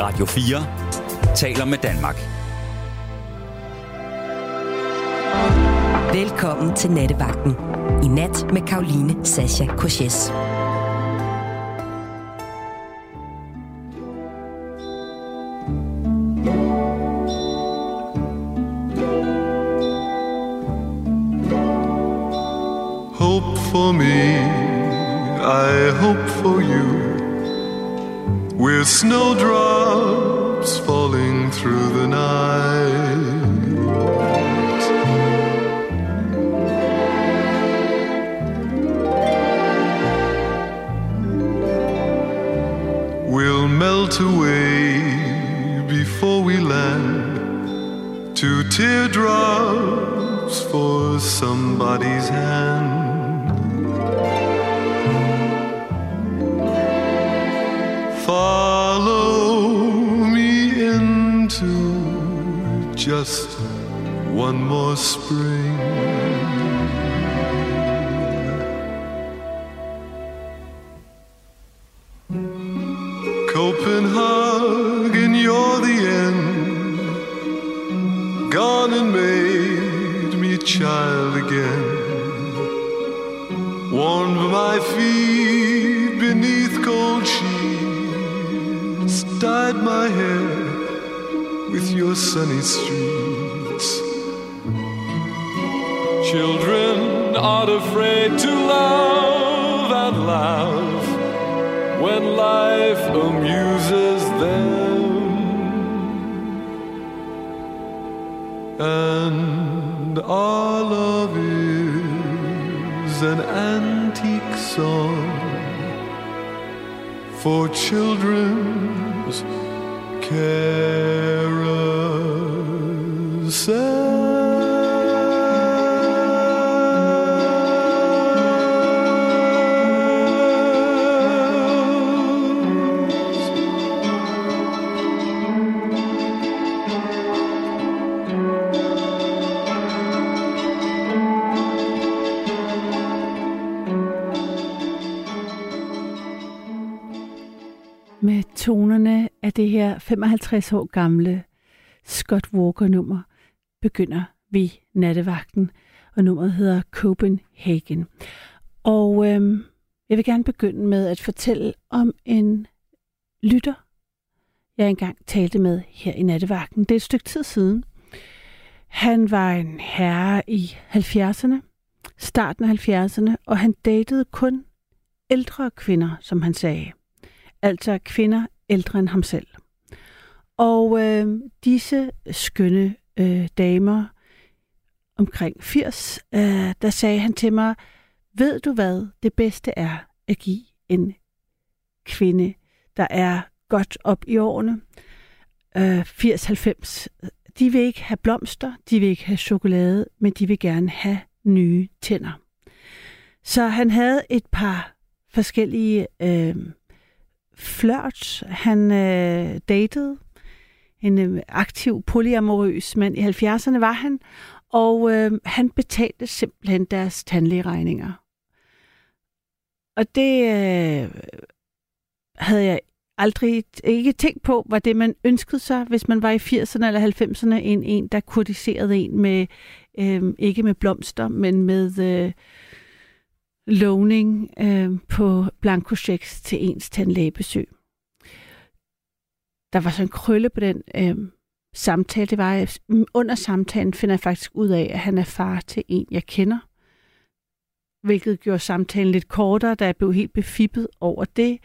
Radio 4 taler med Danmark. Velkommen til Nattevagten. I nat med Caroline Sascha Coches. Hope for me, I hope for you. We're snowdrops falling through the night. We'll melt away before we land. Two teardrops for somebody's hand. Follow me into just one more spring. Copenhagen, you're the end. Gone and made me child again. Warmed my feet beneath cold sheets. Dyed my hair with your sunny streets. Children aren't afraid to love and laugh when life amuses them. And our love is an antique song for children's carousel. Med tonerne af det her 55 år gamle Scott Walker-nummer begynder vi nattevagten, og nummeret hedder Copenhagen. Og jeg vil gerne begynde med at fortælle om en lytter, jeg engang talte med her i nattevagten. Det er et stykke tid siden. Han var en herre i 70'erne, starten af 70'erne, og han datede kun ældre kvinder, som han sagde. Altså kvinder ældre end ham selv. Og disse skønne damer omkring 80, der sagde han til mig, ved du hvad det bedste er at give en kvinde, der er godt op i årene, 80-90. De vil ikke have blomster, de vil ikke have chokolade, men de vil gerne have nye tænder. Så han havde et par forskellige flirts. Han datede en aktiv polyamorøs mand. I 70'erne var han, og han betalte simpelthen deres tandlægeregninger. Og det havde jeg aldrig ikke tænkt på, var det, man ønskede sig, hvis man var i 80'erne eller 90'erne, en der kurtiserede en med, ikke med blomster, men med lovning på blankochecks til ens tandlægebesøg. Der var så en krølle på den samtale. Det var, under samtalen finder jeg faktisk ud af, at han er far til en, jeg kender. Hvilket gjorde samtalen lidt kortere, da jeg blev helt befippet over det.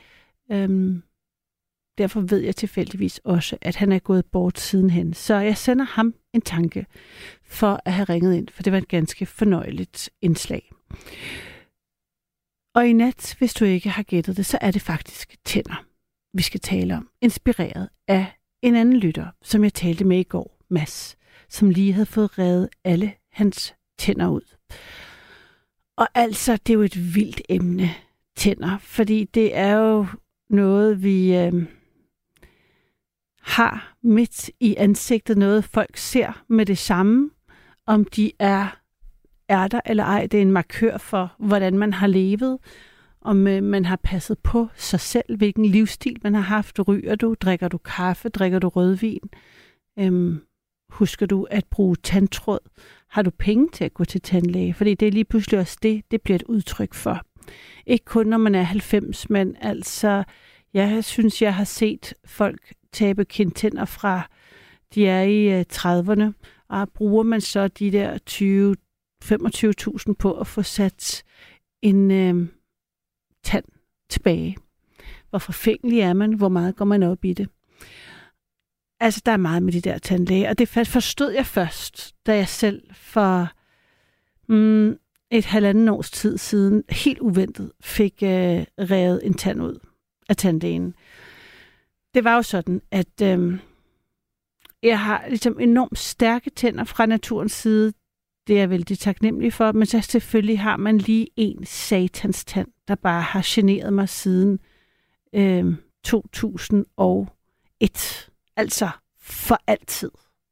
Derfor ved jeg tilfældigvis også, at han er gået bort sidenhen. Så jeg sender ham en tanke for at have ringet ind, for det var et ganske fornøjeligt indslag. Og i nat, hvis du ikke har gættet det, så er det faktisk tænder, vi skal tale om. Inspireret af en anden lytter, som jeg talte med i går, Mads, som lige havde fået revet alle hans tænder ud. Og altså, det er jo et vildt emne, tænder, fordi det er jo noget, vi har midt i ansigtet, noget folk ser med det samme, om de er der eller ej. Det er en markør for, hvordan man har levet, om man har passet på sig selv, hvilken livsstil man har haft. Ryger du? Drikker du kaffe? Drikker du rødvin? Husker du at bruge tandtråd? Har du penge til at gå til tandlæge? Fordi det er lige pludselig også det bliver et udtryk for. Ikke kun når man er 90, men altså, jeg synes, jeg har set folk tabe kindtænder fra, de er i 30'erne, og bruger man så de der 25.000 på at få sat en tand tilbage. Hvor forfængelig er man? Hvor meget går man op i det? Altså, der er meget med de der tandlæger, og det forstod jeg først, da jeg selv for et 1,5 års tid siden, helt uventet, fik revet en tand ud af tandlægen. Det var jo sådan, at jeg har ligesom enormt stærke tænder fra naturens side. Det er jeg vældig taknemmelig for, men så selvfølgelig har man lige en satans tand, der bare har generet mig siden 2001. Altså for altid.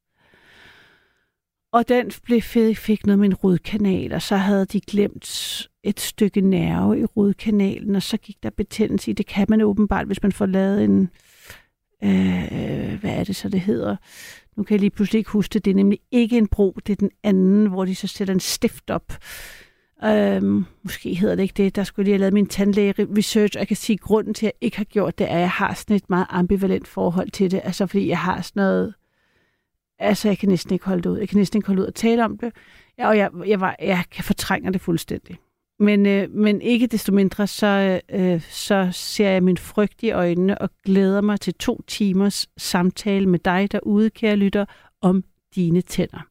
Og den fik noget med en rodkanal, og så havde de glemt et stykke nerve i rodkanalen, og så gik der betændelse i. Det kan man åbenbart, hvis man får lavet en... hvad er det så, det hedder? Nu kan jeg lige pludselig ikke huske det. Det er nemlig ikke en bro, det er den anden, hvor de så sætter en stift op. Måske hedder det ikke det. Der skulle jeg lige have lavet min tandlæge-research, og jeg kan sige, at grunden til, at jeg ikke har gjort det, er, at jeg har sådan et meget ambivalent forhold til det. Altså, fordi jeg har sådan noget... Altså, jeg kan næsten ikke holde det ud. Jeg kan næsten ikke holde ud og tale om det. Og jeg kan fortrænge det fuldstændig. Men ikke desto mindre, så ser jeg min frygt i øjnene og glæder mig til 2 timers samtale med dig derude, kære lytter, om dine tænder.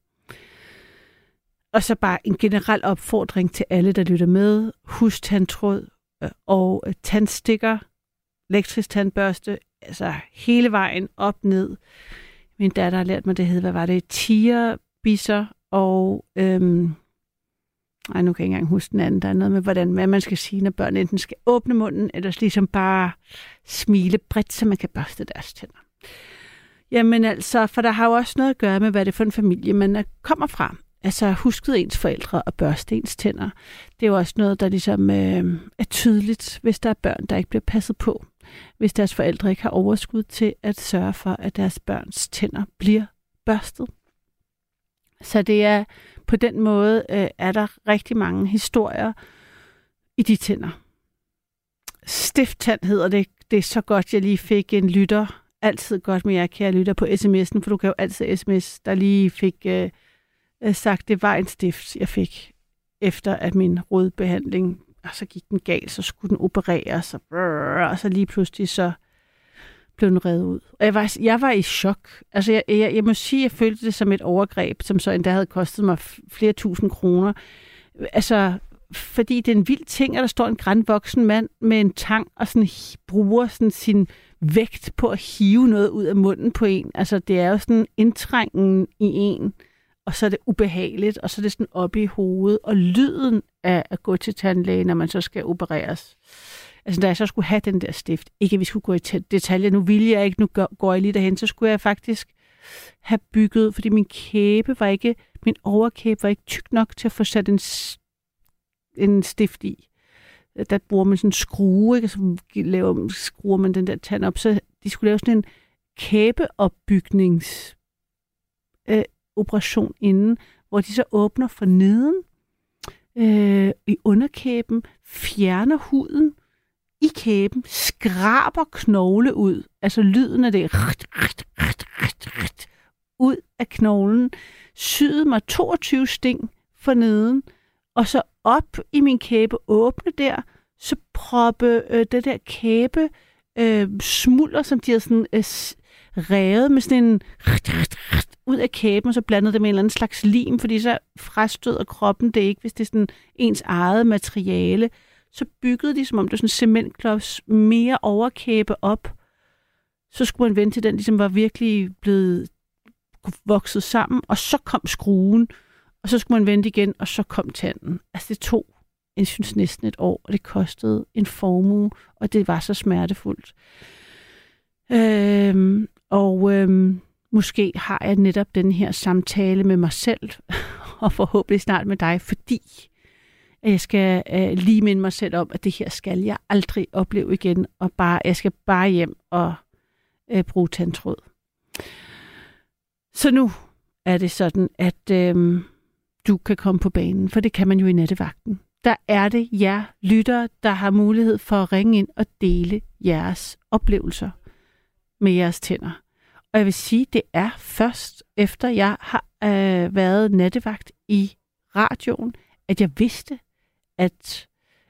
Og så bare en generel opfordring til alle, der lytter med. Husk tandtråd og tandstikker, elektrisk tandbørste, altså hele vejen op, ned. Min datter har lært mig, det hed, hvad var det? Tigerbisser og... nu kan jeg ikke engang huske den anden. Der er noget med, hvad man skal sige, når børn enten skal åbne munden, eller ligesom bare smile bredt, så man kan børste deres tænder. Jamen altså, for der har jo også noget at gøre med, hvad det er for en familie, man kommer fra. Altså, husket ens forældre og børste ens tænder. Det er jo også noget, der ligesom er tydeligt, hvis der er børn, der ikke bliver passet på. Hvis deres forældre ikke har overskud til at sørge for, at deres børns tænder bliver børstet. Så det er på den måde, er der rigtig mange historier i de tænder. Stifttand hedder det. Det er så godt, jeg lige fik en lytter. Altid godt med jer, kære lytter, på sms'en, for du kan jo altid sms, der lige fik sagt, det var en stift, jeg fik efter at min rodbehandling, og så gik den galt, så skulle den opereres, og så lige pludselig så blev den revet ud. Og jeg var i chok. Altså, jeg må sige, jeg følte det som et overgreb, som så endda havde kostet mig flere tusind kroner. Altså, fordi det er en vild ting, at der står en grandvoksen mand med en tang og sådan bruger sådan sin vægt på at hive noget ud af munden på en. Altså, det er jo sådan indtrængen i en, og så er det ubehageligt, og så er det sådan oppe i hovedet, og lyden af at gå til tandlæge, når man så skal opereres. Altså, da jeg så skulle have den der stift, ikke at vi skulle gå i detaljer, nu ville jeg ikke, nu går jeg lige derhen, så skulle jeg faktisk have bygget, fordi min overkæbe var ikke tyk nok til at få sat en stift i. Der bruger man sådan en skrue, ikke? Så skruer man den der tand op, så de skulle lave sådan en kæbeopbygningsoperation inden, hvor de så åbner for neden i underkæben, fjerner huden i kæben, skraber knogle ud, altså lyden af det ud af knoglen, syede mig 22 sting for neden, og så op i min kæbe, åbne der, så proppe det der kæbe smulder, som de har sådan revet med sådan en ud af kæben, og så blandede det med en eller anden slags lim, fordi så frastøder kroppen det ikke, hvis det er sådan ens eget materiale. Så byggede de, som om det var sådan en cementklods, mere overkæbe op. Så skulle man vente til den ligesom var virkelig blevet vokset sammen, og så kom skruen, og så skulle man vente igen, og så kom tanden. Altså det tog, jeg synes, næsten et år, og det kostede en formue, og det var så smertefuldt. Måske har jeg netop den her samtale med mig selv, og forhåbentlig snart med dig, fordi at jeg skal lige minde mig selv om, at det her skal jeg aldrig opleve igen, og jeg skal bare hjem og bruge tandtråd. Så nu er det sådan, at du kan komme på banen, for det kan man jo i nattevagten. Der er det jer lyttere, der har mulighed for at ringe ind og dele jeres oplevelser med jeres tænder. Og jeg vil sige, det er først efter jeg har været nattevagt i radioen, at jeg vidste, at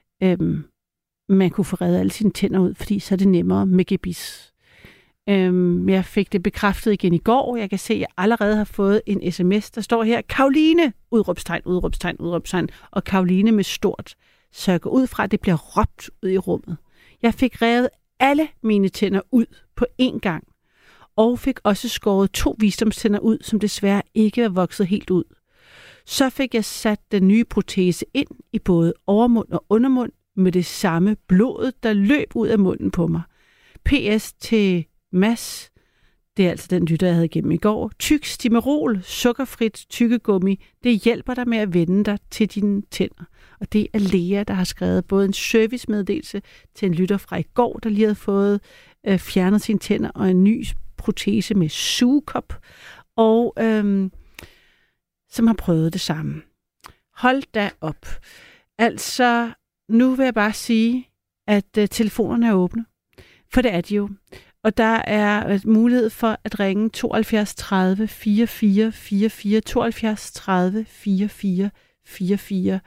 man kunne få reddet alle sine tænder ud, fordi så er det nemmere med gebis. Jeg fik det bekræftet igen i går. Jeg kan se, at jeg allerede har fået en sms, der står her, Karoline, udråbstegn, udråbstegn, udråbstegn, og Karoline med stort. Så jeg går ud fra, at det bliver råbt ud i rummet. Jeg fik revet alle mine tænder ud på én gang, og fik også skåret 2 visdomstænder ud, som desværre ikke var vokset helt ud. Så fik jeg sat den nye protese ind i både overmund og undermund med det samme blod, der løb ud af munden på mig. PS til Mads, det er altså den lytter, jeg havde igennem i går. Tyk Stimerol, sukkerfrit tykkegummi, det hjælper dig med at vende dig til dine tænder. Og det er Lea, der har skrevet både en servicemeddelelse til en lytter fra i går, der lige havde fået fjernet sine tænder, og en ny protese med sugekop, og som har prøvet det samme. Hold da op. Altså, nu vil jeg bare sige, at telefonerne er åbne. For det er de jo. Og der er mulighed for at ringe 72 30 44 44, 72 30 44 44.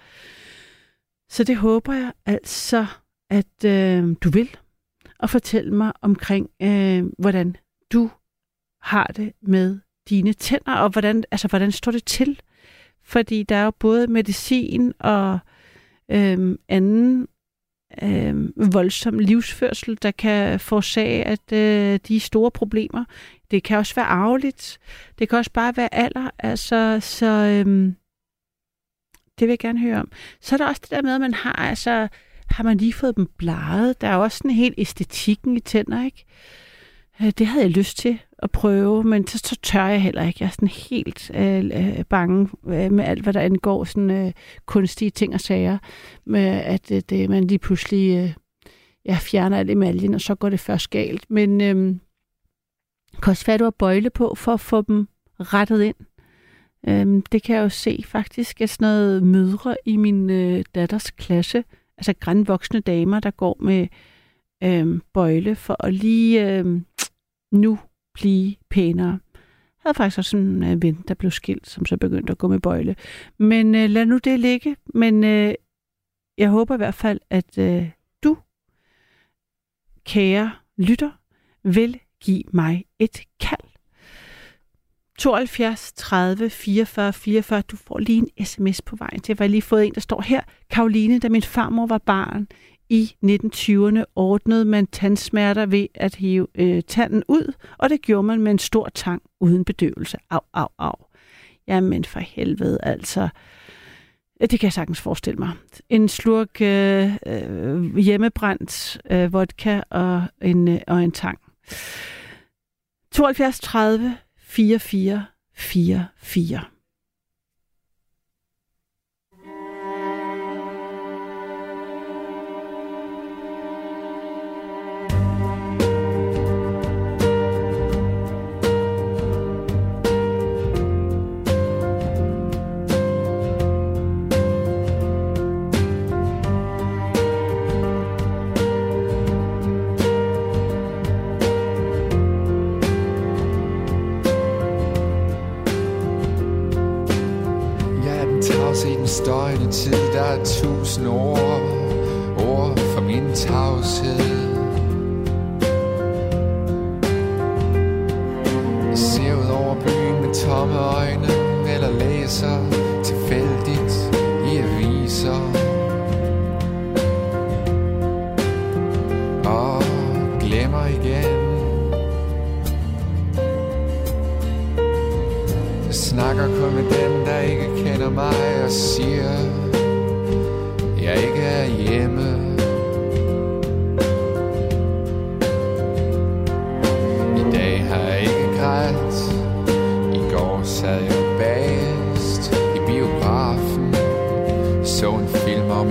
Så det håber jeg altså, at du vil. Og fortælle mig omkring, hvordan du har det med dine tænder, og hvordan står det til? Fordi der er jo både medicin og anden voldsom livsførsel, der kan forårsage, at de er store problemer. Det kan også være arveligt. Det kan også bare være alder. Altså, så det vil jeg gerne høre om. Så er der også det der med, at man har man lige fået dem bleget. Der er også sådan en helt æstetikken i tænder, ikke? Det havde jeg lyst til at prøve, men så tør jeg heller ikke. Jeg er sådan helt bange med alt, hvad der angår sådan kunstige ting og sager, med at man lige pludselig fjerner al emaljen, og så går det først galt. Men kan også være, at du har bøjle på for at få dem rettet ind. Det kan jeg jo se faktisk, at sådan noget mødre i min datters klasse, altså grænvoksne damer, der går med bøjle for at lige nu blive pænere. Jeg havde faktisk også en ven, der blev skilt, som så begyndte at gå med bøjle. Men lad nu det ligge. Men jeg håber i hvert fald, at du, kære lytter, vil give mig et kald. 72 30 44 44. Du får lige en sms på vejen til. Jeg har lige fået en, der står her. Karoline, da min farmor var barn i 1920'erne, ordnede man tandsmerter ved at hive tanden ud, og det gjorde man med en stor tang uden bedøvelse. Au, au, au. Jamen for helvede, altså. Det kan jeg sagtens forestille mig. En slurk hjemmebrændt vodka og en tang. 72 30 44 44. Støjende tid, der er 1000 ord for min tavshed. Jeg ser ud over byen med tomme øjne, eller læser tilfældigt i aviser. Og glemmer igen. Jeg snakker kun med dem, der ikke kender mig, og siger, jeg ikke er hjemme. I dag har jeg ikke grædt. I går sad jeg bagest i biografen, så en film om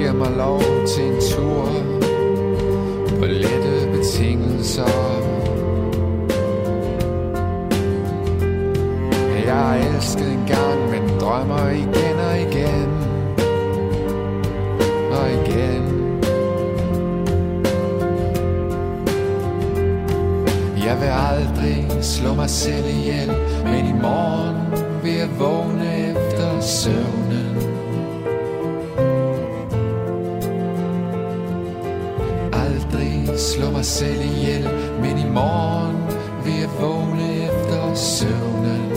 giver mig lov til en tur på lette betingelser. Jeg har elsket en gang, men drømmer igen og igen og igen. Jeg vil aldrig slå mig selv ihjel, men i morgen vil jeg vågne efter søvnen. Aldrig slå mig selv ihjel, men i morgen vil jeg vågne efter søvnen.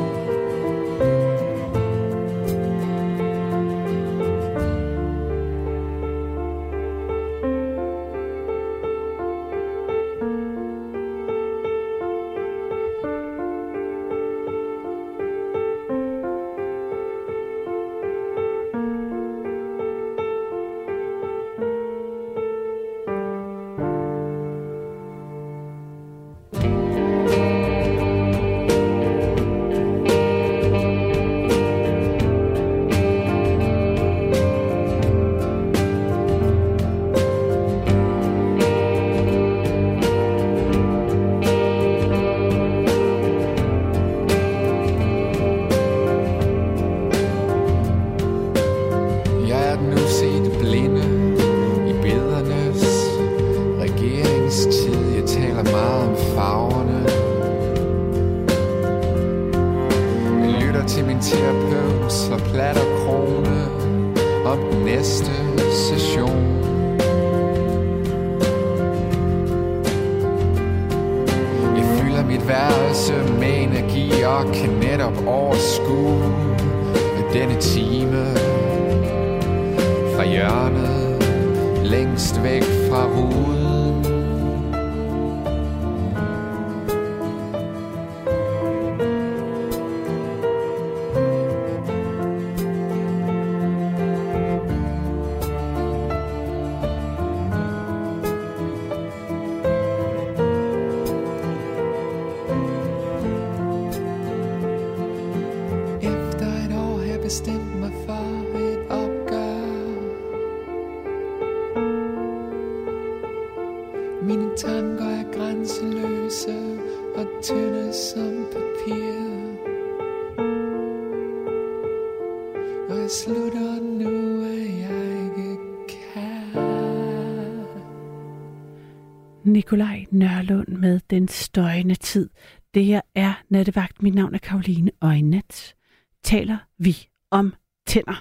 Nikolaj Nørlund med Den støjende tid. Det her er Nattevagt. Mit navn er Karoline, og i nat taler vi om tænder.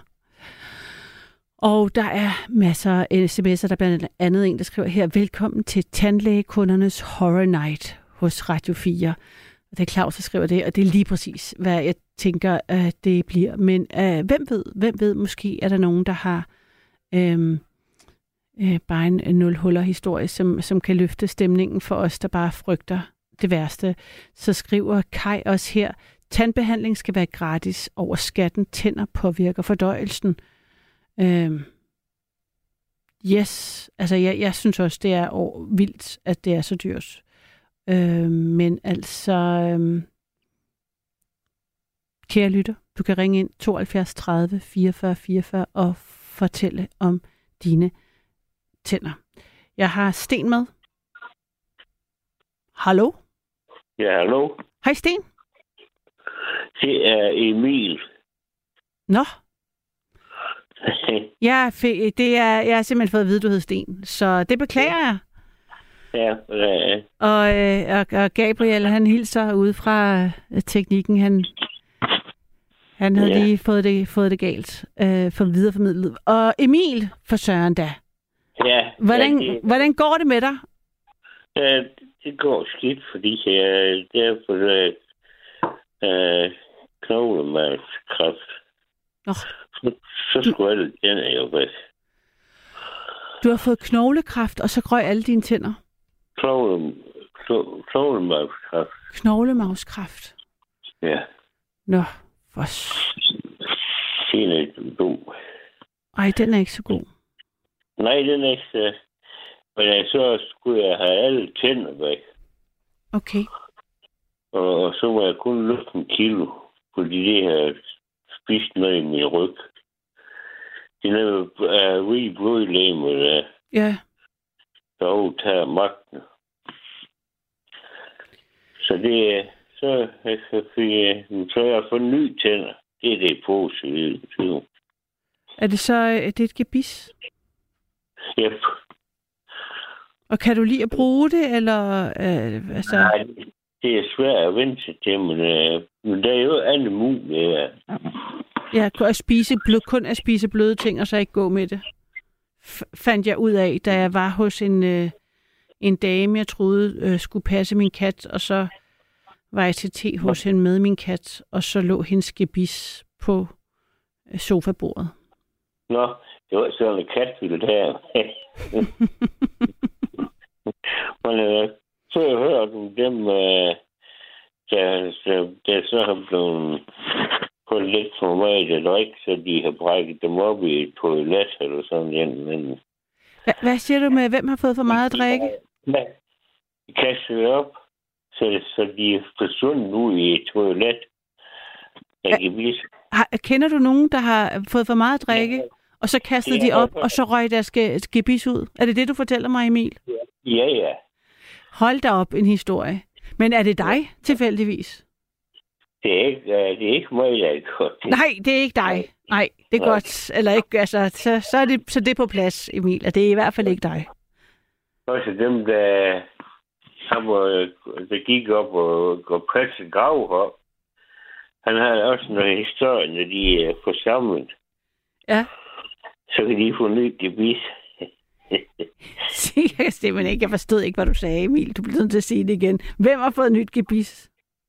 Og der er masser af sms'er, der blandt andet en, der skriver her: velkommen til tandlægekundernes Horror Night hos Radio 4. Og det er Claus, der skriver det, og det er lige præcis, hvad jeg tænker, det bliver. Men hvem ved, måske er der nogen, der har bare en nulhuller-historie, som kan løfte stemningen for os, der bare frygter det værste. Så skriver Kai også her: tandbehandling skal være gratis over skatten. Tænder påvirker fordøjelsen. Yes, altså jeg synes også, det er vildt, at det er så dyrt. Men altså, kære lytter, du kan ringe ind 72 30 44 44 og fortælle om dine tænder. Jeg har Sten med. Hallo? Ja, hallo. Hej Sten. Det er Emil. Nå. Jeg har simpelthen fået at vide, du hed Sten, så det beklager jeg. Ja. Og Gabriel, han hilser ude fra teknikken. Han havde lige fået det galt, for videreformidlet. Og Emil, for søren da. Ja. Hvordan går det med dig? Det går skidt, fordi det er for knoglemarvskræft. Så skulle alle tænder jo væk. Du har fået knoglekræft, og så røg alle dine tænder? Knoglemarvskræft. Knoglemarvskræft? Ja. Nå, hvor... Den er ikke god. Ej, den er ikke så god. Nej, den er ikke så... Men så skulle jeg have alle tænder væk. Okay. Og så må jeg kun løfte 1 kilo, fordi det har spist noget i min ryg. Det er rige blodlemmer, Ja. der overtager magten. Så det er... Så jeg får nye tænder. Det er det positive. Er det så er det et gebis? Yep. Og kan du lide at bruge det, eller altså... Nej, det er svært at vente sig til, men der er jo andet muligt. Ja, kun at spise bløde ting, og så ikke gå med det. Fandt jeg ud af, da jeg var hos en dame, jeg troede skulle passe min kat, og så var jeg til te hos hende med min kat, og så lå hendes gebis på sofabordet. Nå, det var sådan en katfylde der. Men så har jeg hørt om dem, der så har blevet på lidt for meget at drikke, så de har brækket dem op i et toilet eller sådan noget. Hvad siger du med, hvem har fået for meget at drikke? Ja, de kaster det op, så de er forsvundet ud i et toilet. Kender du nogen, der har fået for meget at drikke, og så kastede de op, og så røg deres gebis ud? Er det det, du fortæller mig, Emil? Ja. Hold da op en historie. Men er det dig, tilfældigvis? Det er ikke mig, der er godt. Nej, det er ikke dig. Nej, det er godt. Eller ikke, altså, så det er på plads, Emil, og det er i hvert fald ikke dig. Også dem, der gik op og pressede grav op. Han har også noget historie, når de er forsamlet. Ja. Så kan de få nyt gebis. Jeg forstod ikke, hvad du sagde, Emil. Du bliver nødt til at sige det igen. Hvem har fået nyt gebis?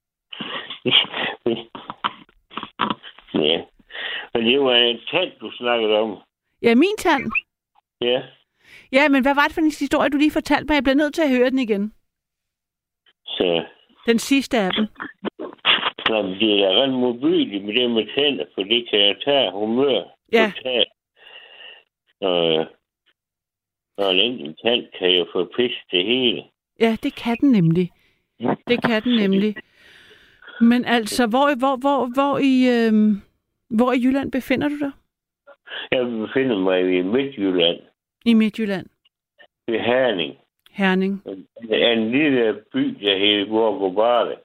Ja. Men det var en tand, du snakkede om. Ja, min tand. Ja. Ja, men hvad var det for en historie, du lige fortalte mig? Jeg bliver nødt til at høre den igen. Så. Den sidste af dem. Nå, det er ret modbydeligt med det med tænder, for det kan jeg tage humør. Ja. Og en enkelt tand kan jo forpisse det hele. Ja, det kan den nemlig. Det kan den nemlig. Men altså, hvor i Jylland befinder du dig? Jeg befinder mig i Midtjylland. I Midtjylland? Ved Herning. Herning. En lille by, der hedder Vorgårdsbarte.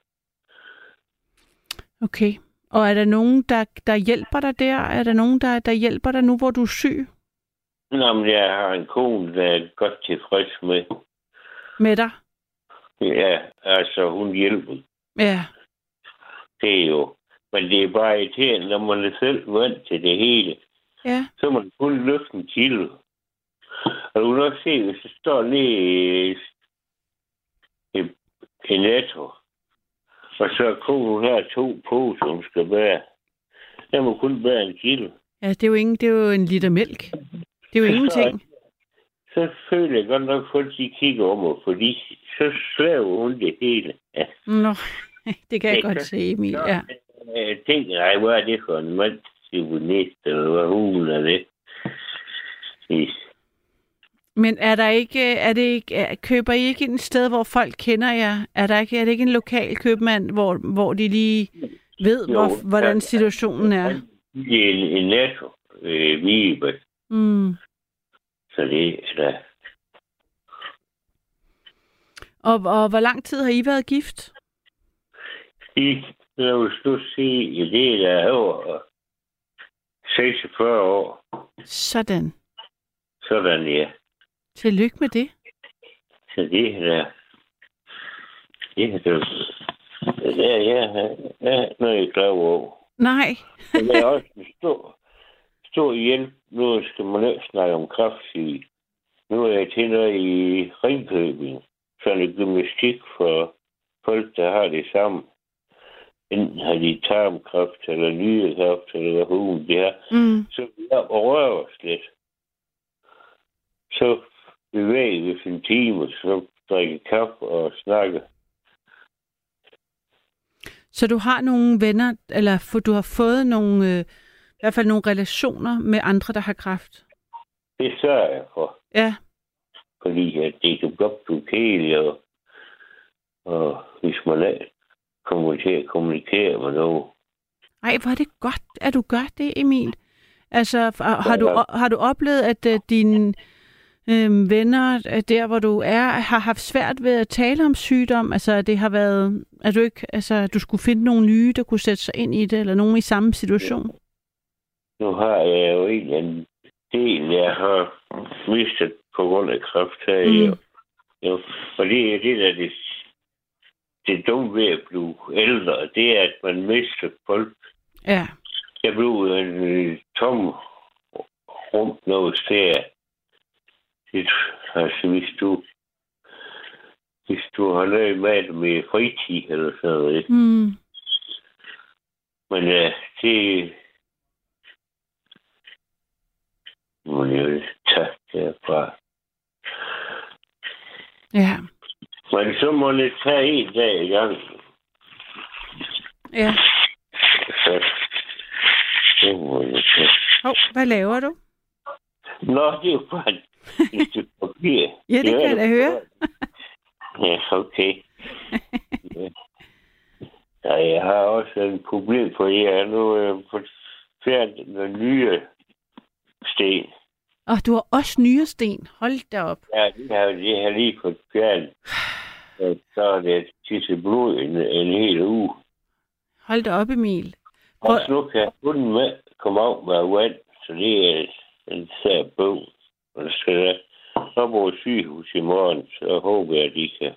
Okay. Og er der nogen, der hjælper dig der? Er der nogen, der hjælper dig nu, hvor du er syg? Nå, men jeg har en kone, der er godt tilfreds med. Med dig? Ja, altså hun hjælper. Ja. Det er jo. Men det er bare irriterende, når man er selv vant til det hele. Ja. Så må man kun løfte en kilo. Og du kan nok se, hvis det står nede i Netto, og så konen her 2 poser, hun skal bære. Jeg må kun bære 1 kilo. Ja, det er jo en liter mælk. Det er jo ingenting. Så føler jeg godt nok, at de kigger om mig, fordi så slæver hun det hele. Ja. Nå, det kan jeg godt se, Emil. Ja. Jeg tænker, nej, hvad er det for en mand? Symfonist, eller hvad hun er det? Men køber I ikke et sted, hvor folk kender jer? Er det ikke en lokal købmand, hvor de lige ved, hvordan situationen er? Det er en Netto, Vibe. Så det er da. Og hvor lang tid har I været gift? Jeg vil stå sige, det er over 46 år. Sådan, ja. Tillykke med det. Så det er da. Det er noget, jeg klar over. Nej. Det er også en stor hjælp. Nu skal man ikke snakke om kræftsyge. Nu er jeg til noget i Ringkøbing. Sådan en gymnastik for folk, der har det samme. Enten har de tarmkræft, eller nyrekræft, eller hvad hun det er. Så vi har rører os lidt. Så bevæger vi en time, så drikker kaffe og snakker. Så du har nogle venner, eller du har fået nogle, i hvert fald nogle relationer med andre, der har kræft? Det sørger jeg for. Ja. Fordi at det kan godt blive kedeligt, og hvis man er kommunikere med noget. Ej, hvor er det godt, at du gør det, Emil. Altså, har du oplevet, at dine venner, der hvor du er, har haft svært ved at tale om sygdom? Altså, det har været, at du ikke, altså, du skulle finde nogle nye, der kunne sætte sig ind i det, eller nogen i samme situation? Nu har jeg jo en del, jeg har mistet på grund af kræft her. Jo. Og det er det, der det dumme ved at blive ældre, det er, at man mister folk. Ja. Jeg blev en tom rum noget sted. Altså, hvis du har noget med fritid eller sådan noget. Men det må jeg jo tage derfra. Ja. Men så må det tage en dag i gang. Ja. Så må jeg tage. Hvad laver du? Nå, det er jo bare et stykke papir. Ja, det kan jeg da høre. Ja, okay. Ja, jeg har også et problem, for jeg er nu færdig med nye sten. Og du har også nye sten. Hold da op. Ja, det har lige fået fjernet. Så er det tisse blod en hel uge. Hold da op, Emil. Og nu kan jeg kun komme af med vand, så det er en sær bog. Og så skal jeg op på sygehus i morgen, så håber jeg, at de kan.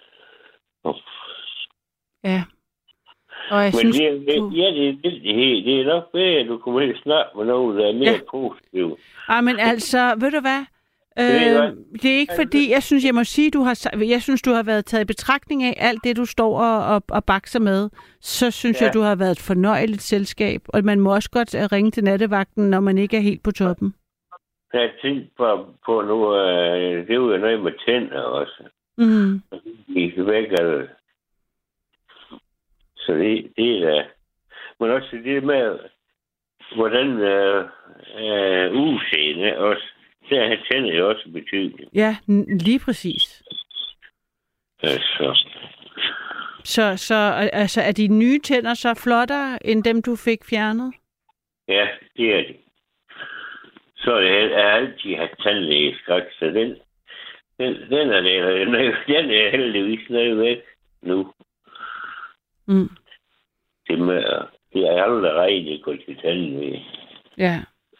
Ja. Og jeg men synes, det er nok bedre, at du kommer ind og snakke med nogen, der er mere positiv. Men altså, ved du hvad? Det er ikke fordi, jeg må sige, jeg synes, du har været taget i betragtning af alt det, du står og bakser med. Så synes jeg, du har været et fornøjeligt selskab. Og man må også godt ringe til nattevagten, når man ikke er helt på toppen. Jeg har tænkt på nu, det er jo noget med tænder også. De er væk af det. Så det er da. Men også det med, hvordan udseende også. Der har tænder jo også betydning. Ja, lige præcis. Altså. Så altså, er de nye tænder så flottere, end dem, du fik fjernet? Ja, det er det. Så jeg har altid haft tandlægeskræk, så den er heldigvis noget væk nu. Det er aldrig rigtig godt til tandlæge. Ja.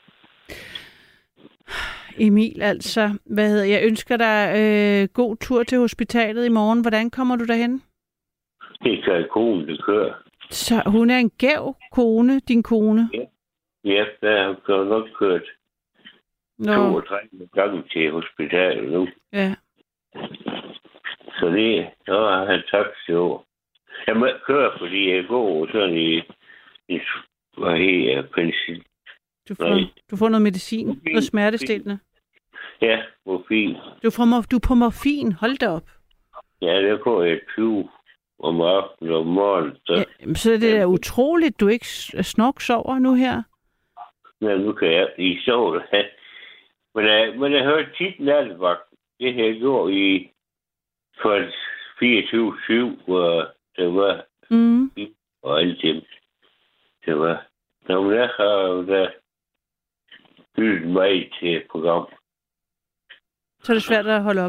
Emil, altså, jeg ønsker dig god tur til hospitalet i morgen. Hvordan kommer du derhen? Det kan konen, det kører. Så hun er en gæv kone, din kone? Ja, der har nok kørt 32 gange til hospitalet nu. Ja. Så det har han taxi over. Jeg må køre, fordi jeg går sådan i hvad hedder penicillin. Du får noget medicin, noget smertestillende. Ja, morfin. Du er på morfin, hold da op. Ja, det får jeg 20 om aftenen og om morgenen. Så det er utroligt, du ikke sover nu her. Ja, nu kan jeg i sove. Men jeg hørte tit nattevagt. Det har jeg gjort for 24/7, hvor det var og alt det var. Når man har der hyldet mig til et program. Så er det svært at holde op.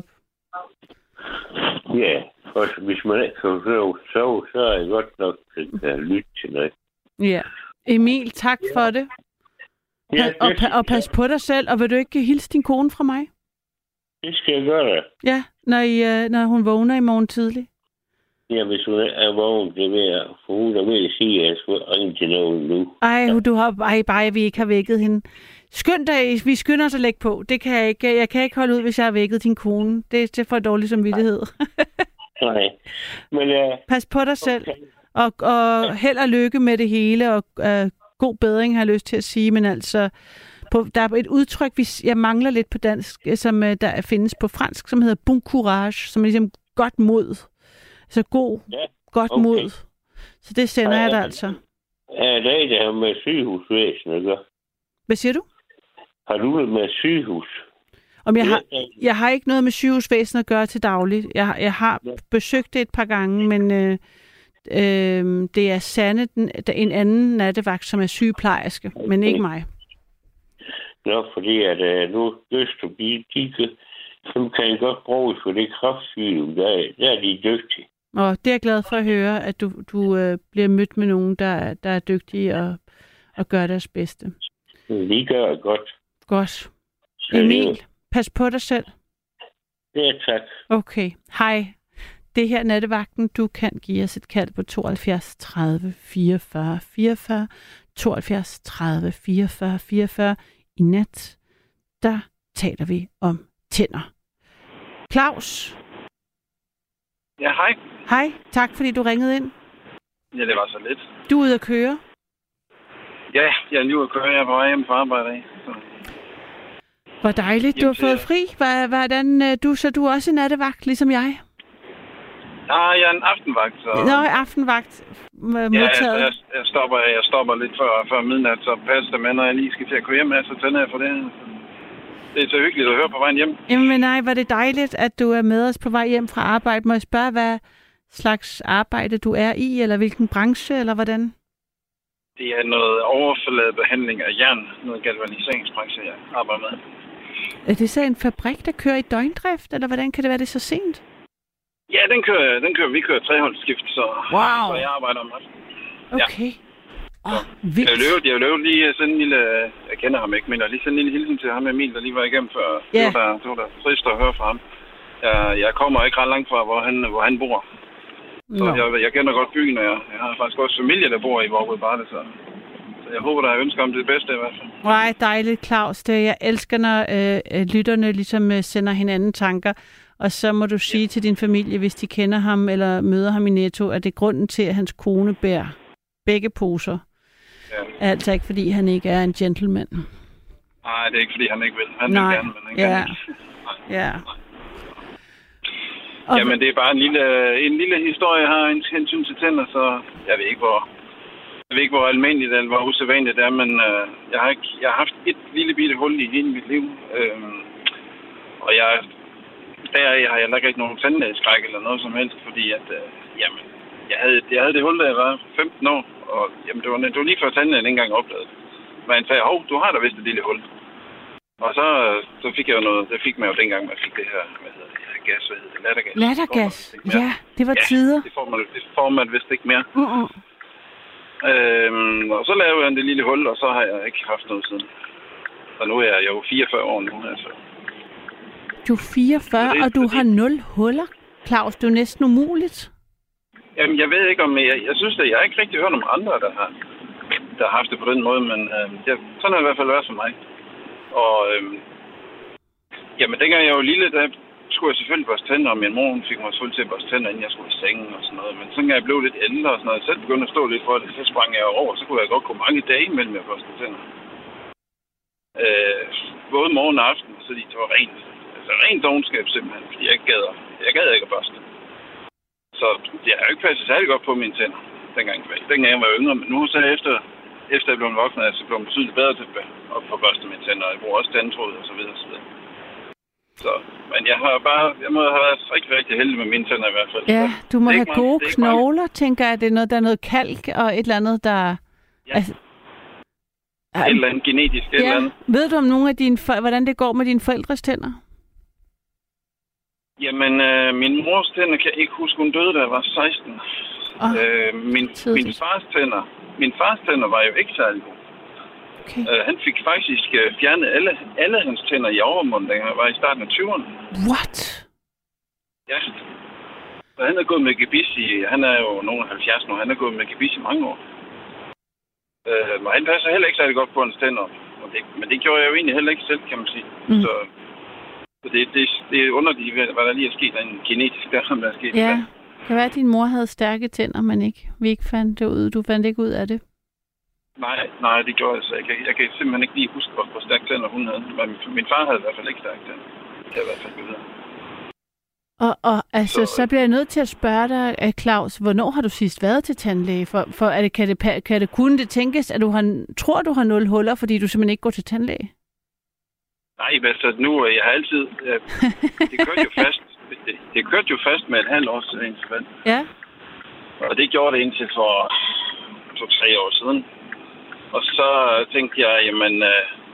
Ja, også hvis man ikke kan sove, så er det godt nok at lytte til noget. Ja. Emil, tak for det. Og pas på dig selv, og vil du ikke hilse din kone fra mig? Det skal jeg gøre. Ja, når hun vågner i morgen tidlig. Ja, hvis hun er vågen, det vil jeg. For hun er ved at sige, at jeg skal ringe til nogen nu. Bare vi ikke har vækket hende. Skynd dig, vi skynder os at lægge på. Det kan jeg ikke. Jeg kan ikke holde ud, hvis jeg har vækket din kone. Det er for dårlig samvittighed. Nej. Men, pas på dig selv. Og held og lykke med det hele, og god bedring har jeg lyst til at sige, men altså, der er et udtryk, jeg mangler lidt på dansk, som der findes på fransk, som hedder bon courage, som er ligesom godt mod. Så godt mod. Så det sender jeg dig altså. Er det her med sygehusvæsen, ikke? Hvad siger du? Har du det med sygehus? Jeg har ikke noget med sygehusvæsen at gøre til dagligt. Jeg har besøgt det et par gange, men det er Sanne, en anden nattevagt, som er sygeplejerske, men ikke mig. Nå, fordi at nu Østerbil, dem kan jeg godt bruges for det kraftsygdom. Der er de dygtige. Og det er jeg glad for at høre, at du bliver mødt med nogen, der er dygtige og gør deres bedste. De gør det godt. Godt. Emil, pas på dig selv. Ja, tak. Okay. Hej. Det her nattevagten. Du kan give os et kald på 72 30 44 44. 72 30 44 44. I nat, der taler vi om tænder. Claus. Ja, hej. Hej. Tak fordi du ringede ind. Ja, det var så lidt. Du er ude at køre. Ja, jeg er lige ude at køre. Jeg er på vej hjem fra arbejde af. Så. Hvor dejligt, du har fået fri. Hvordan, du er også en nattevagt, ligesom jeg? Nej, jeg er en aftenvagt. Så... Nå, aftenvagt. Modtaget. Ja, jeg stopper lidt før midnat, så passer det med, når jeg lige skal til at køre hjem, så tænder jeg for det. Det er så hyggeligt at høre på vejen hjem. Jamen nej, var det dejligt, at du er med os på vej hjem fra arbejde. Må jeg spørge, hvad slags arbejde du er i, eller hvilken branche, eller hvordan? Det er noget overforladet behandling af jern, noget galvaniseringsbranche, jeg arbejder med. Er det så en fabrik, der kører i døgndrift, eller hvordan kan det være det så sent? Ja, vi kører treholdsskift, så jeg arbejder om aftenen. Okay. Ja. Jeg vil løbe lige sådan en lille, jeg kender ham ikke, men jeg lige sådan en lille hilsen til ham Emil, der lige var igennem før. Yeah. Det var da trist at høre fra ham. Jeg kommer ikke ret langt fra, hvor han bor. Så jeg kender godt byen, og jeg har faktisk også familie, der bor i Vorgod Barde, så jeg håber, der er ønsker om det bedste i hvert fald. Nej, dejligt, Claus. Jeg elsker, når lytterne ligesom sender hinanden tanker, og så må du sige til din familie, hvis de kender ham eller møder ham i Netto, at det er grunden til, at hans kone bærer begge poser. Ja. Altså ikke, fordi han ikke er en gentleman. Nej, det er ikke, fordi han ikke vil. Han vil gerne, men han kan ikke. Ja. Jamen, det er bare en lille historie, jeg har en hensyn til tænder, så jeg ved ikke, hvor almindeligt eller hvor usædvanligt det er, men jeg har haft et lille bitte hul i hele mit liv. Og der har jeg ikke rigtig nogen tandlægeskræk eller noget som helst, fordi at, jeg havde det hul, da jeg var 15 år, og jamen, det var lige før tandlægen ikke engang opdagede. Men han sagde, du har da vist et lille hul. Og så fik jeg jo noget, det fik man jo dengang, man fik det her, gas, lattergas. Lattergas, ja, det var tider. Det får man vist ikke mere. Og så lavede jeg det lille hul, og så har jeg ikke haft noget siden. Og nu er jeg jo 44 år nu, altså. Du er 44, og du har 0 huller? Claus, det er jo næsten umuligt. Jamen, jeg ved ikke om... Jeg synes det. Jeg har ikke rigtig hørt om andre, der har haft det på den måde, men sådan har det i hvert fald været for mig. Og jamen, dengang jeg var lille, der skulle jeg selvfølgelig børste tænder, og min mor fik mig selvfølgelig til at børste tænder, inden jeg skulle i sengen og sådan noget. Men sådan jeg blev lidt ældre og sådan noget, selv begyndte at stå lidt for det, så sprang jeg over, så kunne jeg godt gå mange dage mellem at børste tænder. Både morgen og aften, så det var rent. Altså rent dovenskab simpelthen, fordi jeg gad ikke at børste. Så det har jo ikke passet særlig godt på mine tænder, dengang jeg var yngre. Men nu så efter jeg blev voksen, så blev jeg betydeligt bedre til at få børste mine tænder. Jeg bruger også tandtråd og så videre og så videre. Så, men jeg må have været rigtig, rigtig heldig med mine tænder i hvert fald. Ja, du må have gode knogler, tænker jeg. Det er noget, der er noget kalk og et eller andet, der... Ja. Altså, et eller andet genetisk, et eller andet. Ved du om nogle af hvordan det går med dine forældres tænder? Jamen, min mors tænder kan jeg ikke huske, hun døde, da jeg var 16. Min fars tænder var jo ikke særlig gode. Okay. Han fik faktisk fjernet alle hans tænder i overmunden, da han var i starten af 20'erne. What? Ja. Og han er gået med gebis han er jo nogen af 70 nu, han er gået med gebis i mange år. Men han passer heller ikke særlig godt på hans tænder. Men det gjorde jeg jo egentlig heller ikke selv, kan man sige. Så det er underligt, hvad der lige er sket, en genetisk der er sket. Ja, det kan være, at din mor havde stærke tænder, men vi ikke fandt det ud. Du fandt ikke ud af det? Nej, det gjorde jeg så. Jeg kan simpelthen ikke lige huske, hvor stærke tænder hun havde. Men min far havde i hvert fald ikke stærke tænder. Det kan jeg i hvert fald videre. Og altså, så bliver jeg nødt til at spørge dig, Claus, hvornår har du sidst været til tandlæge? For kan det kunne det tænkes, at tror du har 0 huller, fordi du simpelthen ikke går til tandlæge? Nej, altså nu, jeg har altid... Det kørte jo fast. Det kørte jo fast med et halvt års interval. Ja. Og det gjorde det indtil for 2-3 år siden. Og så tænkte jeg, jamen,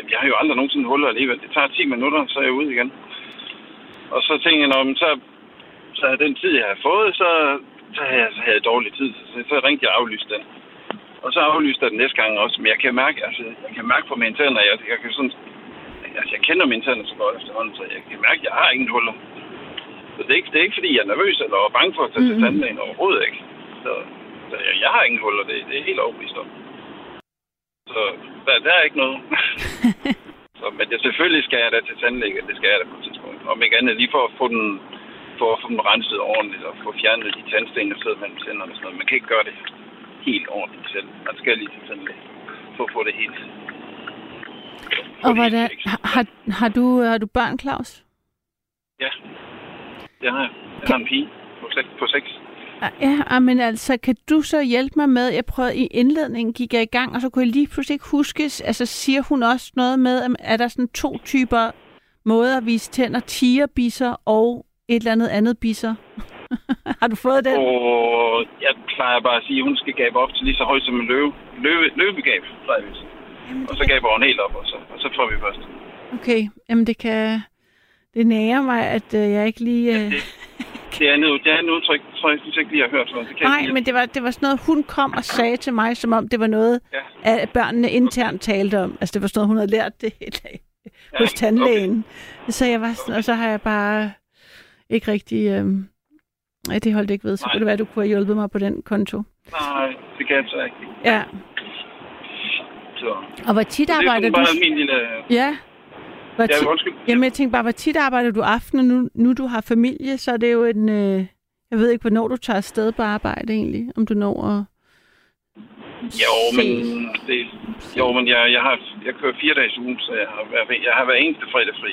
jeg har jo aldrig nogensinde huller alligevel. Det tager 10 minutter, så er jeg ude igen. Og så tænkte jeg, så havde den tid, jeg havde fået, så havde jeg dårlig tid. Så ringte jeg og aflyste den. Og så aflyste jeg den næste gang også. Men jeg kan mærke på mine tænder, jeg kan sådan... Altså, jeg kender mine tænder så godt efterhånden, så jeg kan mærke, at jeg har ingen huller. Så det er ikke fordi, jeg er nervøs eller er bange for at tage til tandlægen overhovedet ikke. Så jeg har ingen huller, det er helt overbevist om. Så der er ikke noget. Men selvfølgelig skal jeg da til tandlæge, det skal jeg da på et tidspunkt. Om ikke andet lige for at få den renset ordentligt og få fjernet de tandsten, der sidder mellem tænderne og sådan noget. Man kan ikke gøre det helt ordentligt selv. Man skal lige til tandlæge for at få det helt. Og hvordan har du børn, Claus? Ja, det har jeg. Jeg har en pige på 6. Ja, men altså, kan du så hjælpe mig med, jeg prøvede i indledningen, gik jeg i gang, og så kunne jeg lige pludselig ikke huske, altså siger hun også noget med, er der sådan 2 typer måder at vise tænder, tigerbisser og et eller andet bisser? Har du fået den? Og jeg plejer bare at sige, at hun skal gabe op til lige så højt som en løbegab, plejer vi. Og så gaber hun helt op, og så får vi først. Okay, jamen det nærer mig, at jeg ikke lige... Det er en udtryk, tror jeg ikke lige har hørt. Nej, men det var sådan noget, hun kom og sagde til mig, som om det var noget, at børnene internt talte om. Altså det var sådan noget, hun havde lært det hos tandlægen. Okay. Så jeg var sådan, og så har jeg bare ikke rigtig... det holdt ikke ved, så kunne det være, at du kunne have hjulpet mig på den konto. Nej, det kan jeg så ikke. Ja. Så. Og hvor tit arbejder du? Bare min lille... Ja. Jamen, jeg tænkte bare, hvor tit arbejder du aften, nu du har familie, så er det jo en... jeg ved ikke, hvornår du tager afsted på arbejde egentlig, om du når at... Men jeg kører 4 dages ugen, så jeg har hver eneste fredag fri.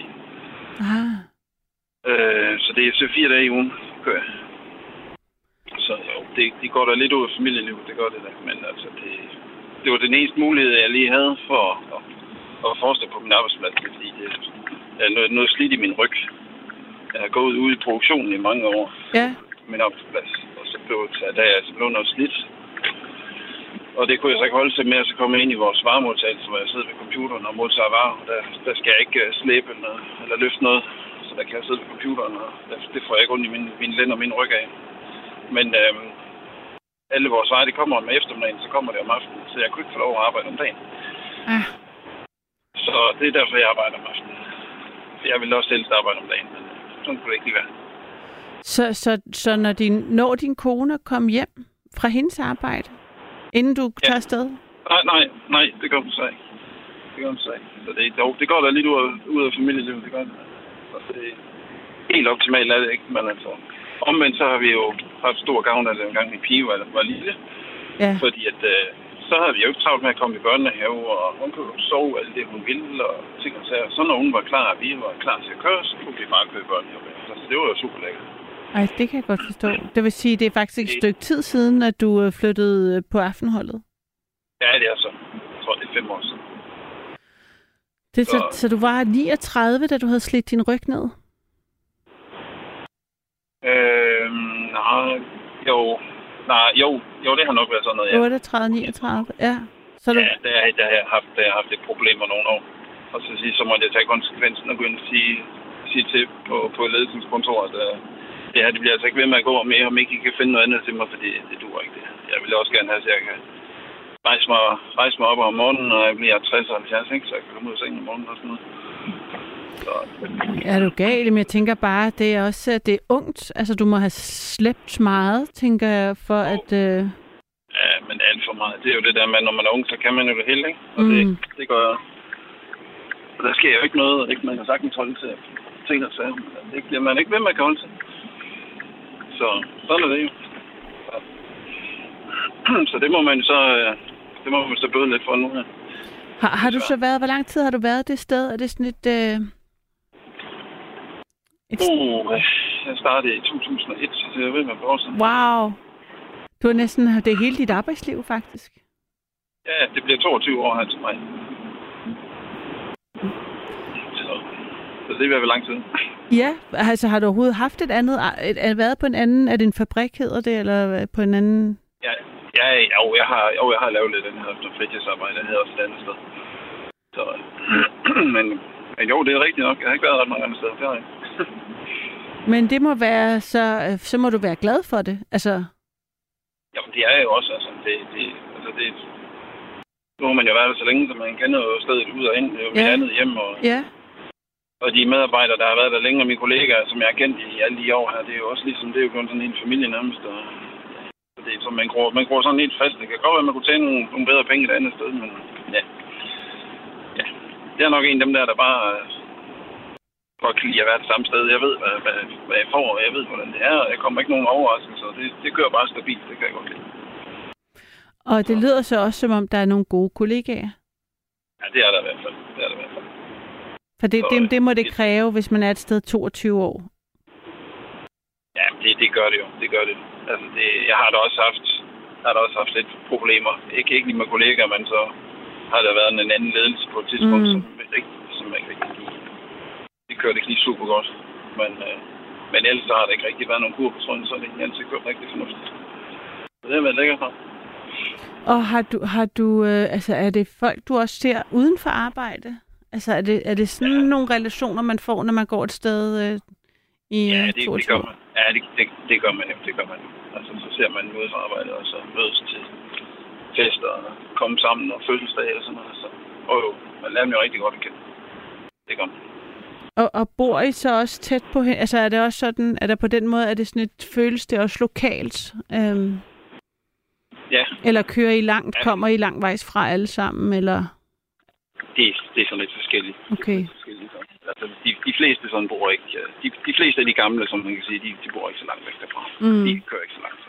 Så det er så 4 dage i ugen, kører jeg. Så jo, det går da lidt ud af familielivet, det gør det da. Men altså, det var den eneste mulighed, jeg lige havde for at forestille på min arbejdsplads, fordi jeg er noget slidt i min ryg. Jeg har gået ude i produktionen i mange år. Ja. På min arbejdsplads. Og så blev noget slidt. Og det kunne jeg så ikke holde til med, at så komme ind i vores varemodtagelse, hvor jeg sidder ved computeren og modtager varer. Der skal jeg ikke slæbe noget, eller løfte noget. Så der kan jeg sidde ved computeren, og det får jeg ikke ondt i mine lænder og min ryg af. Men alle vores varer, de kommer om eftermiddagen, så kommer det om aftenen. Så jeg kunne ikke få lov at arbejde om dagen. Ja. Så det er derfor, jeg arbejder om aftenen. Jeg ville også helst arbejde om dagen, men sådan kunne det ikke lige være. Så når din kone kom hjem fra hendes arbejde, inden du tager afsted? Nej, det gør hun så ikke. Så det går da lidt ud af familielivet, det gør det. Så det er helt optimalt er det ikke, men altså... Omvendt så har vi jo haft stor gavn af det, engang min pige var lille. Ja. Fordi at... så havde vi jo ikke travlt med at komme i børnehave, og hun kunne sove alt det, hun ville, og ting og sager. Så når hun var klar, og vi var klar til at køre, så kunne vi bare køre i børnehave. Så det var jo super lækkert. Ej, det kan jeg godt forstå. Det vil sige, det er faktisk et stykke tid siden, at du flyttede på aftenholdet? Ja, det er så. Jeg tror, det er 5 år siden. Så du var 39, da du havde slidt din ryg ned? Jo, det har nok været sådan noget, ja. 38, 39, ja. Så ja, der har jeg haft et problem over nogle år. Og så måtte jeg tage konsekvensen og gå ind og sige til på ledelseskontoret, at det bliver altså ikke ved med at gå med, om ikke I kan finde noget andet til mig, fordi det duer ikke det. Jeg vil også gerne have, så jeg kan rejse mig op om morgenen, og jeg bliver 60-70, ikke? Så jeg kan komme ud af sengen om morgenen og sådan noget. Er du gal? Men jeg tænker bare, det er ungt. Altså, du må have slæbt meget, tænker jeg, for at... Ja, men alt for meget. Det er jo det der med, når man er ung, så kan man jo det hele, ikke? Og det gør jeg. Og der sker jo ikke noget, ikke? Man kan sagtens holde til ting og sager. Det bliver man ikke ved med at holde til. Så sådan er det jo. Så det må man så bøde lidt for nu her. Har du så været... Hvor lang tid har du været det sted? Er det sådan et... Jeg startede i 2001, så jeg ved, man på år siden. Wow. Du har næsten... Det er hele dit arbejdsliv, faktisk. Ja, det bliver 22 år her til mig. Så det vil være lang tid. Ja, altså har du overhovedet haft et andet... været på en anden... Er det en fabrik, hedder det, eller på en anden... Jeg har lavet lidt den her fritidsarbejde. Jeg havde også et andet sted. Så men jo, det er rigtigt nok. Jeg har ikke været ret mange andre steder. Det er rigtigt. Men det må være, så må du være glad for det. Altså... Jamen, det er jo også, altså, nu har man jo været der så længe, så man kender jo stedet ud og ind. Det er jo mit andet hjem, og de medarbejdere, der har været der længe, og mine kollegaer, som jeg har kendt i alle de år her, det er jo også ligesom, det er jo kun sådan en familie nærmest, og det er som man gror sådan helt fast. Det kan godt være, at man kunne tjene nogle bedre penge et andet sted, men ja. Det er nok en af dem der bare godt kan lide at være det samme sted. Jeg ved, hvad jeg får, og jeg ved, hvordan det er, og jeg kommer ikke nogen overraskelser. Det kører bare stabilt, det kan jeg godt lide. Og det lyder så også, som om der er nogle gode kollegaer. Ja, det er der i hvert fald. For det må det kræve, hvis man er et sted 22 år. Ja, det gør det jo. Det gør det. Altså, jeg har da også haft lidt problemer. Ikke lige med kollegaer, men så har der været en anden ledelse på et tidspunkt, som ikke rigtig det kørte ikke lige super godt. Men ellers så har der ikke rigtig været nogen kur på tråden, så det er altid kørt rigtig fornuftigt. Så det har været lækkert her. Og har du altså er det folk, du også ser uden for arbejde? Altså er det sådan nogle relationer, man får, når man går et sted i 22 det gør man. Ja, det gør man jo. Det gør man jo. Altså så ser man ude for arbejde, og så mødes til fester og komme sammen og fødselsdage og sådan noget. Så, man lærer dem jo rigtig godt at kende. Det gør man. Og bor I så også tæt på hende? Altså er det også sådan, er der på den måde, er det sådan et, føles det også lokalt? Ja. Eller kører I langt? Ja. Kommer I langvejs fra alle sammen, eller? Det er sådan lidt forskelligt. Okay. Altså, de fleste sådan bor ikke. De fleste af de gamle, som man kan sige, de bor ikke så langt væk derfra. De kører ikke så langt.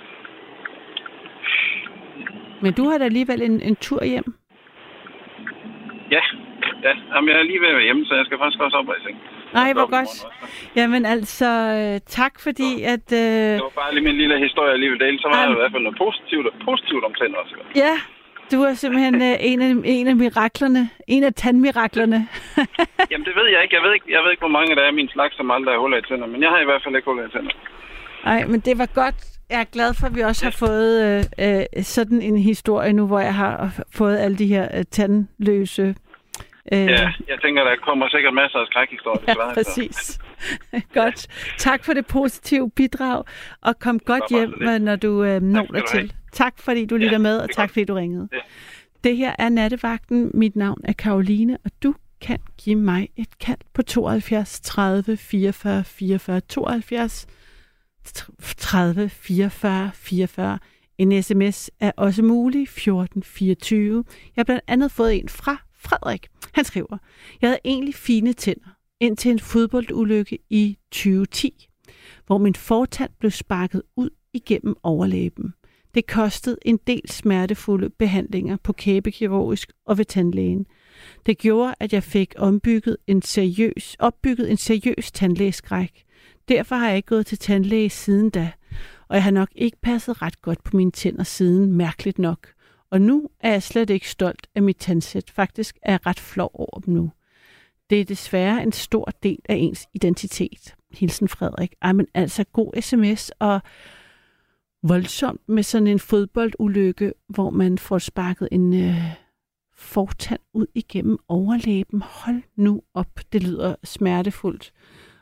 Men du har da alligevel en tur hjem? Ja. Jamen, jeg er lige ved at være hjemme, så jeg skal faktisk også op i seng. Nej, hvor godt. Jamen altså, tak fordi at... Det var bare lige min lille historie alligevel dele, så var der i hvert fald noget positivt om tænder også. Ja, du er simpelthen en af miraklerne, en af tandmiraklerne. Jamen det ved jeg ikke. Jeg ved ikke, hvor mange der er min slags, som aldrig har huller i tænder, men jeg har i hvert fald ikke huller i tænder. Nej, men det var godt. Jeg er glad for, at vi også har fået sådan en historie nu, hvor jeg har fået alle de her tandløse... Ja, jeg tænker, der kommer sikkert masser af skrækhistorier. Ja, præcis. Godt. Tak for det positive bidrag, og kom godt hjem, når du når dig til. Tak fordi du lytter med, og tak fordi du ringede. Ja. Det her er Nattevagten. Mit navn er Karoline, og du kan give mig et kald på 72 30 44 44 72 30 44 44. En sms er også mulig, 1424. Jeg har blandt andet fået en fra Frederik. Han skriver, jeg havde egentlig fine tænder indtil en fodboldulykke i 2010, hvor min fortand blev sparket ud igennem overlæben. Det kostede en del smertefulde behandlinger på kæbekirurgisk og ved tandlægen. Det gjorde, at jeg fik opbygget en seriøs tandlægeskræk. Derfor har jeg ikke gået til tandlæge siden da, og jeg har nok ikke passet ret godt på mine tænder siden, mærkeligt nok. Og nu er jeg slet ikke stolt af mit tandsæt. Faktisk er jeg ret flov over dem nu. Det er desværre en stor del af ens identitet. Hilsen Frederik. Men altså god sms og voldsomt med sådan en fodboldulykke, hvor man får sparket en fortand ud igennem overlæben. Hold nu op. Det lyder smertefuldt.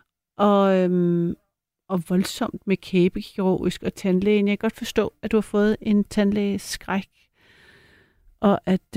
Og voldsomt med kæbekirurgisk og tandlægen. Jeg kan godt forstå, at du har fået en tandlægeskræk. Og at,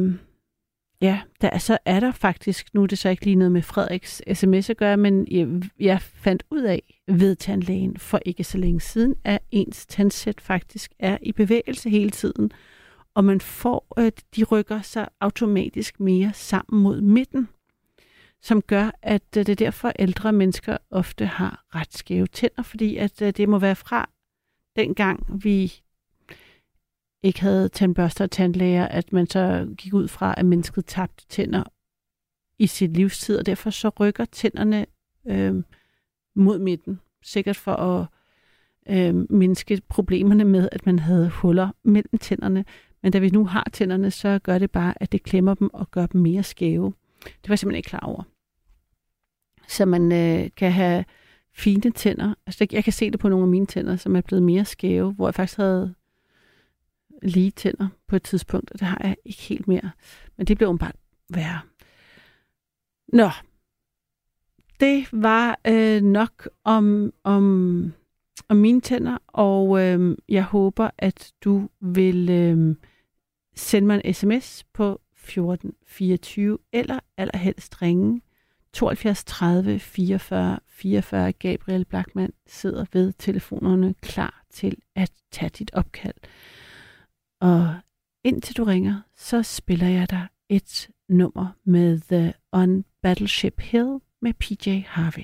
så er der faktisk, nu er det så ikke lige noget med Frederiks sms at gøre, men jeg fandt ud af ved tandlægen for ikke så længe siden, at ens tandsæt faktisk er i bevægelse hele tiden, og man får, de rykker sig automatisk mere sammen mod midten, som gør, at det er derfor ældre mennesker ofte har ret skæve tænder, fordi at det må være fra dengang vi ikke havde tandbørster og tandlæger, at man så gik ud fra, at mennesket tabte tænder i sit livstid, og derfor så rykker tænderne mod midten. Sikkert for at mindske problemerne med, at man havde huller mellem tænderne. Men da vi nu har tænderne, så gør det bare, at det klemmer dem og gør dem mere skæve. Det var jeg simpelthen ikke klar over. Så man kan have fine tænder. Altså, jeg kan se det på nogle af mine tænder, som er blevet mere skæve, hvor jeg faktisk havde lige tænder på et tidspunkt, og det har jeg ikke helt mere. Men det blev bare værre. Nå, det var nok om mine tænder, og jeg håber, at du vil sende mig en sms på 1424, eller allerhelst ringe 72 30 44 44. Gabriel Blachmann sidder ved telefonerne klar til at tage dit opkald. Og indtil du ringer, så spiller jeg dig et nummer med On Battleship Hill med PJ Harvey.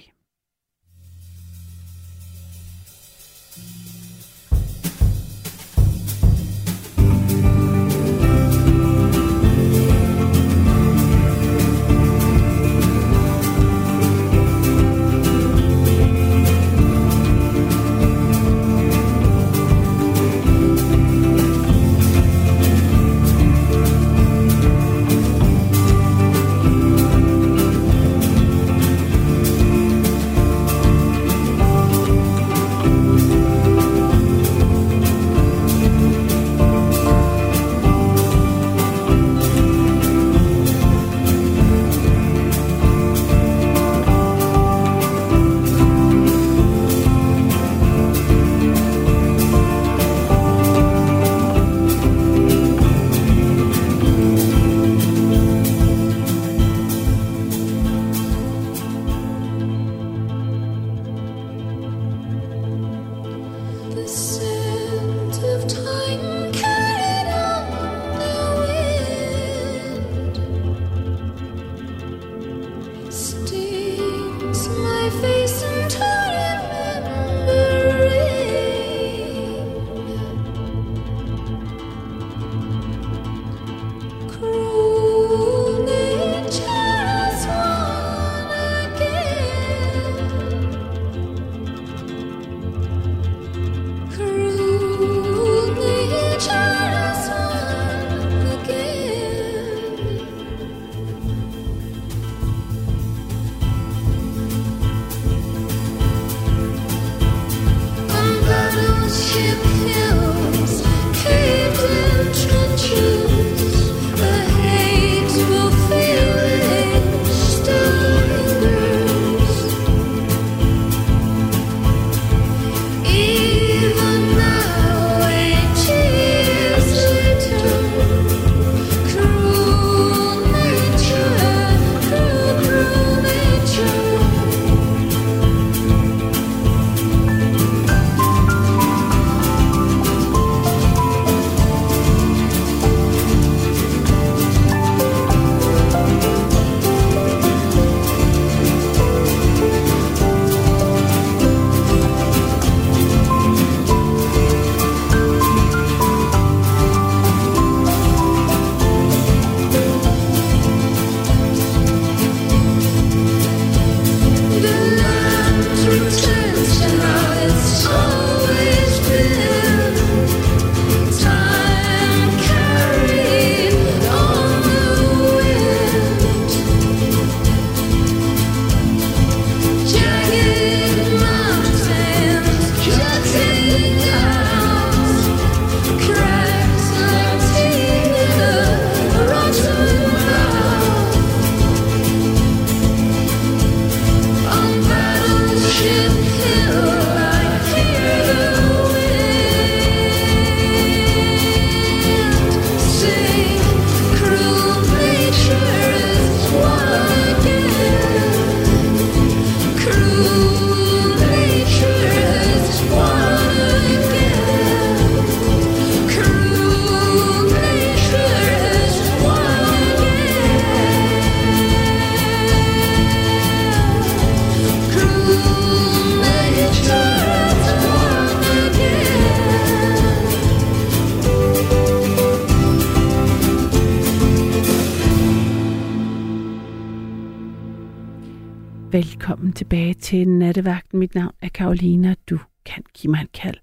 Velkommen tilbage til Nattevagten. Mit navn er Karolina. Du kan give mig en kald.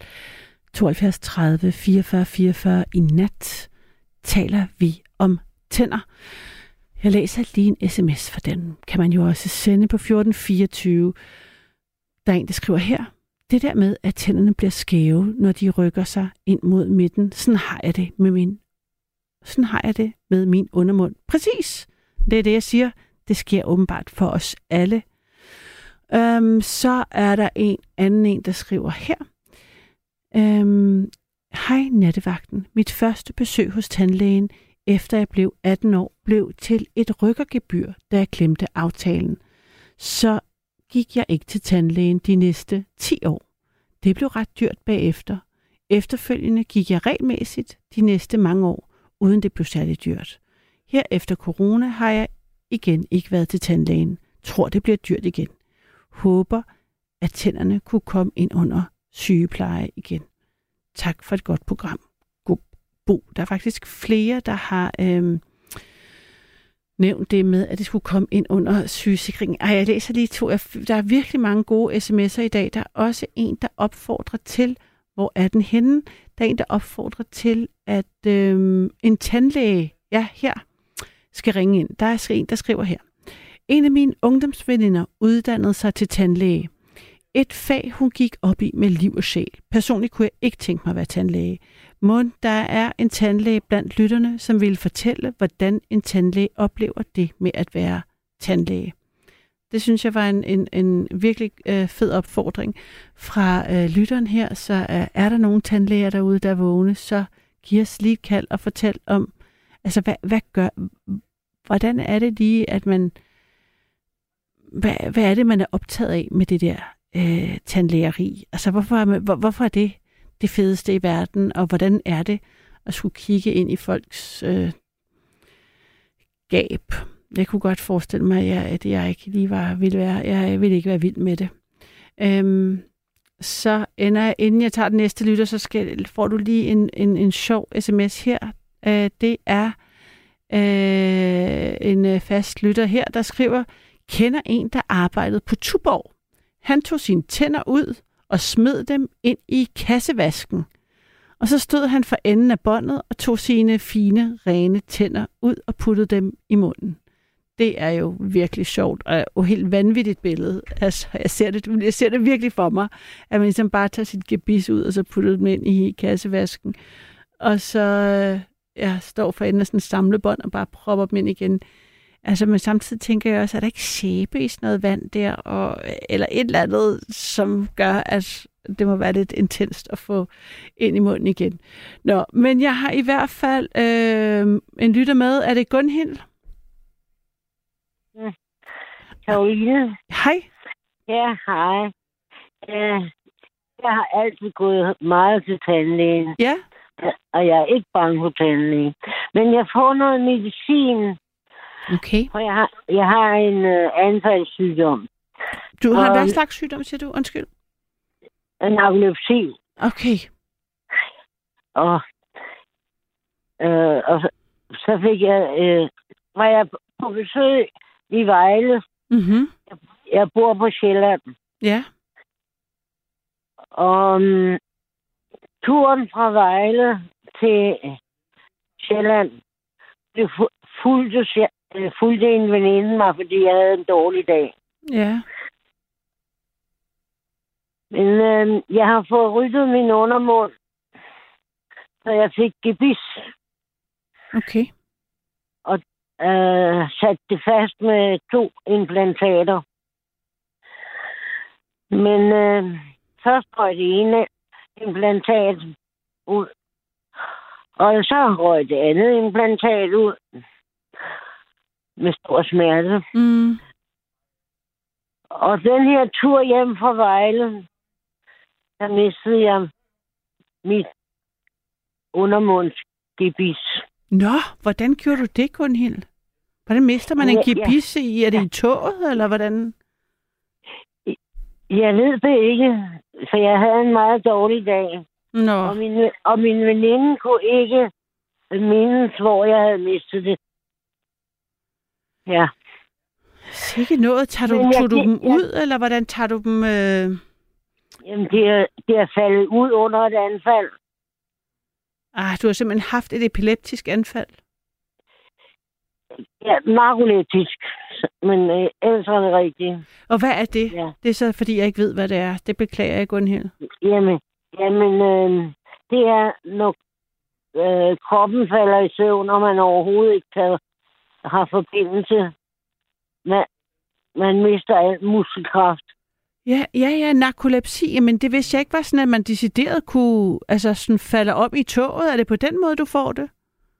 72 30 44 44. I nat taler vi om tænder. Jeg læser lige en sms, for den kan man jo også sende på 1424. Der er en, der skriver her. Det der med, at tænderne bliver skæve, når de rykker sig ind mod midten, sådan har jeg det med min undermund. Præcis. Det er det, jeg siger. Det sker åbenbart for os alle. Så er der en anden, der skriver her. Hej nattevagten. Mit første besøg hos tandlægen, efter jeg blev 18 år, blev til et rykkergebyr, da jeg glemte aftalen. Så gik jeg ikke til tandlægen de næste 10 år. Det blev ret dyrt bagefter. Efterfølgende gik jeg regelmæssigt de næste mange år, uden det blev særlig dyrt. Her efter corona har jeg igen ikke været til tandlægen. Tror, det bliver dyrt igen. Håber, at tænderne kunne komme ind under sygepleje igen. Tak for et godt program. God Bo. Der er faktisk flere, der har nævnt det med, at det skulle komme ind under sygesikringen. Jeg læser lige to. Der er virkelig mange gode sms'er i dag. Der er også en, der opfordrer til, hvor er den henne? Der er en, der opfordrer til, at en tandlæge, her, skal ringe ind. Der er en, der skriver her. En af mine ungdomsveninder uddannede sig til tandlæge. Et fag, hun gik op i med liv og sjæl. Personligt kunne jeg ikke tænke mig at være tandlæge. Men der er en tandlæge blandt lytterne, som vil fortælle, hvordan en tandlæge oplever det med at være tandlæge. Det synes jeg var en virkelig fed opfordring fra lytteren her. Så er der nogle tandlæger derude, der er vågne, så giv os lige et kald og fortæl om, altså hvordan er det lige, at man, hvad er det, man er optaget af med det der tandlægeri? Altså hvorfor er det fedeste i verden, og hvordan er det at skulle kigge ind i folks gab? Jeg kunne godt forestille mig, at jeg ikke lige jeg ville ikke være vild med det. Så inden jeg tager den næste lytter, så får du lige en sjov sms her. Det er en fast lytter her, der skriver, kender en, der arbejdede på Tuborg. Han tog sine tænder ud og smed dem ind i kassevasken. Og så stod han for enden af båndet og tog sine fine, rene tænder ud og puttede dem i munden. Det er jo virkelig sjovt og helt vanvittigt billede. Altså, jeg ser det virkelig for mig, at man ligesom bare tager sit gebis ud og så putter dem ind i kassevasken. Og så står for enden af sådan en samlebånd og bare propper dem ind igen. Altså, men samtidig tænker jeg også, at der ikke sæbe i sådan noget vand der, eller et eller andet, som gør, at det må være lidt intenst at få ind i munden igen. Nå, men jeg har i hvert fald en lytter med. Er det Gunhild? Karoline. Hej. Ja, hej. Jeg har altid gået meget til tandlægen. Ja. Og jeg er ikke bange for tandlægen. Men jeg får noget medicin. Okay. For jeg har en anfaldssygdom. Du har hvad slags sygdom, siger du? Undskyld. En narkolepsi. Okay. Og så fik var jeg på besøg i Vejle. Mhm. Jeg bor på Sjælland. Ja. Og turen fra Vejle til Sjælland blev fulgte en veninde mig, fordi jeg havde en dårlig dag. Ja. Men jeg har fået ryddet min undermund, så jeg fik gebis. Okay. Og sat det fast med 2 implantater. Men først røg det ene implantat ud, og så røg det andet implantat ud med stor smerte. Mm. Og den her tur hjem fra Vejle, der mistede jeg mit undermundsgebis. Nå, hvordan gjorde du det, Gunhild? Hvordan mister man en gebis i? Er det i toget, eller hvordan? Jeg ved det ikke, for jeg havde en meget dårlig dag. Nå. Og min veninde kunne ikke mindes, hvor jeg havde mistet det. Ja. Sikke noget. Tog du dem ud, eller hvordan tager du dem? Jamen, det er faldet ud under et anfald. Du har simpelthen haft et epileptisk anfald? Ja, narkoleptisk. Men ellers er det rigtigt. Og hvad er det? Ja. Det er så, fordi jeg ikke ved, hvad det er. Det beklager jeg, Gunhild. Jamen det er, når kroppen falder i søvn, og man overhovedet ikke har forbindelse man mister al muskelkraft. Ja, narkolepsi, men det vidste jeg ikke var sådan, at man decideret kunne sådan falde op i toget. Er det på den måde, du får det?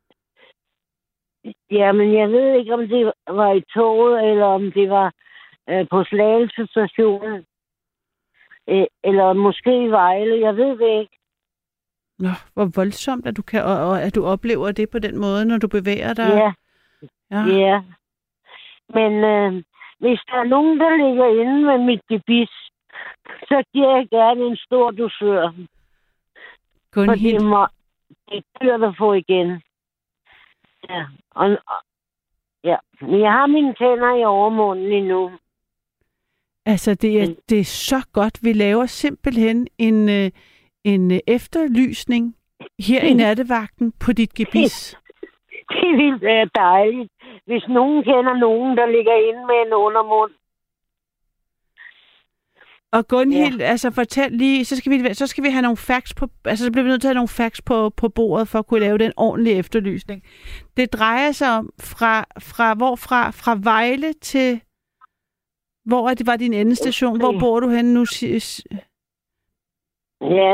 Ja, men jeg ved ikke, om det var i toget, eller om det var på Slagelse stationen. Eller måske i Vejle, jeg ved det ikke. Nå, hvor voldsomt, at du oplever det på den måde, når du bevæger dig. Ja. Men hvis der er nogen, der ligger inde med mit gebis, så giver jeg gerne en stor dosør. For det er dyrt at få igen. Ja. Men jeg har mine tænder i overmunden endnu. Altså, det er så godt. Vi laver simpelthen en efterlysning her i nattevagten på dit gebis. Det ville være dejligt, hvis nogen kender nogen, der ligger inde med en undermund. Og Gunhild, fortæl lige, så skal vi have nogle facts på, så bliver vi nødt til at have nogle facts på bordet for at kunne lave den ordentlige efterlysning. Det drejer sig om fra Vejle til, hvor det var din endestation. Hvor bor du henne nu? Ja,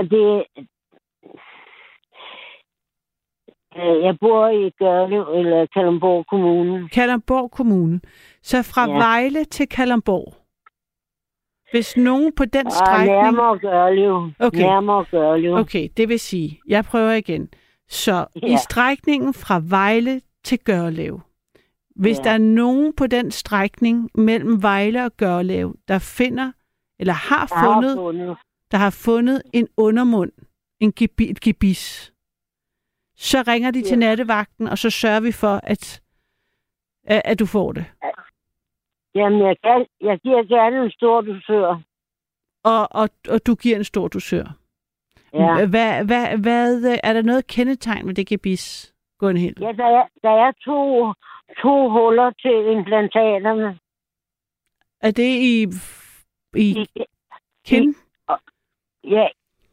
jeg bor i Gørlev, eller Kalundborg Kommune. Kalundborg Kommune. Så fra Vejle til Kalundborg. Hvis nogen på den strækning... Nærmere Gørlev. Okay. Nærmere Gørlev. Okay, det vil sige, jeg prøver igen. Så i strækningen fra Vejle til Gørlev. Hvis der er nogen på den strækning mellem Vejle og Gørlev, der finder, eller har fundet en undermund, et gebis, så ringer de til nattevagten, og så sørger vi for, at du får det. Jamen, jeg giver gerne en stor dosør. Og du giver en stor dosør. Ja. Hvad er der noget kendetegn med det gebis, Gunhild? Ja, der er to huller til implantaterne. Er det i kind? Ja,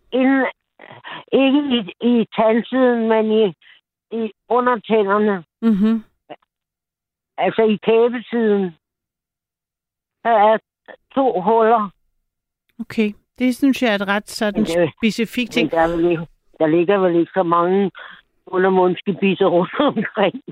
ikke i tandsiden, men i undertænderne. Mm-hmm. Altså i kæbesiden. Der er 2 huller. Okay, det synes jeg er et ret sådan specifikt ting. Der ligger vel ikke så mange undermundsgebisser rundt omkring.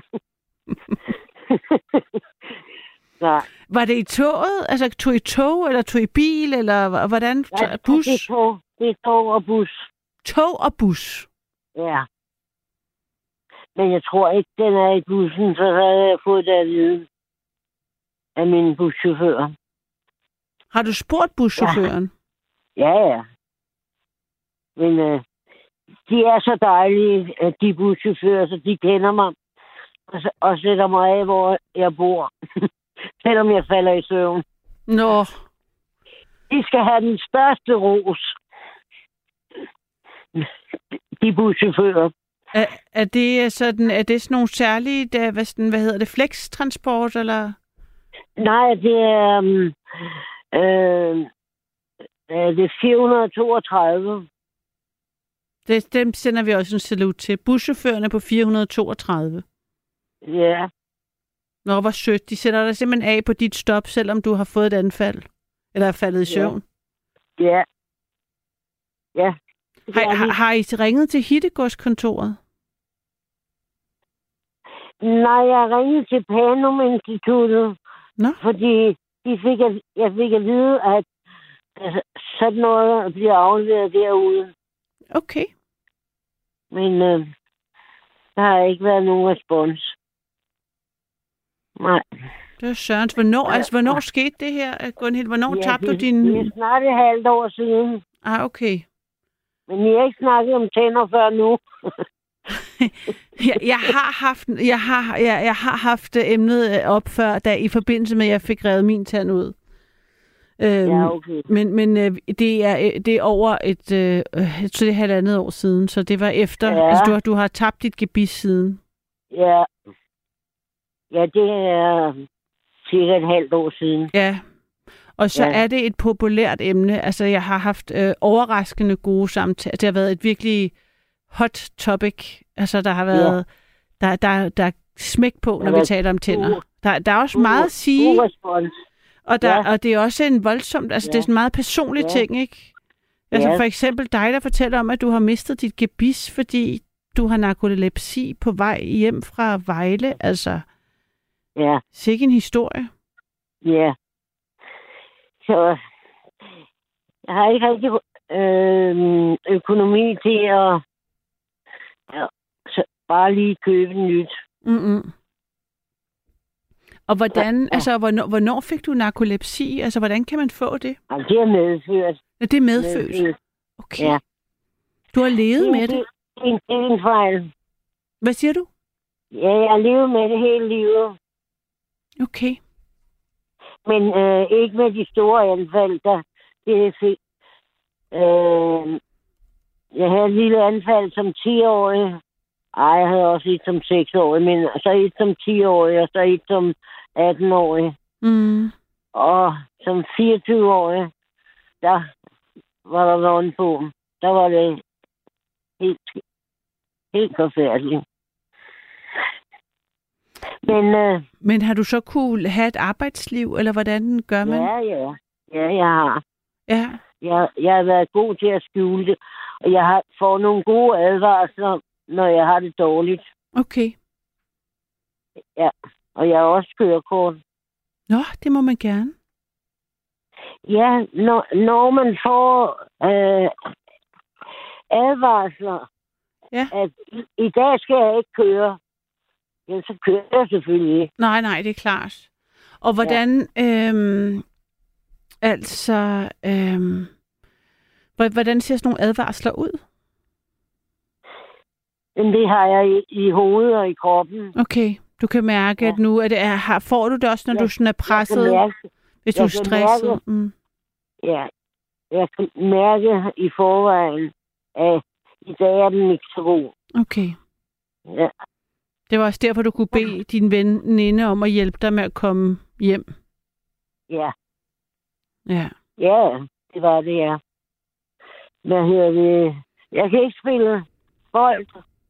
Nej. Var det i toget? Altså tog I tog, eller tog I bil, eller hvordan? Ja, bus? Det er tog og bus. Tog og bus? Ja. Men jeg tror ikke, den er i bussen, så havde jeg fået det at vide af min buschauffør. Har du spurgt buschaufføren? Ja. Men de er så dejlige, de buschauffører, så de kender mig og sætter mig af, hvor jeg bor. Selvom jeg falder i søvn. Nå. De skal have den største ros. De buschauffører. Er det sådan nogle særlige, hvad hedder det, flextransport, eller? Nej, det er det er 432. Dem sender vi også en salut til. Buschaufførerne på 432. Ja. Nå, hvor sødt. De sender dig simpelthen af på dit stop, selvom du har fået et anfald. Eller er faldet i søvn. Ja. Har I ringet til Hittegodskontoret? Nej, jeg ringede til Panum-instituttet. Nå? Fordi jeg fik at vide, at sådan noget bliver afleveret derude. Okay. Men der har ikke været nogen respons. Nej. Det var Sørens. Hvornår skete det her, Gunhild? Hvornår tabte du din... Det er snart et halvt år siden. Okay. Men jeg har ikke snakket om tænder før nu. Jeg har haft emnet op før, da i forbindelse med, at jeg fik revet min tand ud. Okay. Men det er over så det er 1,5 år siden, så det var efter. Ja. Altså, du har tabt dit gebis siden. Ja. Ja, det er cirka et halvt år siden. Ja. Og så er det et populært emne. Altså, jeg har haft overraskende gode samtaler. Det har været et virkelig hot topic. Altså, der har været... Der er smæk på, når vi taler om tænder. Der er også meget at sige. God respons. Og det er også en voldsomt, altså det er sådan en meget personlig ting, ikke? Altså for eksempel dig, der fortæller om, at du har mistet dit gebis, fordi du har narkolepsi på vej hjem fra Vejle. Altså, sikke en historie. Ja. Så jeg har ikke rigtig økonomi til at bare lige købe nyt. Mm-mm. Og hvordan, altså, hvornår fik du narkolepsi? Altså, hvordan kan man få det? Altså, det er medfødt. Ja, det er medfødt? Okay. Ja. Du har levet med det? Det er en fejl. Hvad siger du? Ja, jeg har levet med det hele livet. Okay. Men ikke med de store anfald, der det fik. Jeg havde et lille anfald som 10-årig. Jeg havde også et som 6-årig, men så et som 10-årig, og så et som 18-årig. Mm. Og som 24-årig, der var der vogn på. Der var det helt forfærdeligt. Men har du så kunne have et arbejdsliv, eller hvordan gør man? Ja, jeg har. Ja. Jeg har været god til at skjule det, og jeg får nogle gode advarsler, når jeg har det dårligt. Okay. Ja, og jeg har også kørekort. Nå, det må man gerne. Ja, når man får advarsler, at i dag skal jeg ikke køre, ja, så kører jeg selvfølgelig ikke. Nej, det er klart. Og hvordan, hvordan ser sådan nogle advarsler ud? Men det har jeg i hovedet og i kroppen. Okay, du kan mærke, at nu får du det også, når du sådan er presset, hvis du er stresset? Ja, jeg kan mærke i forvejen, at i dag er den ikke så god. Okay. Ja. Det var også derfor, du kunne bede din veninde om at hjælpe dig med at komme hjem? Ja. Ja. Ja, det var det, ja. Hvad hedder det? Jeg kan ikke spille bold.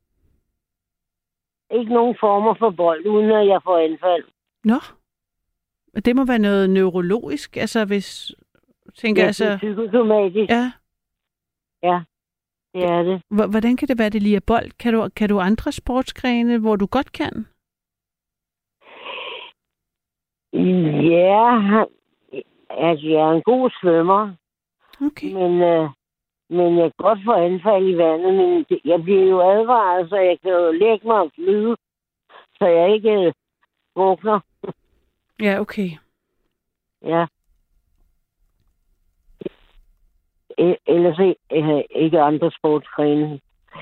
Ikke nogen former for bold, uden at jeg får anfald. Nå. Det må være noget neurologisk, altså hvis... Tænker, det er psykosomatisk. Ja. Ja, det er det. Hvordan kan det være, det lige er bold? Kan du andre sportsgrene, hvor du godt kan? Ja, altså jeg er en god svømmer. Okay. Men jeg kan godt få anfald i vandet, men jeg bliver jo advaret, så jeg kan jo lægge mig og flyde, så jeg ikke drukner. Ja, okay. Ja. Ellers ikke andre sportsgrene.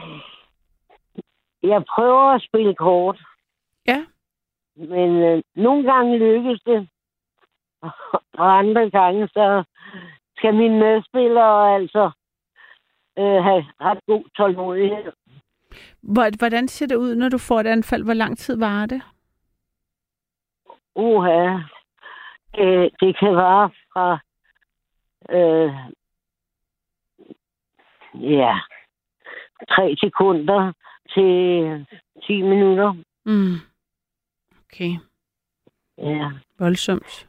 Jeg prøver at spille kort. Ja. Men nogle gange lykkes det. Og andre gange, så skal mine medspillere altså have ret god tålmodighed. Hvordan ser det ud, når du får et anfald? Hvor lang tid varer det? Det kan vare fra 3 sekunder til 10 minutter. Mm. Okay. Ja. Voldsomt.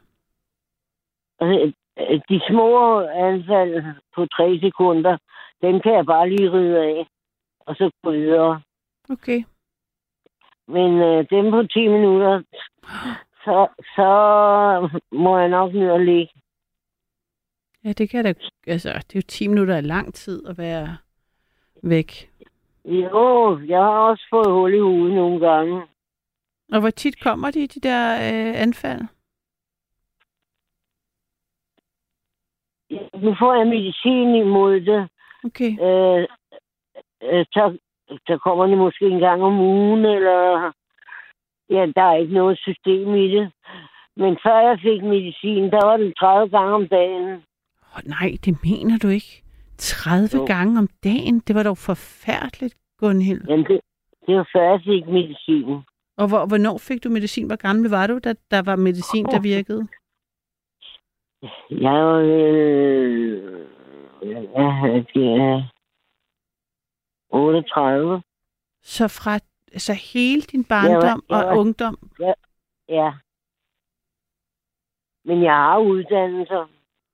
De små anfald på 3 sekunder, dem kan jeg bare lige ride af, og så gå videre. Okay. Men dem på 10 minutter, så må jeg nok ned og ligge. Ja, det kan da... Altså, det er jo 10 minutter af lang tid at være væk. Jo, jeg har også fået hul i hovedet nogle gange. Og hvor tit kommer de der anfald? Nu får jeg medicin imod det. Okay. Så kommer det måske en gang om ugen, eller... Ja, der er ikke noget system i det. Men før jeg fik medicin, der var det 30 gange om dagen. Nej, det mener du ikke. 30 gange om dagen? Det var dog forfærdeligt, Gunhild. Jamen, det var før jeg fik medicin. Og hvornår fik du medicin? Hvor gammel var du, da der var medicin, der virkede? Jeg var 38. Så fra hele din barndom og ungdom? Ja. Men jeg har uddannelser.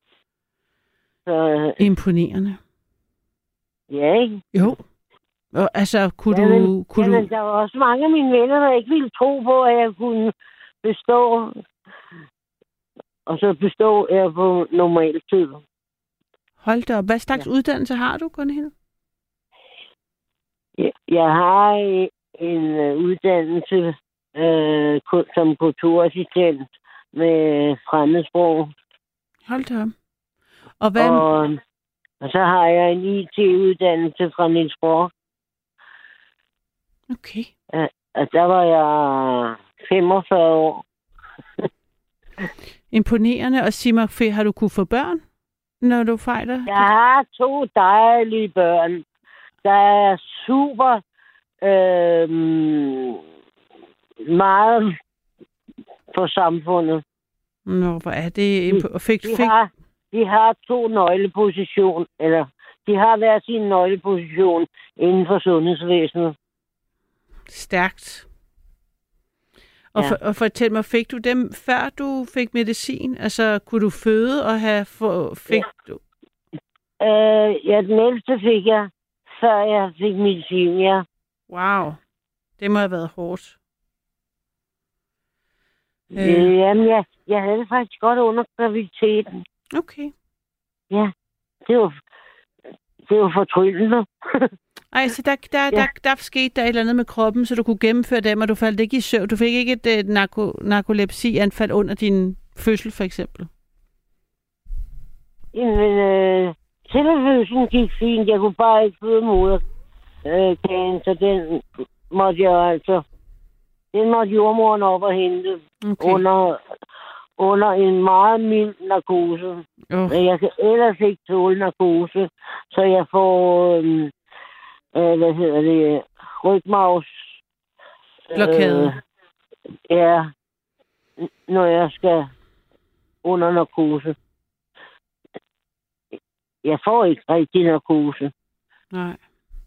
Så, imponerende. ja, ikke? Jo. Og, altså, kunne du... Der var også mange af mine venner, der ikke ville tro på, at jeg kunne bestå. Og så består jeg på normal tid. Hold da op. Hvad slags uddannelse har du, Gunhild? Jeg har en uddannelse som kulturassistent med fremmedsprog. Hold da op. Og hvad... Og så har jeg en IT-uddannelse fra Niels Brock. Okay. Og der var jeg 45 år. Imponerende. Og sig mig, har du kunne få børn, når du fejler? Jeg har 2 dejlige børn. Der er super meget for samfundet. Nå, hvor er det... De har 2 nøglepositioner, eller de har hver sin nøgleposition inden for sundhedsvæsenet. Stærkt. Og fortæl mig, fik du dem, før du fik medicin? Altså, kunne du føde og fik du? Ja, den ældste fik jeg, før jeg fik medicin, ja. Wow. Det må have været hårdt. Jamen, jeg havde det faktisk godt under graviditeten. Okay. Ja, det var fortryllende. Ej, så der skete der et eller andet med kroppen, så du kunne gennemføre dem, og du faldt ikke i søvn. Du fik ikke et narkolepsi-anfald under din fødsel, for eksempel? Jamen, tilfødslen gik fint. Jeg kunne bare ikke føde moderkagen, så den måtte jeg altså... Den måtte jordmoren op og hente under en meget mild narkose. Men jeg kan ellers ikke tåle narkose, så jeg får... rygmavs... blokade. Ja, når jeg skal under narkose. Jeg får ikke rigtig narkose. Nej.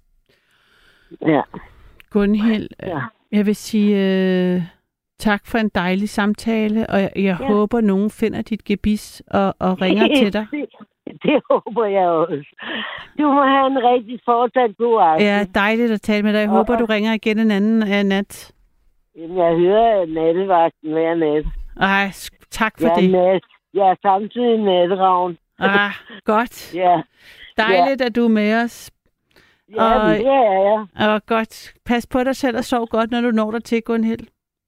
Ja. Gunhild, jeg vil sige tak for en dejlig samtale, og jeg håber, nogen finder dit gebis og ringer til dig. Det håber jeg også. Du må have en rigtig fortsat god aften. Ja, dejligt at tale med dig. Jeg håber, du ringer igen en anden nat. Jeg hører nattevagten hver nat. Ej, tak for det. Jeg er samtidig natteravn. Godt. Ja. Dejligt, at du er med os. Ja, det er jeg. Og godt. Pas på dig selv og sov godt, når du når dig til, Gunhild.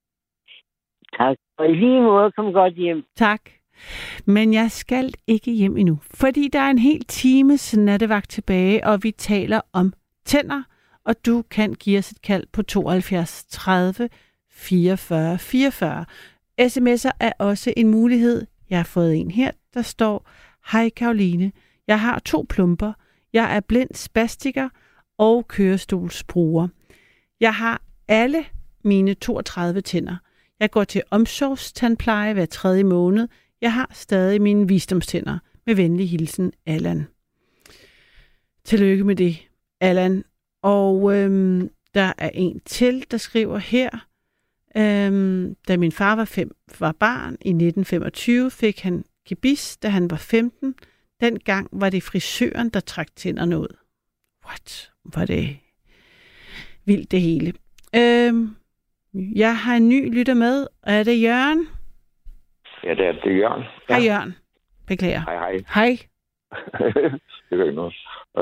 Tak. Og i lige måde, kom godt hjem. Tak. Men jeg skal ikke hjem endnu, fordi der er en hel times nattevagt tilbage, og vi taler om tænder, og du kan give os et kald på 72 30 44 44. SMS'er er også en mulighed. Jeg har fået en her, der står: Hej Karoline, jeg har 2 plumper. Jeg er blind spastiker og kørestolsbruger. Jeg har alle mine 32 tænder. Jeg går til omsorgstandpleje hver 3. måned. Jeg har stadig mine visdomstænder. Med venlig hilsen, Allan. Tillykke med det, Allan. Og der er en til, der skriver her: da min far var barn i 1925, fik han gebis, da han var 15. Dengang var det frisøren, der trak tænderne ud. What? Var det vildt det hele. Jeg har en ny lytter med. Er det Jørgen? Ja, det er Jørgen. Ja. Hej Jørgen. Beklager. Hej. Det gør ikke noget.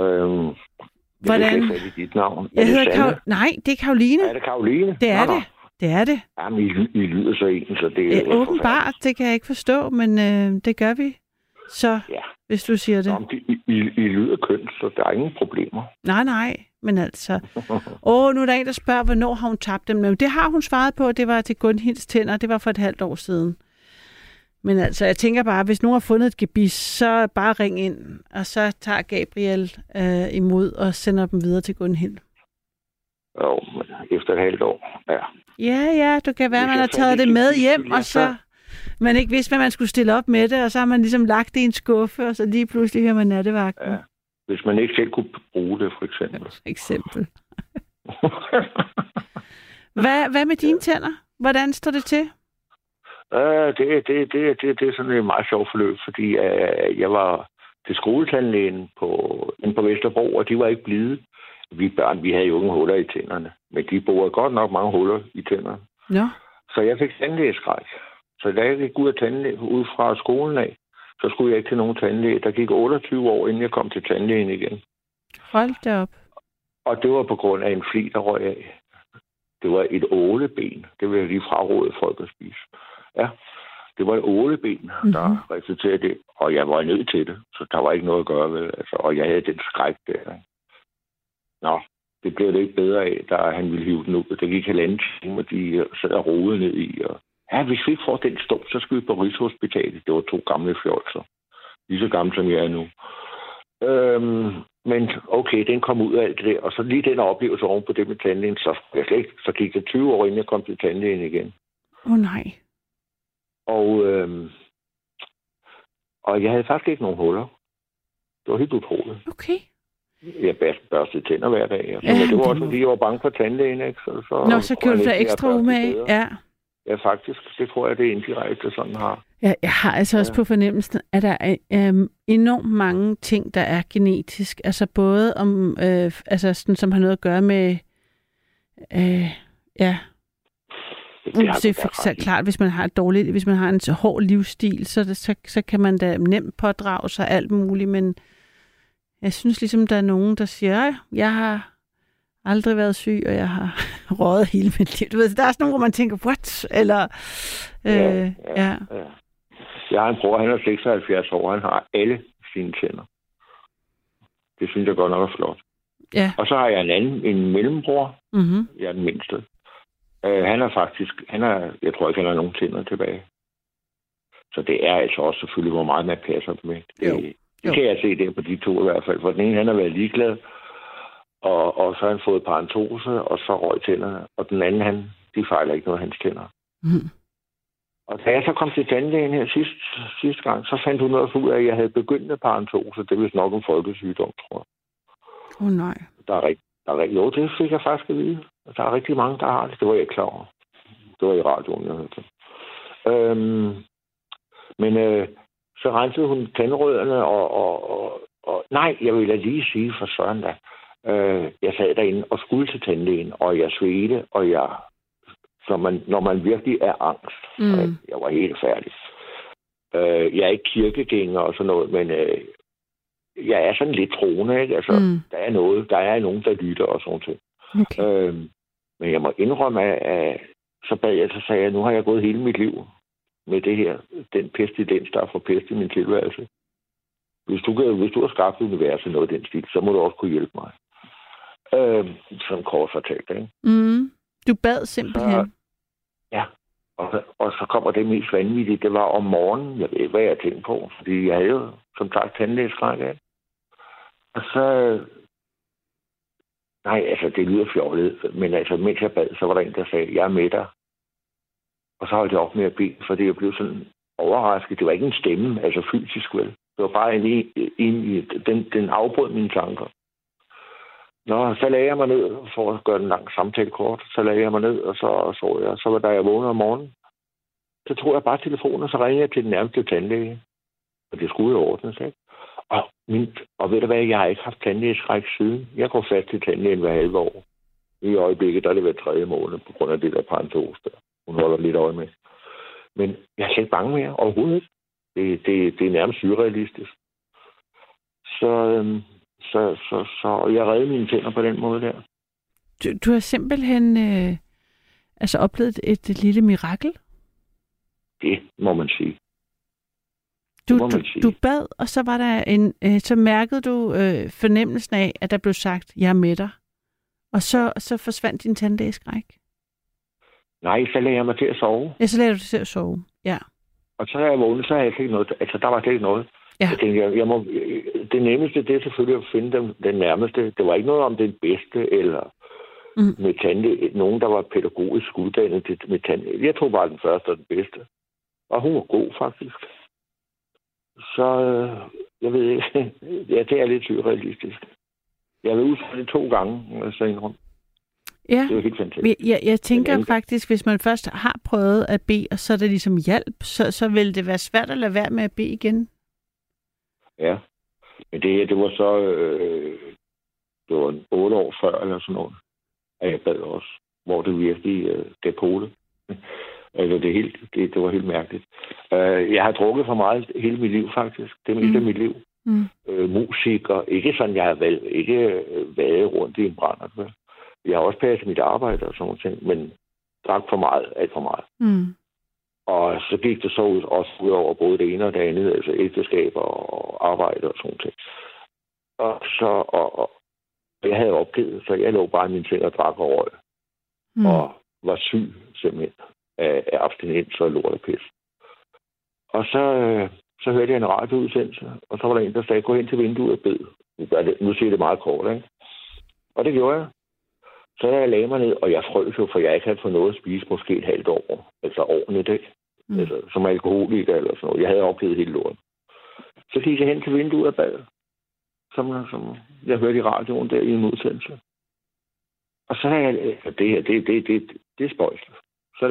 Hvordan? Jeg kan dit navn. Jeg hedder Nej, det er Karoline. Er det Karoline? Det er det. Det er det. Jamen, I lyder så en, så det er... åbenbart, det kan jeg ikke forstå, men det gør vi. Så, hvis du siger det. I lyder kønt, så der er ingen problemer. Nej, men altså... nu er der en, der spørger, hvornår har hun tabt dem? Men det har hun svaret på, det var til Gunhilds tænder, det var for et halvt år siden. Men altså, jeg tænker bare, hvis nogen har fundet et gebis, så bare ring ind, og så tager Gabriel imod og sender dem videre til Gunhild. Jo, men efter et halvt år, ja. Ja, du kan være, man har taget det med hjem, og så man ikke vidste, hvad man skulle stille op med det, og så har man ligesom lagt det i en skuffe, og så lige pludselig hører man nattevagten. Ja. Hvis man ikke selv kunne bruge det, for eksempel. Hvad med dine tænder? Hvordan står det til? Det er sådan et meget sjovt forløb, fordi jeg var til skoletandlægen inde på Vesterbro, og de var ikke blide. Vi børn, vi havde jo ingen huller i tænderne, men de borede godt nok mange huller i tænderne. Ja. Så jeg fik tandlægeskræk. Så da jeg gik ud fra skolen af, så skulle jeg ikke til nogen tandlæge. Der gik 28 år, inden jeg kom til tandlægen igen. Hold da op. Og det var på grund af en fli, der røg af. Det var et åleben. Det vil jeg lige fraråde folk at spise. Ja, det var et åleben, der resulterede det. Og jeg var nødt til det, så der var ikke noget at gøre ved. Altså, og jeg havde den skræk der. Nå, det blev det ikke bedre af, da han ville hive den ud. Der gik 1,5 time, og de sad og rodede ned i. Og ja, hvis vi ikke får den stum, så skal vi på Rigshospitalet. Det var 2 gamle fjolser. Lige så gamle, som jeg er nu. Men okay, den kom ud af alt det der. Og så lige den oplevelse oven på det med tandlægen, så gik det 20 år, inden jeg kom til tandlægen igen. Nej. Og jeg havde faktisk ikke nogen huller. Det var helt utroligt. Okay. Jeg børstede tænder hver dag. Men det var også, fordi jeg var bange for tandlægen, ikke? Så gjorde du dig ekstra umage. Ja. Ja, faktisk. Det tror jeg, det er indirekte, sådan har. Ja, jeg har altså også på fornemmelsen, at der er enormt mange ting, der er genetisk. Altså både om, sådan, som har noget at gøre med, Det er klart, hvis man har hvis man har en så hård livsstil, så kan man da nemt pådrage sig alt muligt, men jeg synes ligesom, der er nogen, der siger, jeg har aldrig været syg, og jeg har røget hele mit liv. Du ved, der er sådan nogen, hvor man tænker, what? Eller, ja. Jeg har en bror, han er 76 år, han har alle sine tænder. Det synes jeg godt nok er flot. Ja. Og så har jeg en mellembror. Jeg er den mindste. Han er faktisk, jeg tror ikke, han har nogen tænder tilbage. Så det er altså også selvfølgelig, hvor meget man passer med. Det kan jeg se der på de to i hvert fald. For den ene, han har været ligeglad, og så har han fået parentose, og så røg tænderne. Og den anden, de fejler ikke noget af hans tænder. Og da jeg så kom til tandlægen her sidste gang, så fandt hun også ud af, at jeg havde begyndt med parentose. Det er vist nok en folkesygdom, tror jeg. Nej. Jo, det fik jeg faktisk at vide. Der er rigtig mange, der har det. Det var jeg ikke klar over. Det var i radioen, jeg hørte det. Men så rensede hun tandrødderne, og nej, jeg vil da lige sige for søren da. Jeg sad derinde og skulle til tandlægen, og jeg svedte, og når man virkelig er angst. Jeg var helt færdig. Jeg er ikke kirkegænger og sådan noget, men jeg er sådan lidt troende, ikke? Altså, der er nogen, der lytter og sådan noget. Okay. Men jeg må indrømme, at så sagde jeg, nu har jeg gået hele mit liv med det her, den pestilens, der er forpestet i min tilværelse. Hvis du har skabt universet noget af den stil, så må du også kunne hjælpe mig. Sådan kort fortalt, ikke? Du bad simpelthen? Ja. Og så kommer det mest vanvittige, det var om morgenen. Jeg ved ikke, hvad jeg tænkte på, fordi jeg havde jo som sagt tandlægeskræk af. Og så... Nej, altså, det lyder fjollet, men altså, mens jeg bad, så var der en, der sagde, jeg er med dig. Og så holdt jeg op med at bede, fordi jeg blev sådan overrasket. Det var ikke en stemme, altså fysisk vel. Det var bare den afbrød mine tanker. Nå, så lagde jeg mig ned, for at gøre den lang samtale kort. Så lagde jeg mig ned, og så var da jeg vågnede om morgenen, så tog jeg bare telefonen, og så ringede jeg til den nærmeste tandlæge. Og det skulle jo ordnes, ikke? Og ved du hvad, jeg har ikke haft tandlægeskræk siden. Jeg går fast til tandlægen hver halve år. I øjeblikket, der er det hver 3. måned, på grund af det der parentose der. Hun holder lidt øje med. Men jeg er slet ikke bange mere, overhovedet ikke. Det er nærmest surrealistisk. Så jeg reddede mine tænder på den måde der. Du har simpelthen oplevet et lille mirakel? Det må man sige. Du bad, og så var der så mærkede du fornemmelsen af, at der blev sagt, jeg er med dig. Og så forsvandt din tandlægeskræk? Nej, så lagde jeg mig til at sove. Ja, så lagde du til at sove, ja. Og så havde jeg vågnet, så havde jeg ikke noget. Altså, der var slet ikke noget. Ja. Jeg tænkte, det nemmeste, det er selvfølgelig at finde den nærmeste. Det var ikke noget om den bedste, eller med tandlæge. Nogen, der var pædagogisk uddannet med tandlæge. Jeg tog bare den første og den bedste. Og hun var god, faktisk. Så jeg ved ikke. Ja, det er lidt surrealistisk. Jeg har været ude for det 2 gange, så indrømme. Ja. Det er jo helt fantastisk. Jeg tænker faktisk, hvis man først har prøvet at bede, og så er det ligesom hjælp, så vil det være svært at lade være med at bede igen. Ja, men det var så... det var 8 år før, eller sådan noget, at jeg bad også, hvor det virkelig gav på det. Altså, det var helt mærkeligt. Jeg har drukket for meget hele mit liv, faktisk. Det meste af mit liv. Musiker. Ikke sådan, jeg har ikke været rundt i en brændert. Vel? Jeg har også passet mit arbejde og sådan noget, men drak for meget, alt for meget. Og så gik det så også ud over både det ene og det andet, altså ægteskaber og arbejde og sådan noget. Og jeg havde opgivet, så jeg lå bare i min seng og drak og røg. Og var syg simpelthen af abstinens og lortepis. Og så hørte jeg en radioudsendelse, og så var der en, der sagde, gå hen til vinduet og bed. Nu siger det meget kort, ikke? Og det gjorde jeg. Så jeg lagde mig ned, og jeg frøs jo, for jeg ikke havde fået noget at spise måske et halvt år. Altså ordentligt, ikke? Altså, som alkoholiker eller sådan noget. Jeg havde opgivet hele lorten. Så gik jeg hen til vinduet og bad. Som jeg hørte i radioen der i en udsendelse. Og så lagde jeg... Det er spøjst. Så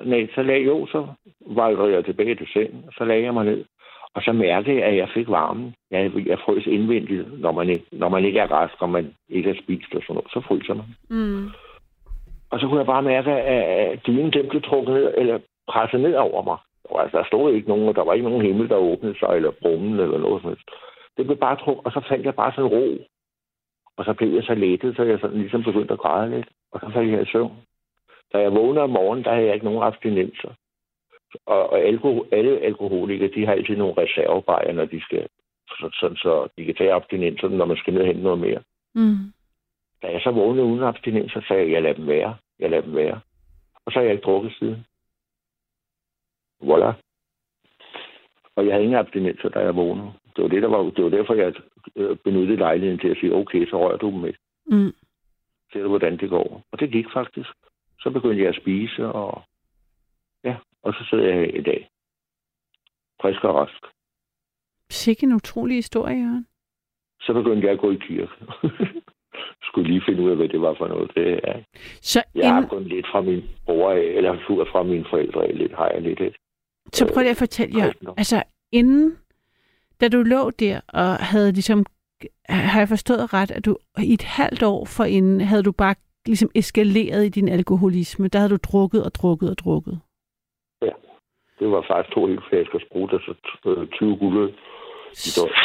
var jeg tilbage til sengen, og så lagde jeg mig ned. Og så mærkede jeg, at jeg fik varmen. Jeg frøs indvendigt, når man ikke er rask, og man ikke har spist og sådan noget. Så fryser man. Og så kunne jeg bare mærke, at dynen dem blev trukket ned, eller presset ned over mig. Og altså, der stod ikke nogen, og der var ikke nogen himmel, der åbnede sig, eller brummen, eller noget som helst. Det blev bare trukket, og så fandt jeg bare sådan ro. Og så blev jeg så lettet, så jeg sådan ligesom begyndte at græde lidt. Og så faldt jeg i søvn. Da jeg vågnede om morgenen, der havde jeg ikke nogen abstinenser. Og alle alkoholikere, de har altid nogle reservebajer, når de skal, så de kan tage abstinenser, når man skal ned og hente noget mere. Da jeg så vågnede uden abstinenser, sagde jeg lad dem være. Og så har jeg ikke drukket siden. Voilà. Og jeg havde ingen abstinenser, da jeg vågnede. Det var derfor, jeg benyttede lejligheden til at sige, okay, så rører du dem med. Ser du, hvordan det går. Og det gik faktisk. Så begyndte jeg at spise, og så sidder jeg her i dag. Frisk og rask. Sikke en utrolig historie, Jørgen. Så begyndte jeg at gå i kirke. Skulle lige finde ud af, hvad det var for noget. Det er. Jeg har kun lidt fra min bror, eller fra mine forældre. Har jeg lidt. Så prøv lige at fortælle, Jørgen. Altså, inden, da du lå der, og havde ligesom, har jeg forstået ret, at du i et halvt år forinden, havde du bare ligesom eskaleret i din alkoholisme. Der havde du drukket og drukket. Ja, det var faktisk 2 hele flasker sprut, og så 20 gulde i døgn.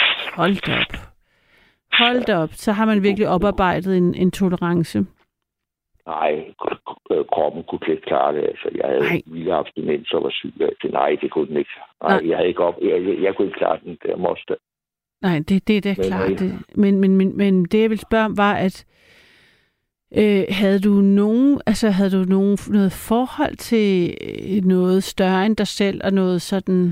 Hold da op. Så har man virkelig oparbejdet en tolerance. Nej, kroppen kunne slet klare det. Altså, jeg havde vilde abstinens og var syg af det. Nej, det kunne den ikke. Nej, jeg havde ikke jeg kunne ikke klare den der modstand. Nej, det er da klart. Men det, jeg ville spørge om, var, at havde du noget forhold til noget større end dig selv, og noget sådan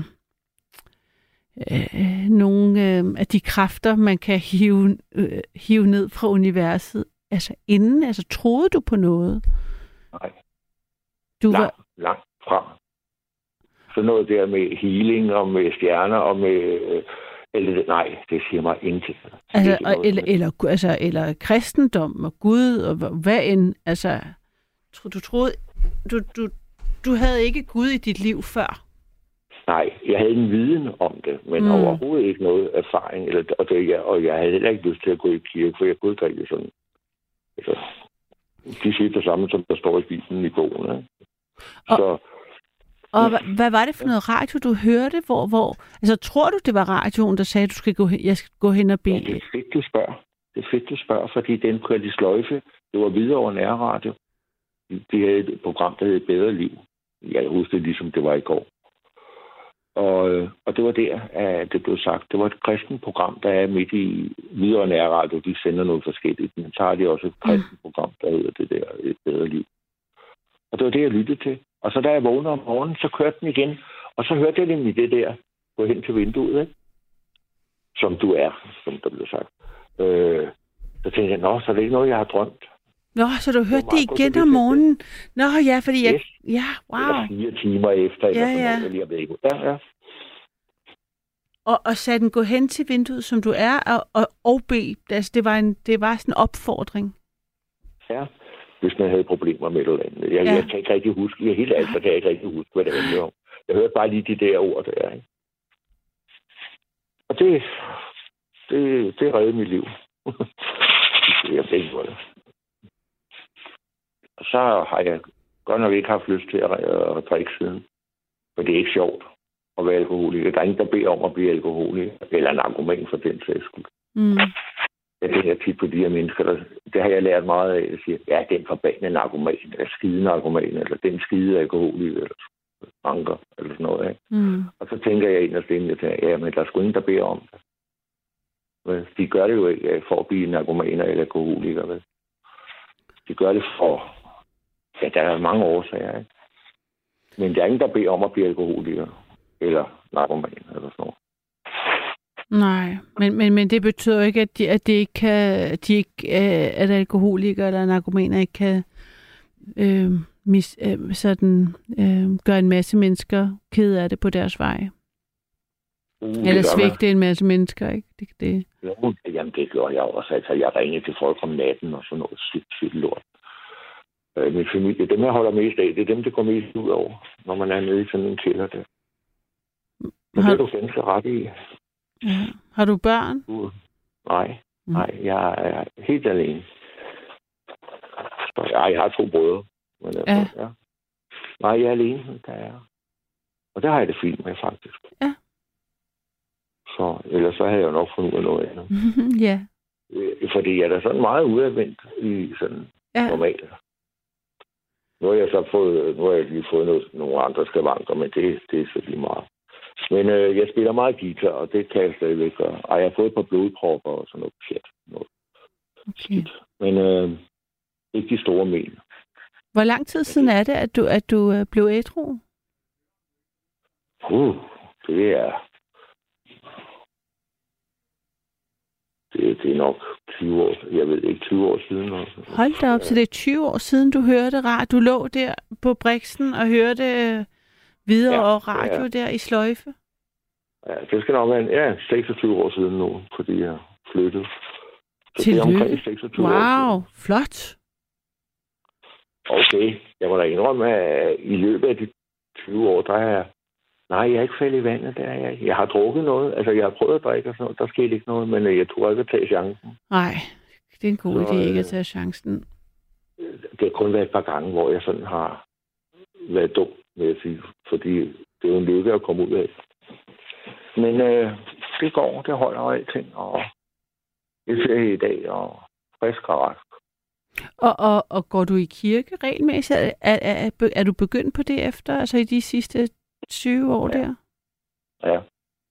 nogle af de kræfter, man kan hive ned fra universet? Altså inden, troede du på noget? Nej. Langt fra. Så noget der med healing og med stjerner og med... nej, det siger mig ingenting. Eller kristendom og Gud og hvad end. Altså, du troede... Du havde ikke Gud i dit liv før? Nej, jeg havde en viden om det, men overhovedet ikke noget erfaring. Og jeg havde heller ikke lyst til at gå i kirke, for jeg kunne ikke rigtig sådan... Altså, de siger det samme, som der står i Bibelen i bogen. Ikke? Og hvad var det for noget radio, du hørte? Hvor tror du, det var radioen, der sagde, at jeg skal gå hen og bede? Ja, det er fedt, du spørger, fordi den kørte i sløjfe. Det var videre over nærradio. De havde et program, der hed Bedre Liv. Jeg husker det, ligesom det var i går. Og det var der, at det blev sagt. Det var et kristent program, der er midt i videre nærradio. De sender noget forskelligt. Men så har de også et kristent program, der hedder det der Et Bedre Liv. Og det var det, jeg lyttede til. Og så da jeg vågnede om morgenen, så kørte den igen. Og så hørte jeg nemlig det der, gå hen til vinduet, ikke? Som du er, som der blev sagt. Så tænkte jeg, så er det ikke noget, jeg har drømt. Nå, så du hørte det igen om morgenen? Nå, ja, fordi jeg... Yes. Ja, wow. Eller 4 timer efter, eller sådan noget, jeg ved ikke. Ja. Og sagde den, gå hen til vinduet, som du er, og bed. Altså, det var sådan en opfordring. Ja, hvis man havde problemer med et eller andet. Jeg kan ikke rigtig huske. Jeg helt alt, så kan jeg ikke rigtig huske, hvad det handler om. Jeg hørte bare lige de der ord der, ikke? Og det reddede mit liv. Jeg tænkte på det. Og så har jeg godt nok ikke haft lyst til at drikke siden. For det er ikke sjovt at være alkoholiker. Der er ingen, der beder om at blive alkoholiker. Eller narkoman for den sags skyld. Jeg tænker tit på de her mennesker, det har jeg lært meget af. Jeg siger, ja, den forbandede narkoman, eller skide narkoman, eller den skide alkoholiker, eller anker, eller sådan noget. Ikke? Og så tænker jeg inderst inden, jeg tænker, ja, men der er sgu ingen, der beder om det. Men de gør det jo ikke for at blive narkomaner eller alkoholikere. De gør det for... Ja, der er mange årsager, ikke? Men der er ingen, der beder om at blive alkoholiker, eller narkoman, eller sådan noget. Nej, men det betyder ikke, at alkoholikere eller narkomaner ikke kan gøre en masse mennesker kede af det på deres vej. Eller svigte en masse mennesker, ikke? Det. Jo, jamen det gjorde jeg også. Altså, jeg ringede til folk om natten og sådan noget sygt lort. Min familie, dem jeg holder mest af, det er dem, der går mest ud over, når man er nede i sådan en kælder der. Men det er du ganske ret i. Ja. Har du børn? Nej, jeg er helt alene. Jeg har 2 brødre. Men ja. Nej, jeg er alene, der er. Og der har jeg det fint med, faktisk. Ja. Så, ellers så havde jeg jo nok fundet ud af noget andet. Ja. Fordi jeg er da sådan meget udadvendt i sådan normalt. Nu har jeg lige fået nogle andre skavanker, men det er så lige meget. Men jeg spiller meget guitar, og det kan jeg stadigvæk gøre. Og jeg har fået et par blodpropper og sådan noget shit. Okay. Men ikke de store men. Hvor lang tid siden er det, at du blev ædru? Det er nok 20 år. Jeg ved ikke, 20 år siden. Hold da op, så det er 20 år siden, du hørte du lå der på Brixen og hørte videre og radio der i sløjfe? Ja, det skal nok være 26 år siden nu, fordi jeg flyttede. Så det er omkring 26 år siden. Flot. Okay, jeg må da indrømme, at i løbet af de 20 år, der er jeg... Nej, jeg er ikke faldet i vandet, der er jeg. Jeg har drukket noget. Altså, jeg har prøvet at drikke og sådan noget. Der skete ikke noget, men jeg turde ikke at tage chancen. Nej, det er en god idé ikke at tage chancen. Det har kun været et par gange, hvor jeg sådan har været dum, vil jeg sige. Fordi det er jo en lykke at komme ud af. Men det går, det holder og alting. Og jeg ser i dag, og frisk og rask. Og går du i kirke regelmæssigt? Er du begyndt på det efter, altså i de sidste 20 år der? Ja.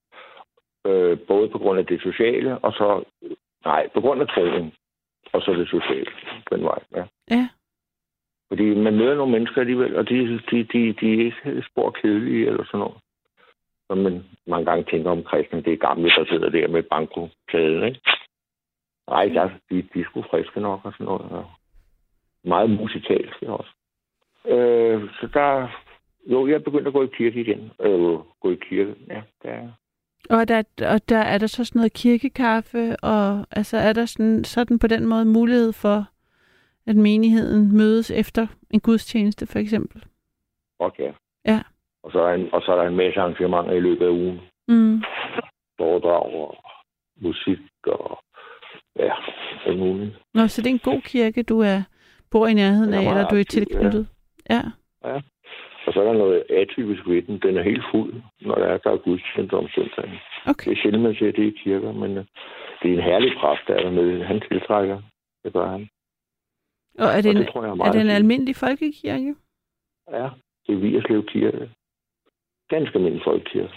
Både på grund af det sociale, og så... Nej, på grund af træning, og så det sociale. Den vej, ja. Fordi man møder nogle mennesker alligevel, og de er ikke spor kedelige eller sådan noget. Som man mange gange tænker om kristne, det er gamle, der sidder der med bankoklæden, ikke? Nej, de er sgu friske nok og sådan noget. Og meget musikalske også. Så der... Jo, jeg er begyndt at gå i kirke igen. Gå i kirke, ja, det er. Og der er der så sådan noget kirkekaffe, og altså er der sådan på den måde mulighed for, at menigheden mødes efter en gudstjeneste, for eksempel? Okay. Ja. Og så er der en masse arrangementer i løbet af ugen. Foredrag og musik og ja, alt muligt. Nå, så det er en god kirke, du bor i nærheden af, eller du er tilknyttet? Ja. Og så er der noget atypisk ved den. Den er helt fuld, når der er gudstjeneste om søndagen. Okay. Det er sjældent, man ser det i kirker, men det er en herlig præst, der er dernede. Han tiltrækker. Det gør han. Og er det en almindelig folkekirke? Ja, det er Vigerslev Kirke. Ganske almindelig folkekirke.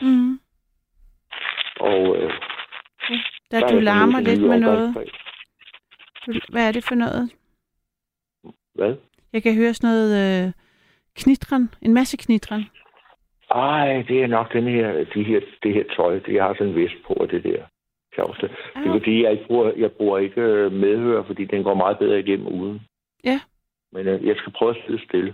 Og du larmer lidt med noget. Hvad er det for noget? Hvad? Jeg kan høre sådan noget knitren. En masse knitren. Ej, det er nok det her tøj. Jeg har sådan en vest på, det der. Det er fordi, jeg bruger ikke medhør, fordi den går meget bedre igennem uden. Ja. Men jeg skal prøve at sidde stille.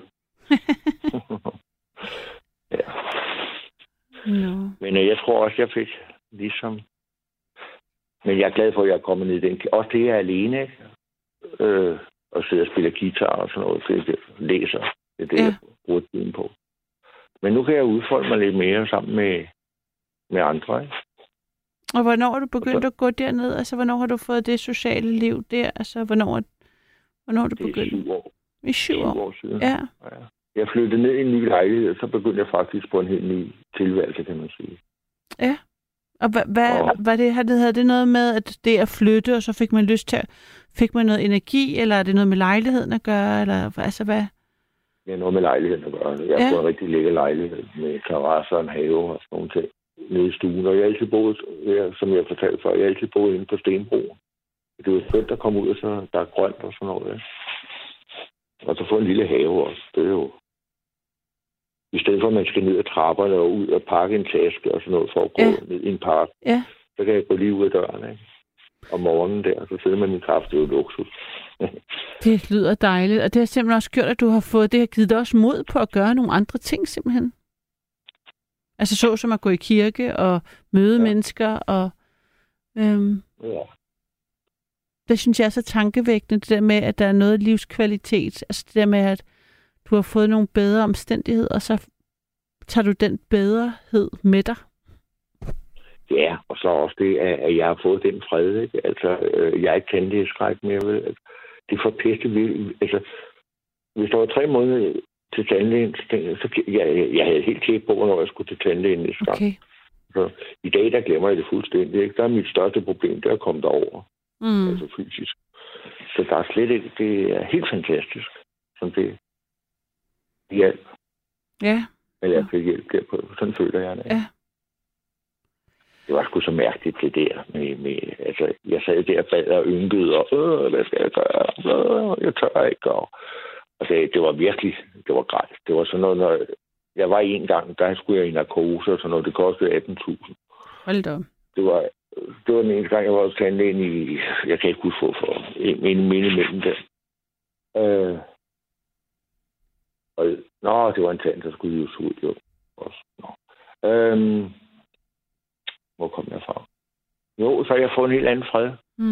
Ja. No. Men jeg tror også, jeg fik ligesom... Men jeg er glad for, at jeg er kommet ned i den. Også det er alene, ikke? og sidder og spiller guitar og sådan noget. Det læser. Det er det, jeg bruger tiden på. Men nu kan jeg udfolde mig lidt mere sammen med andre, ikke? Og hvornår har du begyndt at gå derned? Altså, hvornår har du fået det sociale liv der? Altså, hvornår er du begyndt? Det er 7 år. I 7 år siden. Ja. Jeg flyttede ned i en ny lejlighed, og så begyndte jeg faktisk på en helt ny tilværelse, kan man sige. Ja. Og havde det noget med, at det at flytte, og så fik man lyst til fik man noget energi, eller er det noget med lejligheden at gøre, eller altså hvad? Det er noget med lejligheden at gøre. Jeg har fået en rigtig lækker lejlighed med terrasser og en have og sådan nogle ting nede i stuen. Og jeg har altid boet, som jeg fortalte før, jeg har altid boet inde på Stenbroen. Det er jo skønt at komme ud, og så der er grønt og sådan noget. Ja. Og så få en lille have også. Det er jo... I stedet for, at man skal ned ad trapperne og ud og pakke en taske og sådan noget for at gå ned i en park, så kan jeg gå lige ud af døren, ikke? Om morgenen der, så sidder man i en kaffe, det er jo luksus. Det lyder dejligt, og det har simpelthen også gjort, at du har fået, det har givet dig også mod på at gøre nogle andre ting simpelthen. Altså så som at gå i kirke og møde mennesker og... Det synes jeg er så tankevækkende, det der med, at der er noget livskvalitet. Altså det der med, at du har fået nogle bedre omstændigheder, og så tager du den bedrehed med dig. Ja, og så også det, at jeg har fået den fred, ikke? Altså, jeg er ikke tandlægeskræk mere, vel? Det forpeste vil... Altså, hvis der var 3 måneder til tandlægen, så jeg havde helt tjekket på, hvornår jeg skulle til tandlægen næste gang. Okay. Så i dag, der glemmer jeg det fuldstændig, ikke? Der er mit største problem, det er at komme derover. Altså fysisk. Så der er slet ikke... Det er helt fantastisk, som det hjælp. Ja. Eller jeg fik hjælp derpå. Sådan føler jeg det. Ja. Det var sgu så mærkeligt, det der. Altså, jeg sad der og bad og ynkede, og hvad skal jeg gøre? Jeg tør ikke. Og det var virkelig, det var grelt. Det var sådan noget, når jeg var en gang, der skulle jeg i narkose og sådan noget. Det kostede 18.000. Hold da. Det var den eneste gang, jeg var hos tandlægen i, jeg kan ikke huske for en imellem der. Det var en tand, der skulle hives ud. Jo. Hvor kom jeg fra? Jo, så har jeg fået en helt anden fred.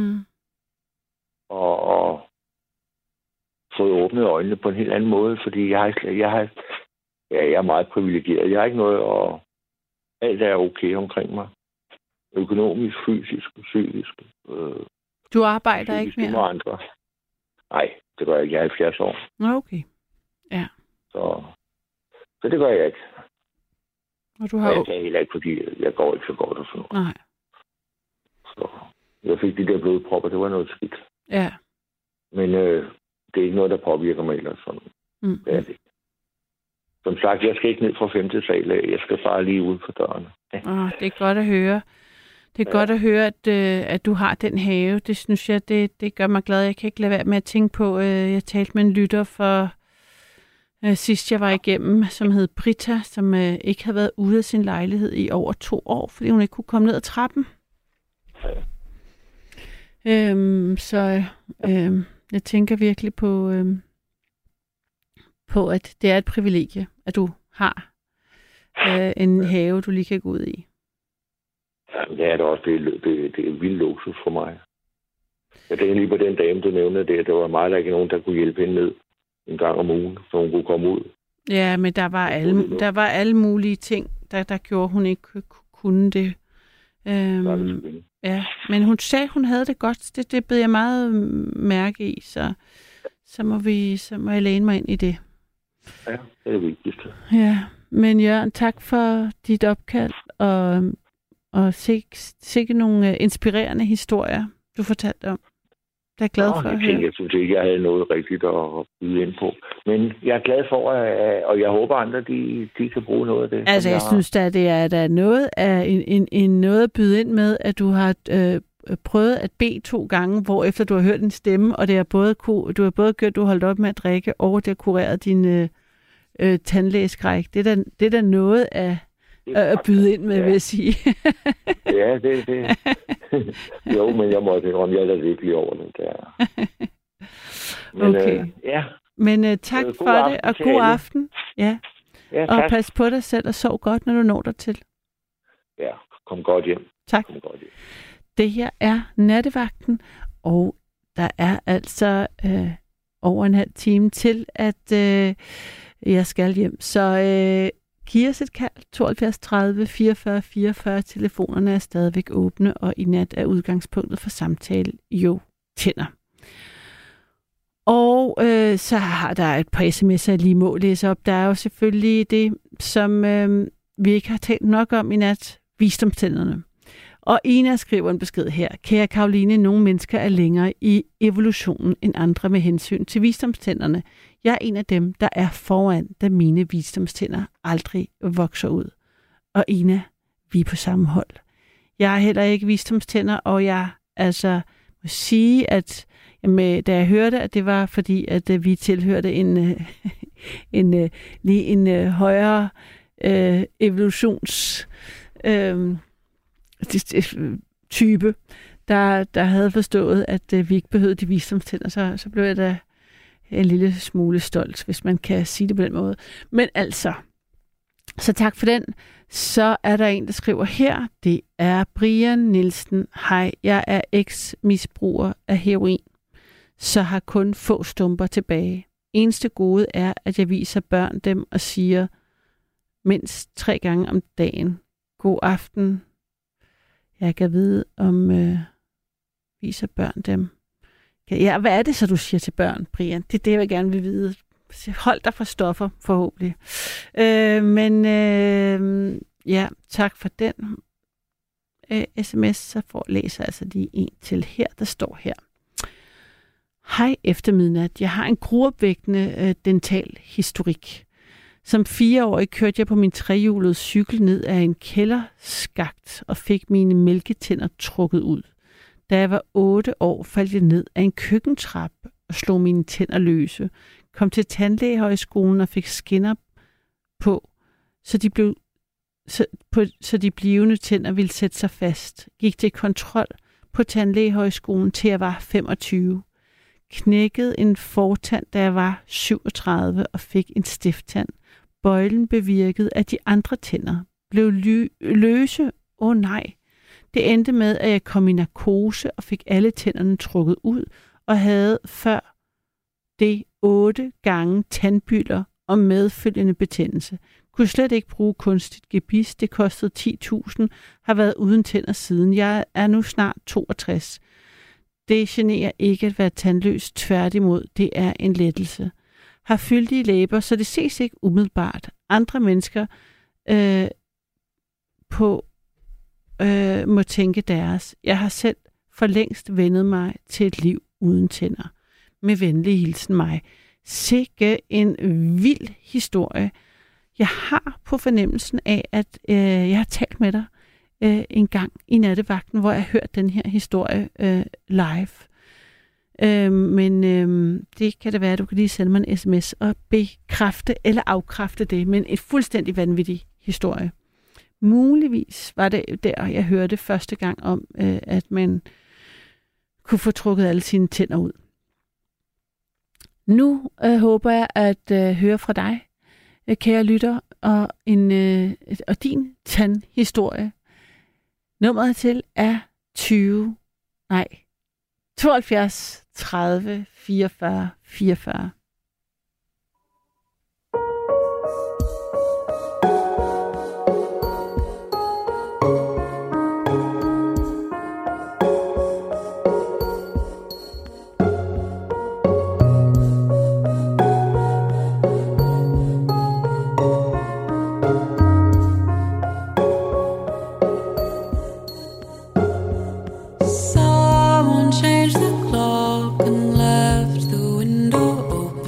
Og fået åbnet øjnene på en helt anden måde, fordi jeg er meget privilegeret. Jeg har ikke noget, og alt er okay omkring mig. Økonomisk, fysisk, psykisk. Du arbejder ikke mere? Andre. Nej, det gør jeg ikke. Jeg er 70 år. Okay. Ja. Så det gør jeg ikke. Og du har jeg kan heller ikke, fordi jeg går ikke så godt og sådan noget. Nej. Så jeg fik de der blodpropper, det var noget skidt. Ja. Men det er ikke noget, der påvirker mig eller sådan. Det er det. Som sagt, jeg skal ikke ned fra 5. sal. Jeg skal bare lige ud for døren. Det er godt at høre. Det er godt at høre, at du har den have. Det synes jeg, det gør mig glad. Jeg kan ikke lade være med at tænke på, jeg talte med en lytter for sidst jeg var igennem, som hed Britta, som ikke havde været ude af sin lejlighed i over 2 år, fordi hun ikke kunne komme ned ad trappen. Jeg tænker virkelig på, at det er et privilegie, at du har en have, du lige kan gå ud i. Ja, det er det også. Det er vild luksus for mig. Jeg tænker lige på den dame, du nævnte der. Det var meget, der ikke nogen, der kunne hjælpe hende ned en gang om ugen, så hun kunne komme ud. Ja, men der var alle mulige ting, der gjorde, hun ikke kunne det. Ja, men hun sagde, hun havde det godt. Det bed jeg meget mærke i, så må jeg læne mig ind i det. Ja, det er det vigtigste. Ja, men Jørgen, tak for dit opkald, og sikke nogle inspirerende historier, du fortalte om. Jeg er glad for at høre. Jeg synes ikke, jeg havde noget rigtigt at byde ind på. Men jeg er glad for, og jeg håber andre, de kan bruge noget af det. Altså, jeg synes da, det er noget af noget at byde ind med, at du har prøvet at bede 2 gange, hvor efter du har hørt en stemme, og det er du har både gjort, du holdt op med at drikke, og det har kureret din tandlægeskræk. Det er da noget af at byde ind med, vil jeg sige. Ja, det. Jo, men jeg måtte indrømme, jeg er da virkelig over det der. Men, okay. Men tak for det, og god aften. Ja, og pas på dig selv, og sov godt, når du når dig til. Ja, kom godt hjem. Tak. Kom godt hjem. Det her er Nattevagten, og der er altså over en halv time til, at jeg skal hjem. Så giv os et kald, 72 30 44 44. Telefonerne er stadigvæk åbne, og i nat er udgangspunktet for samtale jo tænder. Og så har der et par sms'er, jeg lige må læse op. Der er jo selvfølgelig det, som vi ikke har talt nok om i nat, visdomstænderne. Og Ina skriver en besked her. Kære Karoline, nogle mennesker er længere i evolutionen end andre med hensyn til visdomstænderne. Jeg er en af dem, der er foran, da mine visdomstænder aldrig vokser ud. Og Ina, vi er på samme hold. Jeg har heller ikke visdomstænder, og jeg må sige, at da jeg hørte, at det var fordi, at vi tilhørte en højere evolutions type, der havde forstået, at vi ikke behøvede de visdomstænder, så blev jeg da en lille smule stolt, hvis man kan sige det på den måde. Men altså, så tak for den. Så er der en, der skriver her, det er Brian Nielsen. Hej, jeg er eks-misbruger af heroin, så har kun få stumper tilbage. Eneste gode er, at jeg viser børn dem og siger mindst 3 gange om dagen. God aften. Jeg kan vide, om viser børn dem. Ja, hvad er det så, du siger til børn, Brian? Det er det, jeg gerne vil vide. Hold dig fra stoffer, forhåbentlig. Ja, tak for den sms. Så læser altså lige en til her, der står her. Hej efter midnat. Jeg har en gruopvækkende dental historik. Som 4-årig kørte jeg på min 3-hjulede cykel ned ad en kælderskakt og fik mine mælketænder trukket ud. Da jeg var 8 år, faldt jeg ned af en køkkentrappe og slog mine tænder løse. Kom til tandlægehøjskolen og fik skinner på, så de blivende tænder ville sætte sig fast. Gik til kontrol på tandlægehøjskolen til jeg var 25. Knækkede en fortand, da jeg var 37 og fik en stifttand. Bøjlen bevirkede, at de andre tænder blev løse. Nej. Det endte med, at jeg kom i narkose og fik alle tænderne trukket ud og havde før det 8 gange tandbylder og medfølgende betændelse. Kunne slet ikke bruge kunstigt gebis. Det kostede 10.000. Har været uden tænder siden. Jeg er nu snart 62. Det generer ikke at være tandløs. Tværtimod, det er en lettelse. Har fyldige læber, så det ses ikke umiddelbart. Andre mennesker må tænke deres. Jeg har selv for længst vendet mig til et liv uden tænder. Med venlig hilsen mig. Sikke en vild historie. Jeg har på fornemmelsen af, at jeg har talt med dig en gang i nattevagten, hvor jeg har hørt den her historie live. Men det kan det være, at du kan lige sende mig en sms og bekræfte eller afkræfte det, men et fuldstændig vanvittig historie. Muligvis var det der, jeg hørte første gang om, at man kunne få trukket alle sine tænder ud. Nu håber jeg at høre fra dig, kære lytter, og din tandhistorie. Nummeret til er 72 30 44 44. Someone changed the clock and left the window open.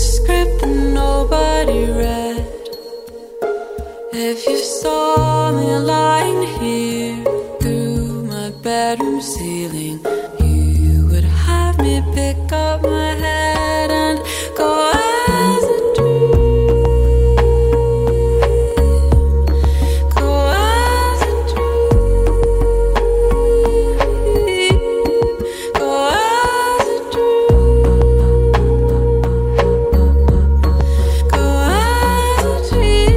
script that nobody read. If you saw me lying here through my bedroom ceiling, you would have me pick up my head and go as a dream. Go as a dream. Go as a dream. Go as a dream.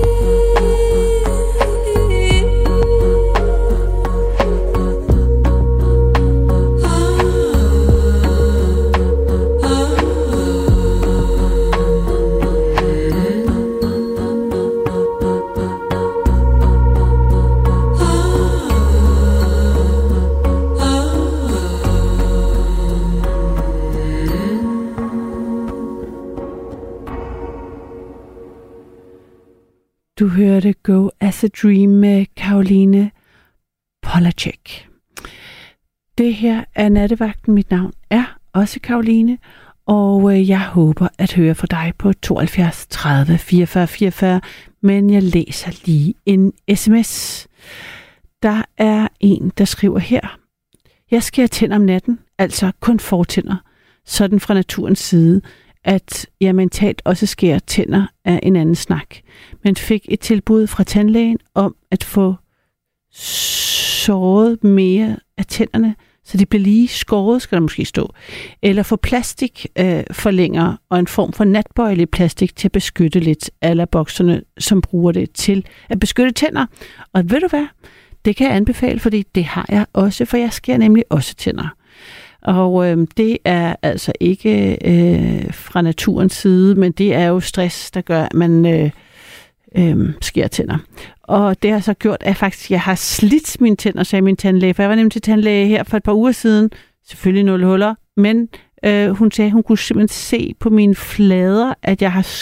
Du hørte Go As A Dream med Caroline Polacek. Det her er Nattevagten. Mit navn er også Caroline, og jeg håber at høre fra dig på 72 30 44 44, men jeg læser lige en sms. Der er en, der skriver her: Jeg skærer tænder om natten, altså kun fortænder, sådan fra naturens side. At jeg mentalt også skærer tænder af en anden snak. Men fik et tilbud fra tandlægen om at få såret mere af tænderne, så de bliver lige skåret, skal der måske stå. Eller få plastikforlænger og en form for natbøjle i plastik til at beskytte lidt alle bokserne, som bruger det til at beskytte tænder. Og ved du hvad? Det kan jeg anbefale, fordi det har jeg også, for jeg skærer nemlig også tænder. Og det er altså ikke fra naturens side, men det er jo stress, der gør, at man skærer tænder. Og det har så gjort, at jeg har slidt mine tænder, sagde min tandlæge. For jeg var nemlig til tandlæge her for et par uger siden. Selvfølgelig 0 huller. Men hun sagde, at hun kunne simpelthen se på mine flader, at jeg har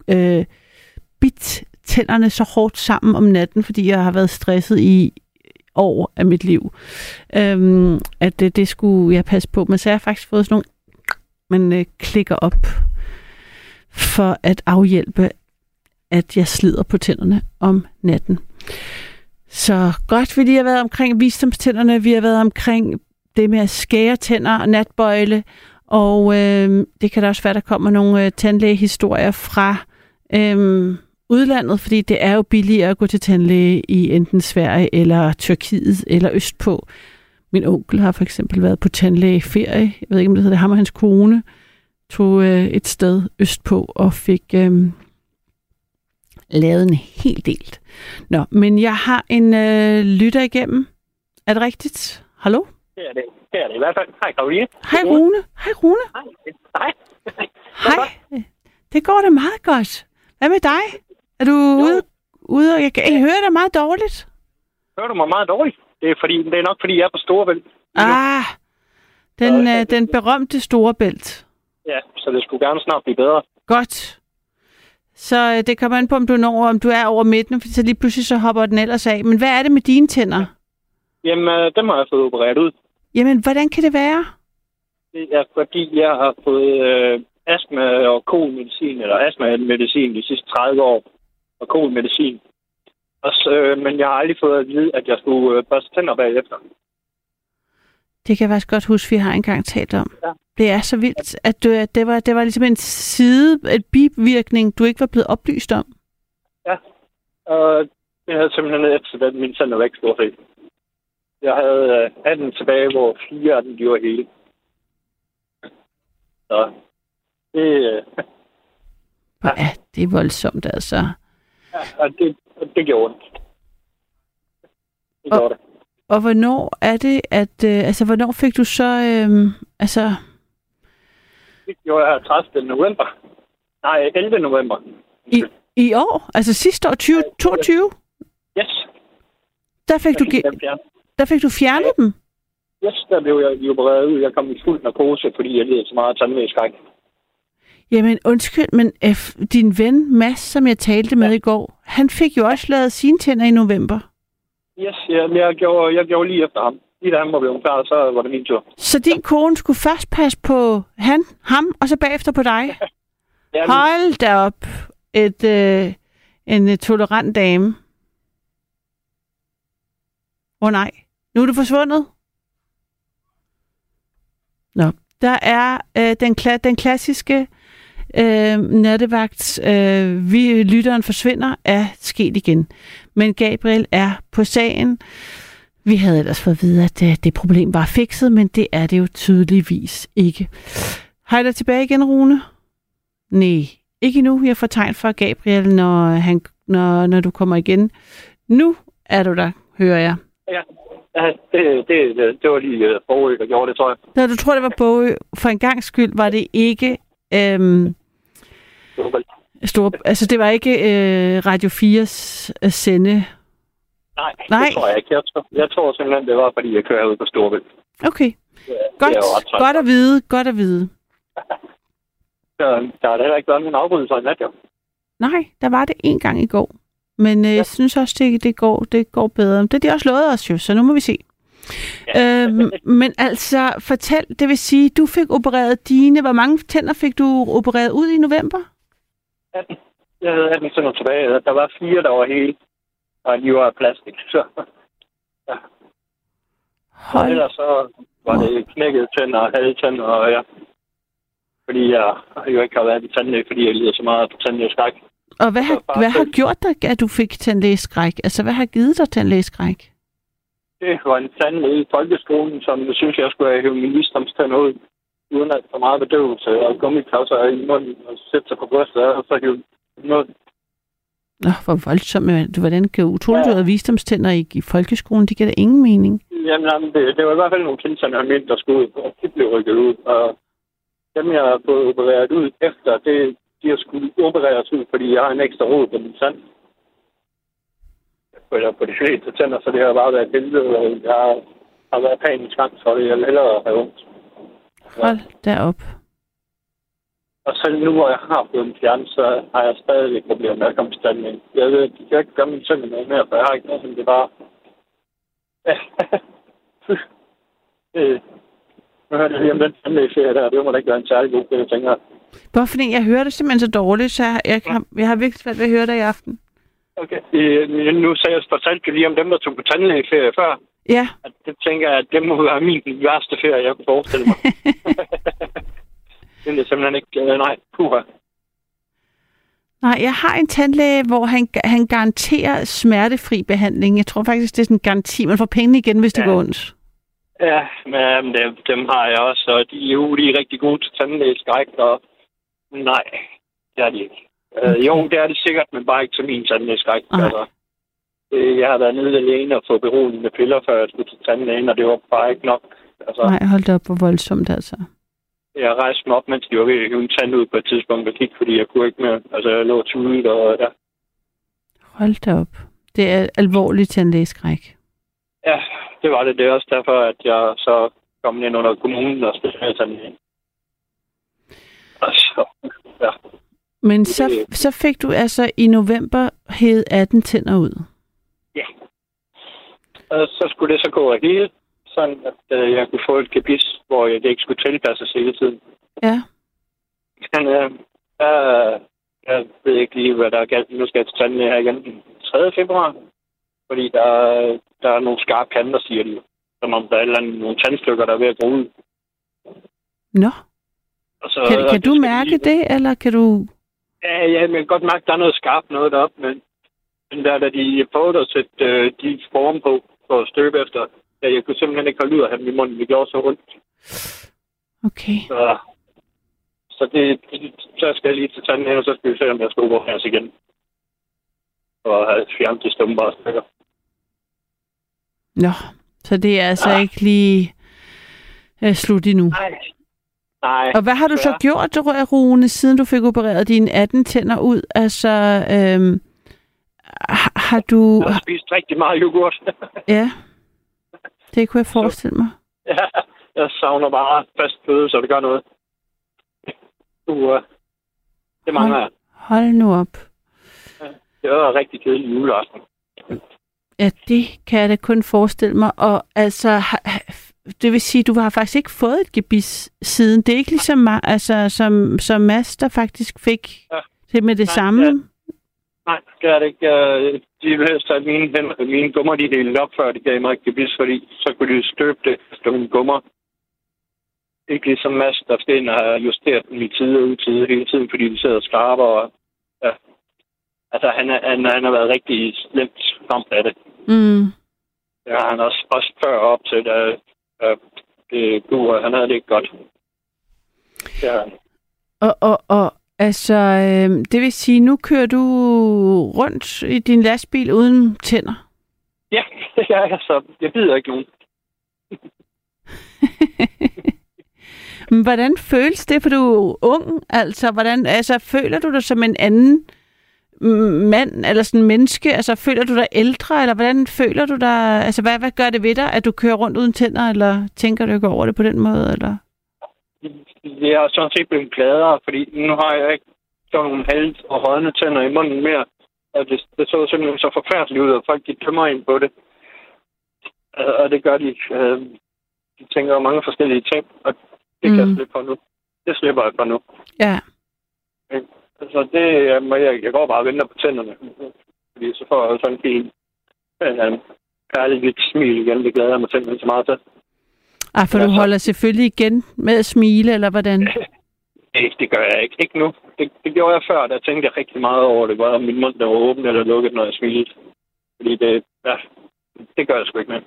bidt tænderne så hårdt sammen om natten, fordi jeg har været stresset i år af mit liv. At det skulle jeg passe på. Men så har jeg faktisk fået sådan nogle, man klikker op for at afhjælpe, at jeg slider på tænderne om natten. Så godt, vi lige har været omkring visdomstænderne. Vi har været omkring det med at skære tænder og natbøjle. Og det kan da også være, der kommer nogle tandlægehistorier fra udlandet, fordi det er jo billigere at gå til tandlæge i enten Sverige eller Tyrkiet eller østpå. Min onkel har for eksempel været på tandlægeferie. Jeg ved ikke, om det hedder det. Ham og hans kone tog et sted østpå og fik lavet en hel del. Nå, men jeg har en lytter igennem. Er det rigtigt? Hallo? Det er det. Det er det i hvert fald. Hej, Caroline. Hej, Rune. Hej, Rune. Hej. Hej. Det går da meget godt. Hvad med dig? Er du ude og jeg hører dig meget dårligt? Hører du mig meget dårligt? Det er nok fordi jeg er på Storebælt. Den berømte Storebælt. Ja, så det skulle gerne snart blive bedre. Godt. Så det kommer an på, om du er over midten, for så lige pludselig så hopper den ellers af. Men hvad er det med dine tænder? Jamen, dem har jeg fået opereret ud. Jamen, hvordan kan det være? Det er fordi, jeg har fået astma og kolmedicin, eller astma-medicin de sidste 30 år, og kolmedicin. Men jeg har aldrig fået at vide, at jeg skulle børste tænder bagefter. Det kan jeg faktisk godt huske, vi har engang talt om. Ja. Det er så vildt, at det var ligesom en bivirkning, du ikke var blevet oplyst om. Ja, og det havde simpelthen efter, at min tænder var ikke stort set. Jeg havde 18 tilbage, hvor 4 af dem de var hele. Så det er voldsomt, altså. Ja, og det gjorde ondt. Det gjorde det. Og hvornår er det, at... hvornår fik du så... Det gjorde jeg 30. november. Nej, 11. november. I år? Altså sidste år, 2022? Yes. Der fik du fjernet dem? Yes, der blev jeg opereret ud. Jeg kom i fuld narkose, fordi jeg led så meget tandlægeskræk. Jamen, undskyld, men din ven Mads, som jeg talte med i går, han fik jo også lavet sine tænder i november. Yes, jeg gjorde lige efter ham. Lige da han var blevet klar, så var det min tur. Så din kone skulle først passe på ham, og så bagefter på dig? Hold da op. En tolerant dame. Nej. Nu er det forsvundet. Nå. Der er den klassiske nattevagt, lytteren forsvinder, er sket igen. Men Gabriel er på sagen. Vi havde ellers fået at vide, at det problem var fikset, men det er det jo tydeligvis ikke. Hej der tilbage igen, Rune? Nej, ikke endnu. Jeg får tegn fra Gabriel, når du kommer igen. Nu er du der, hører jeg. Ja, det var lige Bogø, der gjorde det, tror jeg. Nå, du tror, det var Bogø. For en gangs skyld var det ikke... altså, det var ikke Radio 4's sende... Nej, det tror jeg ikke. Jeg tror simpelthen, det var, fordi jeg kører ud på Storebælt. Okay. Godt at vide. Der har da heller ikke været nogen afbrydelser i nat, jo. Nej, der var det en gang i går. Men jeg synes også, det går bedre. Det har de også lovet os jo, så nu må vi se. Ja. Men altså, fortæl, det vil sige, du fik opereret dine... Hvor mange tænder fik du opereret ud i november? 18. Jeg havde 18 tænder tilbage. Der var 4, der var hele. Og de var af plastik, så... Ja. Og ellers så var det knækket tænder og halvtænder, og ja. Fordi jeg jo ikke har været i tandlæge, fordi jeg lider så meget på tandlægeskræk. Og hvad har gjort dig, at du fik tandlægeskræk? Altså, hvad har givet dig tandlægeskræk? Det var en tandlæge i folkeskolen, som jeg synes, jeg skulle have hævet min visdomstænder ud, uden at for meget bedøvelse og gummiklodser i munden, og sætte sig på brystet, og så hæve noget. Nå, hvor voldsomt. Hvordan kan utroligt du havde visdomstænder i folkeskolen? Det giver da ingen mening. Jamen, det var i hvert fald nogle kindtænder, jeg mente, der skulle ud, og de blev rykket ud. Og dem, jeg har fået opereret ud efter, de har skulle opereres ud, fordi jeg har en ekstra rod på min tand. På de fleste tænder, så det har bare været et billede, og jeg har været panisk angst for det. Jeg vil hellere have ondt. Hold derop. Og selv nu, hvor jeg har fået en fjern, så har jeg stadig problemer med at komme til tandlægen. Jeg ved, at de kan ikke gøre min tænder noget mere, for jeg har ikke noget, som det bare... Nu hørte jeg lige om den tandlægeferie der, det må da ikke være en særlig god ferie, tænker jeg. Hvorfor? Jeg hører det simpelthen så dårligt, så jeg har virkelig svært ved at høre dig i aften. Okay. Nu sagde jeg fortalte lige om dem, der tog på tandlægeferie før. Ja. At det tænker jeg, at det må være min værste ferie, jeg kunne forestille mig. Det er simpelthen ikke... Nej, puha. Nej, jeg har en tandlæge, hvor han garanterer smertefri behandling. Jeg tror faktisk, det er sådan en garanti. Man får penge igen, hvis det går ondt. Ja, men dem har jeg også, og de er rigtig gode til tandlægeskræk, og nej, det er de ikke. Jo, det er det sikkert, men bare ikke til min tandlægeskræk. Altså, jeg har været nede alene og fået beroligende piller, før jeg skulle til tandlægen, og det var bare ikke nok. Altså, nej, hold da op, hvor voldsomt altså. Jeg rejste mig op, mens de var ved at hive en tand ud på et tidspunkt og kigge, fordi jeg kunne ikke mere. Altså, jeg lå tudet, og ja. Hold da op. Det er alvorligt tandlægeskræk. Ja, det var det. Det er også derfor, at jeg så kom ind under kommunen og specialtandlægen. Altså, ja. Men så fik du altså i november hævet 18 tænder ud? Ja. Og så skulle det så gå hele, sådan at jeg kunne få et gebis, hvor det ikke skulle tilpasses hele tiden. Ja. Men jeg ved ikke lige, hvad der er galt. Nu skal jeg til tandlæge her igen den 3. februar. Fordi der er nogle skarpe kanter, siger de. Som om der er nogle tandstykker, der er ved at gå ud. Nå. Så, kan du mærke det, eller kan du... Ja, jeg kan godt mærke, at der er noget skarpt noget deroppe, men da de prøvede at sætte de form på for at støbe efter, jeg kunne simpelthen ikke holde ud af have dem i munden. Det gjorde så ondt. Okay. Så skal jeg lige til tanden og så skal vi se, om jeg skal opereres igen. Og have fjernet de stumme stykker. Nå, så det er altså ikke lige slut endnu? Nej. Og hvad har du så gjort, Rune, siden du fik opereret dine 18 tænder ud? Altså, har du... Jeg har spist rigtig meget yoghurt. Ja, det kunne jeg forestille mig. Ja, jeg savner bare fast føde, så det gør noget. Det mangler jeg. Hold nu op. Det var rigtig kedelig juleaften. Ja, det kan jeg da kun forestille mig. Og altså, det vil sige, du har faktisk ikke fået et gebis siden. Det er ikke ligesom som Mads, der faktisk fik det med det samme. Nej, det er det ikke. De vil helst have mine gummer, de delte op, før de gav mig et gebis, fordi så kunne de støbe det efter mine gummer. Ikke ligesom Mads, der skal ind og have justeret dem i tide og utide hele tiden, fordi de sidder skarpe. Og, ja. Altså, han har været rigtig slemt ramt af det. Mm. Det har han også før op til, da han havde det ikke godt. Ja. Og altså, det vil sige, nu kører du rundt i din lastbil uden tænder? Ja, det er jeg, så jeg bider ikke nogen. Men hvordan føles det, for du er ung? Altså, føler du dig som en anden mand, eller sådan en menneske? Altså, føler du dig ældre, eller hvordan føler du dig? Altså, hvad gør det ved dig, at du kører rundt uden tænder, eller tænker du ikke over det på den måde, eller? Jeg har sådan set blevet gladere, fordi nu har jeg ikke sådan nogle halv- og rådne tænder i munden mere. Og det så simpelthen så forfærdeligt ud, og folk de tømmer ind på det. Og det gør de. De tænker over mange forskellige ting, og det kan jeg slippe for nu. Det slipper jeg for nu. Ja. Så det jeg går bare og venter på tænderne. Fordi så får jeg sådan en helt kærligt smil igen. Det glæder jeg mig simpelthen så meget til. For du holder selvfølgelig igen med at smile, eller hvordan? Det gør jeg ikke. Ikke nu. Det gjorde jeg før, da jeg tænkte rigtig meget over det. Om min mund der var åben eller lukket, når jeg smilede. Fordi det gør jeg sgu ikke med.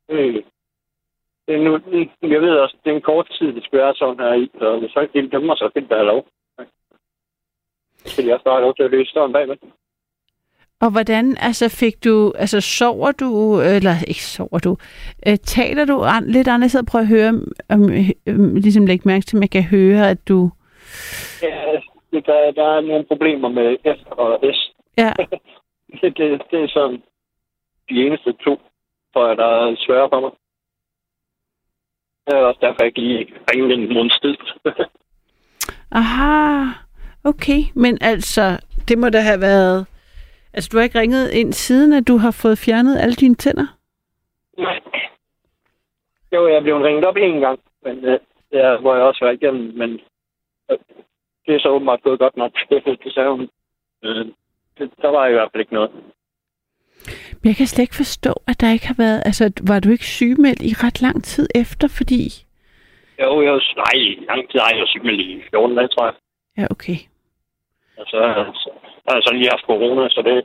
Nu, jeg ved også, det er en kort tid, det skal være sådan her i. Så hvis jeg ikke dømmer, så finder jeg lov. Så skal jeg også bare have lov til at løse støjen bagved. Og hvordan fik du, sover du, eller ikke sover du, taler du lidt anderledes, og prøve at høre, ligesom lægge mærke til, at jeg kan høre, at du... Ja, der er nogle problemer med F og S. Ja. det er sådan de eneste to, tror jeg, der er svære for mig. Det er også derfor, jeg ikke lige ringe en måneds tid. Aha, okay. Men det må da have været... du har ikke ringet ind siden, at du har fået fjernet alle dine tænder? Nej. Jo, jeg blev ringet op en gang, men hvor jeg også var igennem, men det er så åbenbart gået godt nok. Det sagde hun. Der var i hvert fald ikke noget. Men jeg kan slet ikke forstå, at der ikke har været... var du ikke sygemeldt i ret lang tid efter, fordi... Jo, lang tid har jeg sygemeldt i 14 dage, tror jeg. Ja, okay. Så har jeg sådan lige haft corona, så det...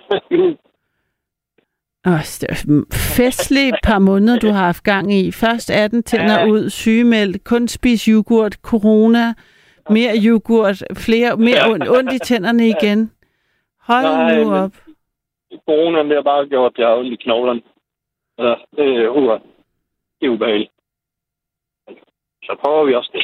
Det er festlige par måneder, du har haft gang i. Først 18 tænder ud, sygemeldt, kun spise yoghurt, corona, mere yoghurt, mere ondt i tænderne igen. Hold nu op. Corona har bare gjort, at jeg har ondt i knoglerne. Så det er ubehageligt. Så prøver vi også det.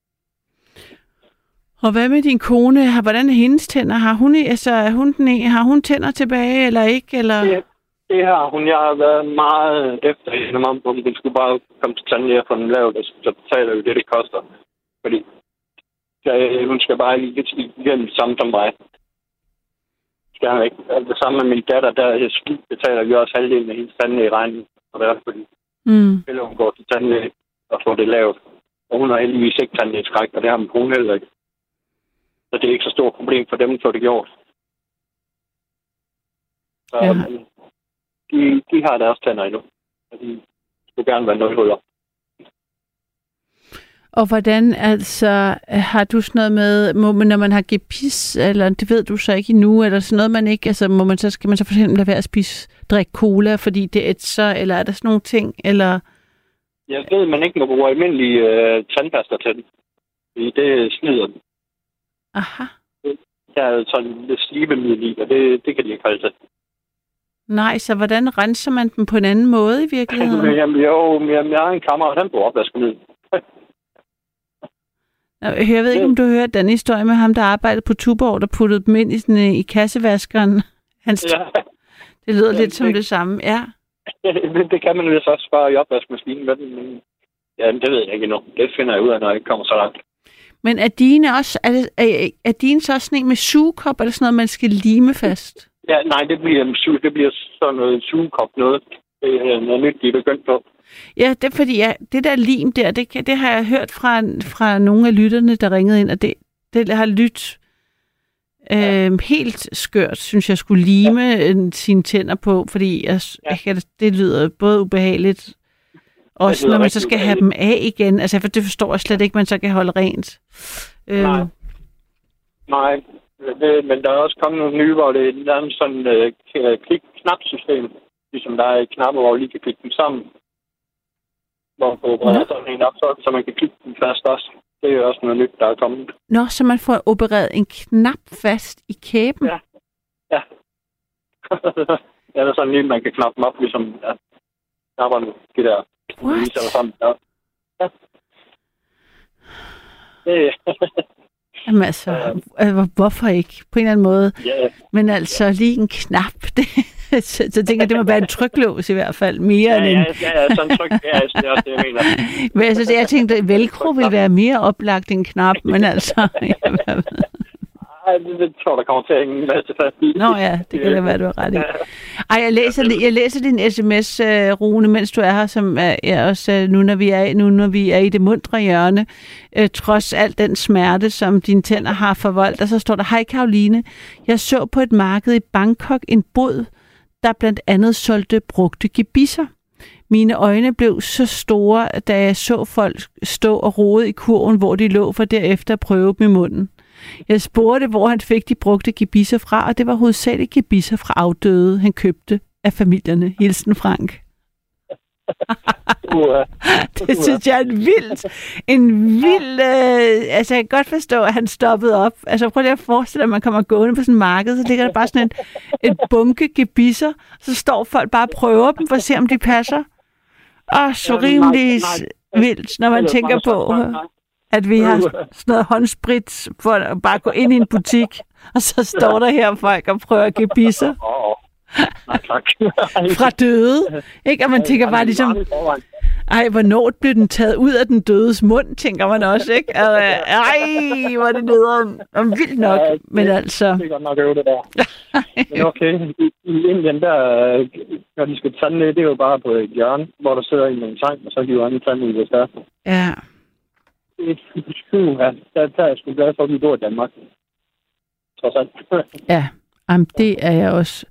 Og hvad med din kone? Hvordan er hendes tænder? Har hun tænder tilbage, eller ikke? Eller? Det har hun. Jeg har været meget efter hende om, om det skulle bare komme til tandlæge for den lavet, så betaler jo det koster. Fordi hun skal bare lige igennem det samme som mig. Skal han ikke? Det samme med min datter, der betaler vi også halvdelen af hendes tandlæge regning. Og det er fordi eller hun går til tandlæge og får det lavet. Og hun har heldigvis ikke tandlægeskræk, og det har min kone heller ikke. Så det er ikke så stort problem for dem at få det gjort. Så de har deres tænder endnu. Og de skulle gerne være nulhuller. Og hvordan har du sådan noget med, når man har gebis, eller det ved du så ikke endnu, eller sådan noget man ikke, skal man så for eksempel lade være at drikke cola, fordi det ætser, eller er der sådan nogle ting, eller... Jeg ved, man ikke må bruge almindelige tandpasta til den. Fordi det slider den. Aha. Der er sådan lidt slibemiddel i, og det kan de ikke holde til. Nej, så hvordan renser man dem på en anden måde i virkeligheden? Jeg har en kammerat, han bruger opvaskemiddel. Jeg ved ikke, om du har hørt den historie med ham, der arbejdede på Tuborg, der puttede dem ind i kassevaskeren. Det lyder lidt som det samme, ja. Det kan man jo så spare i opvaskemaskinen, men det ved jeg ikke endnu. Det finder jeg ud af, når jeg kommer så langt. Men er dine også, er dine så sådan en med sugekop, eller sådan noget, man skal lime fast? Ja, nej, det bliver sådan noget sugekop, noget. Det er noget nyt, de er begyndt på. Ja, det er fordi, det der lim der, det har jeg hørt fra nogle af lytterne, der ringede ind, og det har lyttet helt skørt, synes jeg, skulle lime sine tænder på, fordi det lyder både ubehageligt, også når man så skal have dem af igen. Altså, for det forstår jeg slet ikke, man så kan holde rent. Nej. Men der er også kommet nogle nye, hvor det er nærmest sådan et klik-knap-system. Ligesom der er knapper, hvor man lige kan klikke dem sammen. Hvor der er sådan en op, så man kan klikke dem fast også. Det er jo også noget nyt, der er kommet. Nå, så man får opereret en knap fast i kæben? Ja. Ja, der er sådan en, man kan knappe dem op, ligesom knapperne, de der. What? Sammen. Ja. Jamen altså, hvorfor ikke? På en eller anden måde. Yeah. Men altså, lige en knap, så tænker jeg, det må være en tryklås i hvert fald, mere end en... Ja, sådan en tryk, det er også det, jeg mener. Men altså, jeg tænkte, at velcro ville være mere oplagt end knap, men altså... Det tror der kommer til at hænge en masse fast i. Nå ja, det kan da være, du har ret i. Ej, jeg læser din sms, Rune, mens du er her, som er også nu, når vi er i det mundre hjørne, trods alt den smerte, som dine tænder har forvoldt. Og så står der, hej Karoline, jeg så på et marked i Bangkok en bod, der blandt andet solgte brugte gebisser. Mine øjne blev så store, da jeg så folk stå og rode i kurven, hvor de lå, for derefter at prøve dem i munden. Jeg spurgte, hvor han fik de brugte gebisser fra, og det var hovedsageligt gebisser fra afdøde, han købte af familierne. Hilsen Frank. Det synes jeg er en vild... altså, jeg kan godt forstå, at han stoppede op. Altså, prøv lige at forestille dig, at man kommer gående på sådan et marked, så ligger der bare sådan en bunke gebisser, så står folk bare og prøver dem for at se, om de passer. Så rimelig vildt, når man tænker på... at vi har sådan noget håndsprit for at bare gå ind i en butik, og så står der her folk og prøver at gebisser. Fra døde. Ikke? Og man tænker bare ligesom, hvornår blev den taget ud af den dødes mund, tænker man også, ikke? Hvor er det nederen. Vildt nok, men altså... Det er godt nok øve det der. Men okay, i Indien, der, når de skal tandlæge, det er jo bare på et hjørne, hvor der sidder en med en tang, og så hiver han en tandlæge, hvis der. Ja. Der er jeg sgu glad for, at vi bor i Danmark. Trods alt. Ja, det er jeg også.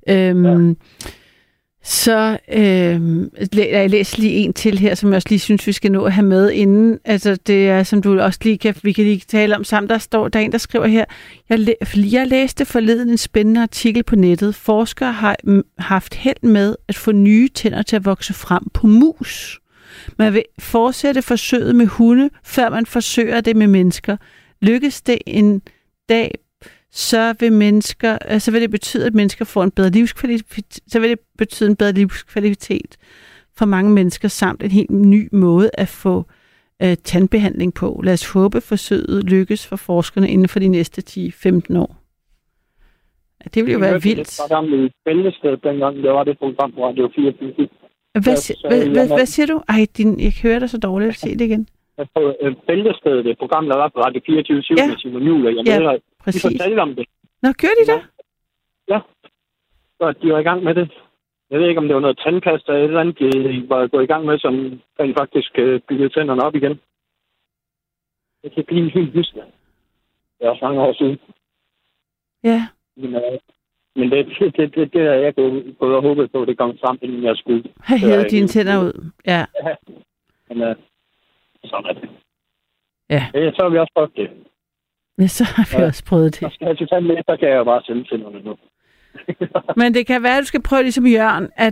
Så jeg læser lige en til her, som jeg også lige synes, vi skal nå at have med inden. Altså, det er, som du også lige vi kan lige tale om sammen. Der er en, der skriver her, jeg læste forleden en spændende artikel på nettet. Forskere har haft held med at få nye tænder til at vokse frem på mus. Man vil fortsætte forsøget med hunde, før man forsøger det med mennesker. Lykkes det en dag, så vil det betyde, at mennesker får en bedre livskvalitet. Så vil det betyde en bedre livskvalitet for mange mennesker, samt en helt ny måde at få tandbehandling på. Lad os håbe, forsøget lykkes for forskerne inden for de næste 10-15 år. Ja, det vil jo være vildt. Det var der med Bæltestedet dengang, det var det program på Radio 24. Hvad siger du? Jeg hører dig så dårligt. Se det igen. På Bæltestedet, det program, der var på Radio 24 med Simon Juhl, og jeg præcis. De fortalte om det. Nå, gjorde de det? Ja. Så de var i gang med det. Jeg ved ikke, om det var noget tandpasta eller et eller andet, de var gået i gang med, som rent faktisk byggede tænderne op igen. Det kan blive helt lyst. Det er også mange år siden. Ja. Men det er jeg gået og håbet på, det kom frem, inden jeg skulle. Have hævet dine tænder ud. Ja. Men sådan er det. Ja. Så har vi også prøvet det. Ja, så har vi også prøvet det. Så skal jeg til tandlæge, så kan jeg jo bare sende tænderne nu. Men det kan være, at du skal prøve ligesom Jørgen, at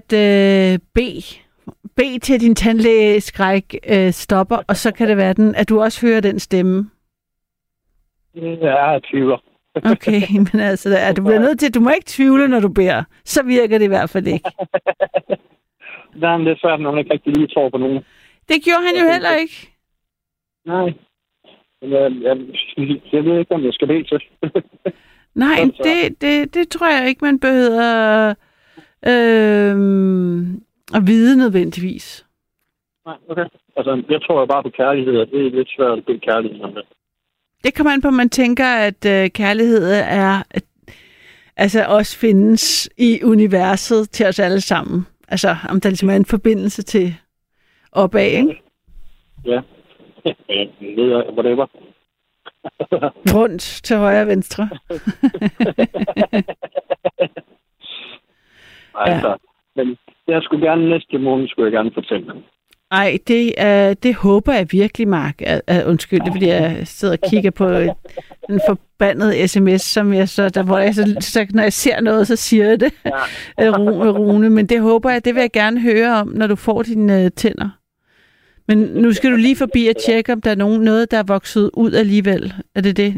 bede til din tandlægeskræk stopper, og så kan det være, at du også hører den stemme. Ja, jeg tvivler. Okay, men altså, du bliver nødt til, du må ikke tvivle, når du beder. Så virker det i hvert fald ikke. Nej, men det er svært, når man ikke rigtig lige tror på nogen. Det gjorde han jo heller ikke. Nej. Jeg ved ikke, om jeg skal bede til. Nej, det tror jeg ikke, man behøver at vide nødvendigvis. Nej, okay. Altså, jeg tror jo bare på kærlighed, og det er lidt svært at bede kærlighed om det. Det kommer an på, at man tænker, at kærlighed er, altså også findes i universet til os alle sammen. Altså, om der ligesom er en forbindelse til opad, ikke? Ja. Whatever. Rundt til højre og venstre. Altså, men jeg skulle gerne næste måned, skulle jeg gerne fortælle dem. Ej, det håber jeg virkelig, Mark. Undskyld, det er, fordi jeg sidder og kigger på den forbandede sms, som jeg hvor jeg så når jeg ser noget, så siger jeg det. Ja. Rune, men det håber jeg, det vil jeg gerne høre om, når du får dine tænder. Men nu skal du lige forbi og tjekke, om der er noget, der er vokset ud alligevel. Er det det?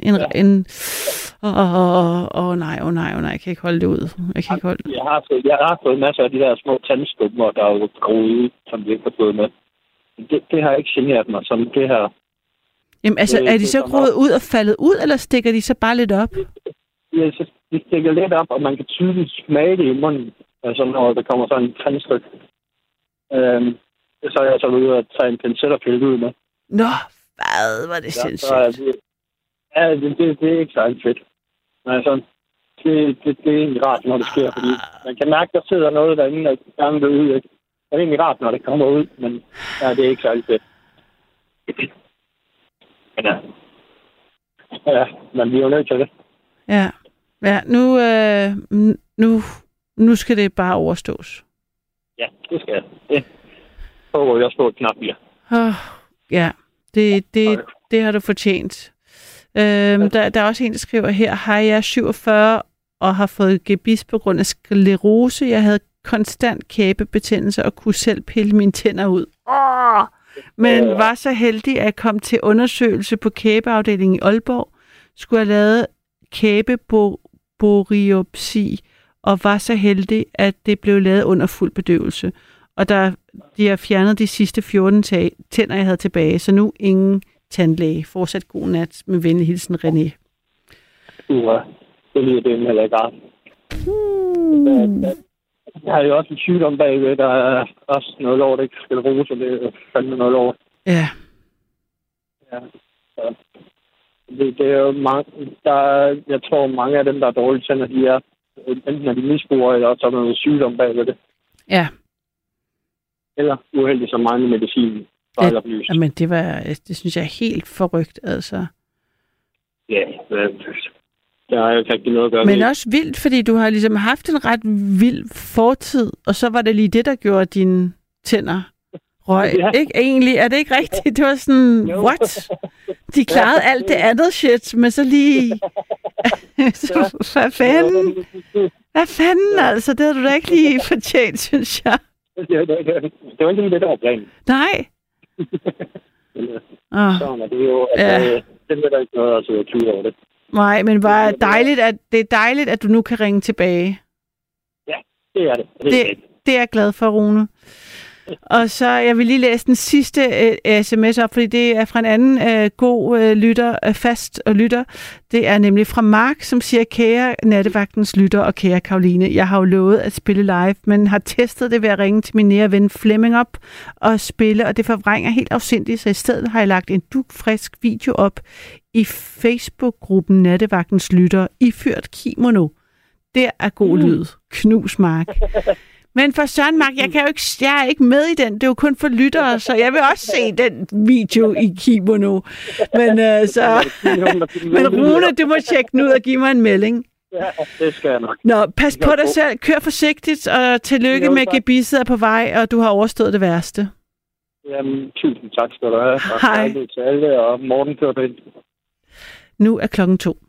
Nej, jeg kan ikke holde det ud. Jeg har fået masser af de der små tandstummer, der er jo groet ud, som vi ikke har fået med. Det har ikke generet mig, som det her. Jamen altså, er de så groet ud og faldet ud, eller stikker de så bare lidt op? Ja, så de stikker lidt op, og man kan tydeligt smage det i munden, altså når der kommer sådan en tandstyk. Så er jeg så ude og tage en pincet og pille ud med. Nå, hvad var det sindssygt? Ja, det er ikke særlig fedt. Men altså, det er egentlig rart, når det sker, fordi man kan mærke, der sidder noget derinde, der gerne vil ud, ikke? Det er egentlig rart, når det kommer ud, men ja, det er ikke særlig fedt. Men ja, man bliver jo nødt til det. Ja, nu skal det bare overstås. Ja, det skal det. Håber jeg også på et knap bliver. Ja, det har du fortjent. Der er også en, der skriver her, hej, jeg er 47 og har fået gebis på grund af sklerose. Jeg havde konstant kæbebetændelse og kunne selv pille mine tænder ud. Men var så heldig at komme til undersøgelse på kæbeafdelingen i Aalborg. Skulle have lavet kæbeboriopsi og var så heldig, at det blev lavet under fuld bedøvelse. Og de har fjernet de sidste 14 tænder, jeg havde tilbage, så nu ingen tandlæge. Fortsat god nat med venlig hilsen, René. Det lyder det heller ikke rart. Jeg har jo også en sygdom bagved, der er også noget lort, ikke? Sklerose, det er fandme noget lort. Ja. Ja. Så det er jo mange, jeg tror mange af dem, der er dårlige tænder, de er enten er de misbrugere, eller også er der noget sygdom bagved det. Ja. Eller uheldigt så mange medicin. Men det synes jeg er helt forrygt, altså. Ja, det har jeg ikke rigtig noget at gøre med. Men også vildt, fordi du har ligesom haft en ret vild fortid, og så var det lige det, der gjorde dine tænder røg. Ja. Ikke egentlig? Er det ikke rigtigt? Det var sådan, what? De klarede alt det andet shit, men så lige... Hvad fanden? Hvad fanden, altså? Det havde du da ikke lige fortjent, synes jeg. Det var ikke lige det, der var planen. Nej. Sådan er det jo. Altså, det er der ikke noget, altså, jeg tyder over det. Nej, men det er dejligt, at du nu kan ringe tilbage. Ja, det er det. Det er jeg glad for, Rune. Og så, jeg vil lige læse den sidste sms op, fordi det er fra en anden god lytter, fast lytter. Det er nemlig fra Mark, som siger, kære nattevagtens lytter og kære Karoline, jeg har jo lovet at spille live, men har testet det ved at ringe til min nære ven Flemming op og spille, og det forvrænger helt afsindigt, så i stedet har jeg lagt en dugfrisk video op i Facebook-gruppen Nattevagtens lytter, iført kimono. Det er god lyd. Knus, Mark. Men for Søren Mark, jeg er ikke med i den. Det er jo kun for lyttere, så jeg vil også se den video i kimono. Men Rune, du må tjekke den ud og give mig en melding. Ja, det skal jeg nok. Nå, pas på dig selv. Kør forsigtigt, og tillykke med gebisset er på vej, og du har overstået det værste. Jamen, tusind tak skal du have. Hej. Til alle, og Morten kører ind. Nu er 2:00.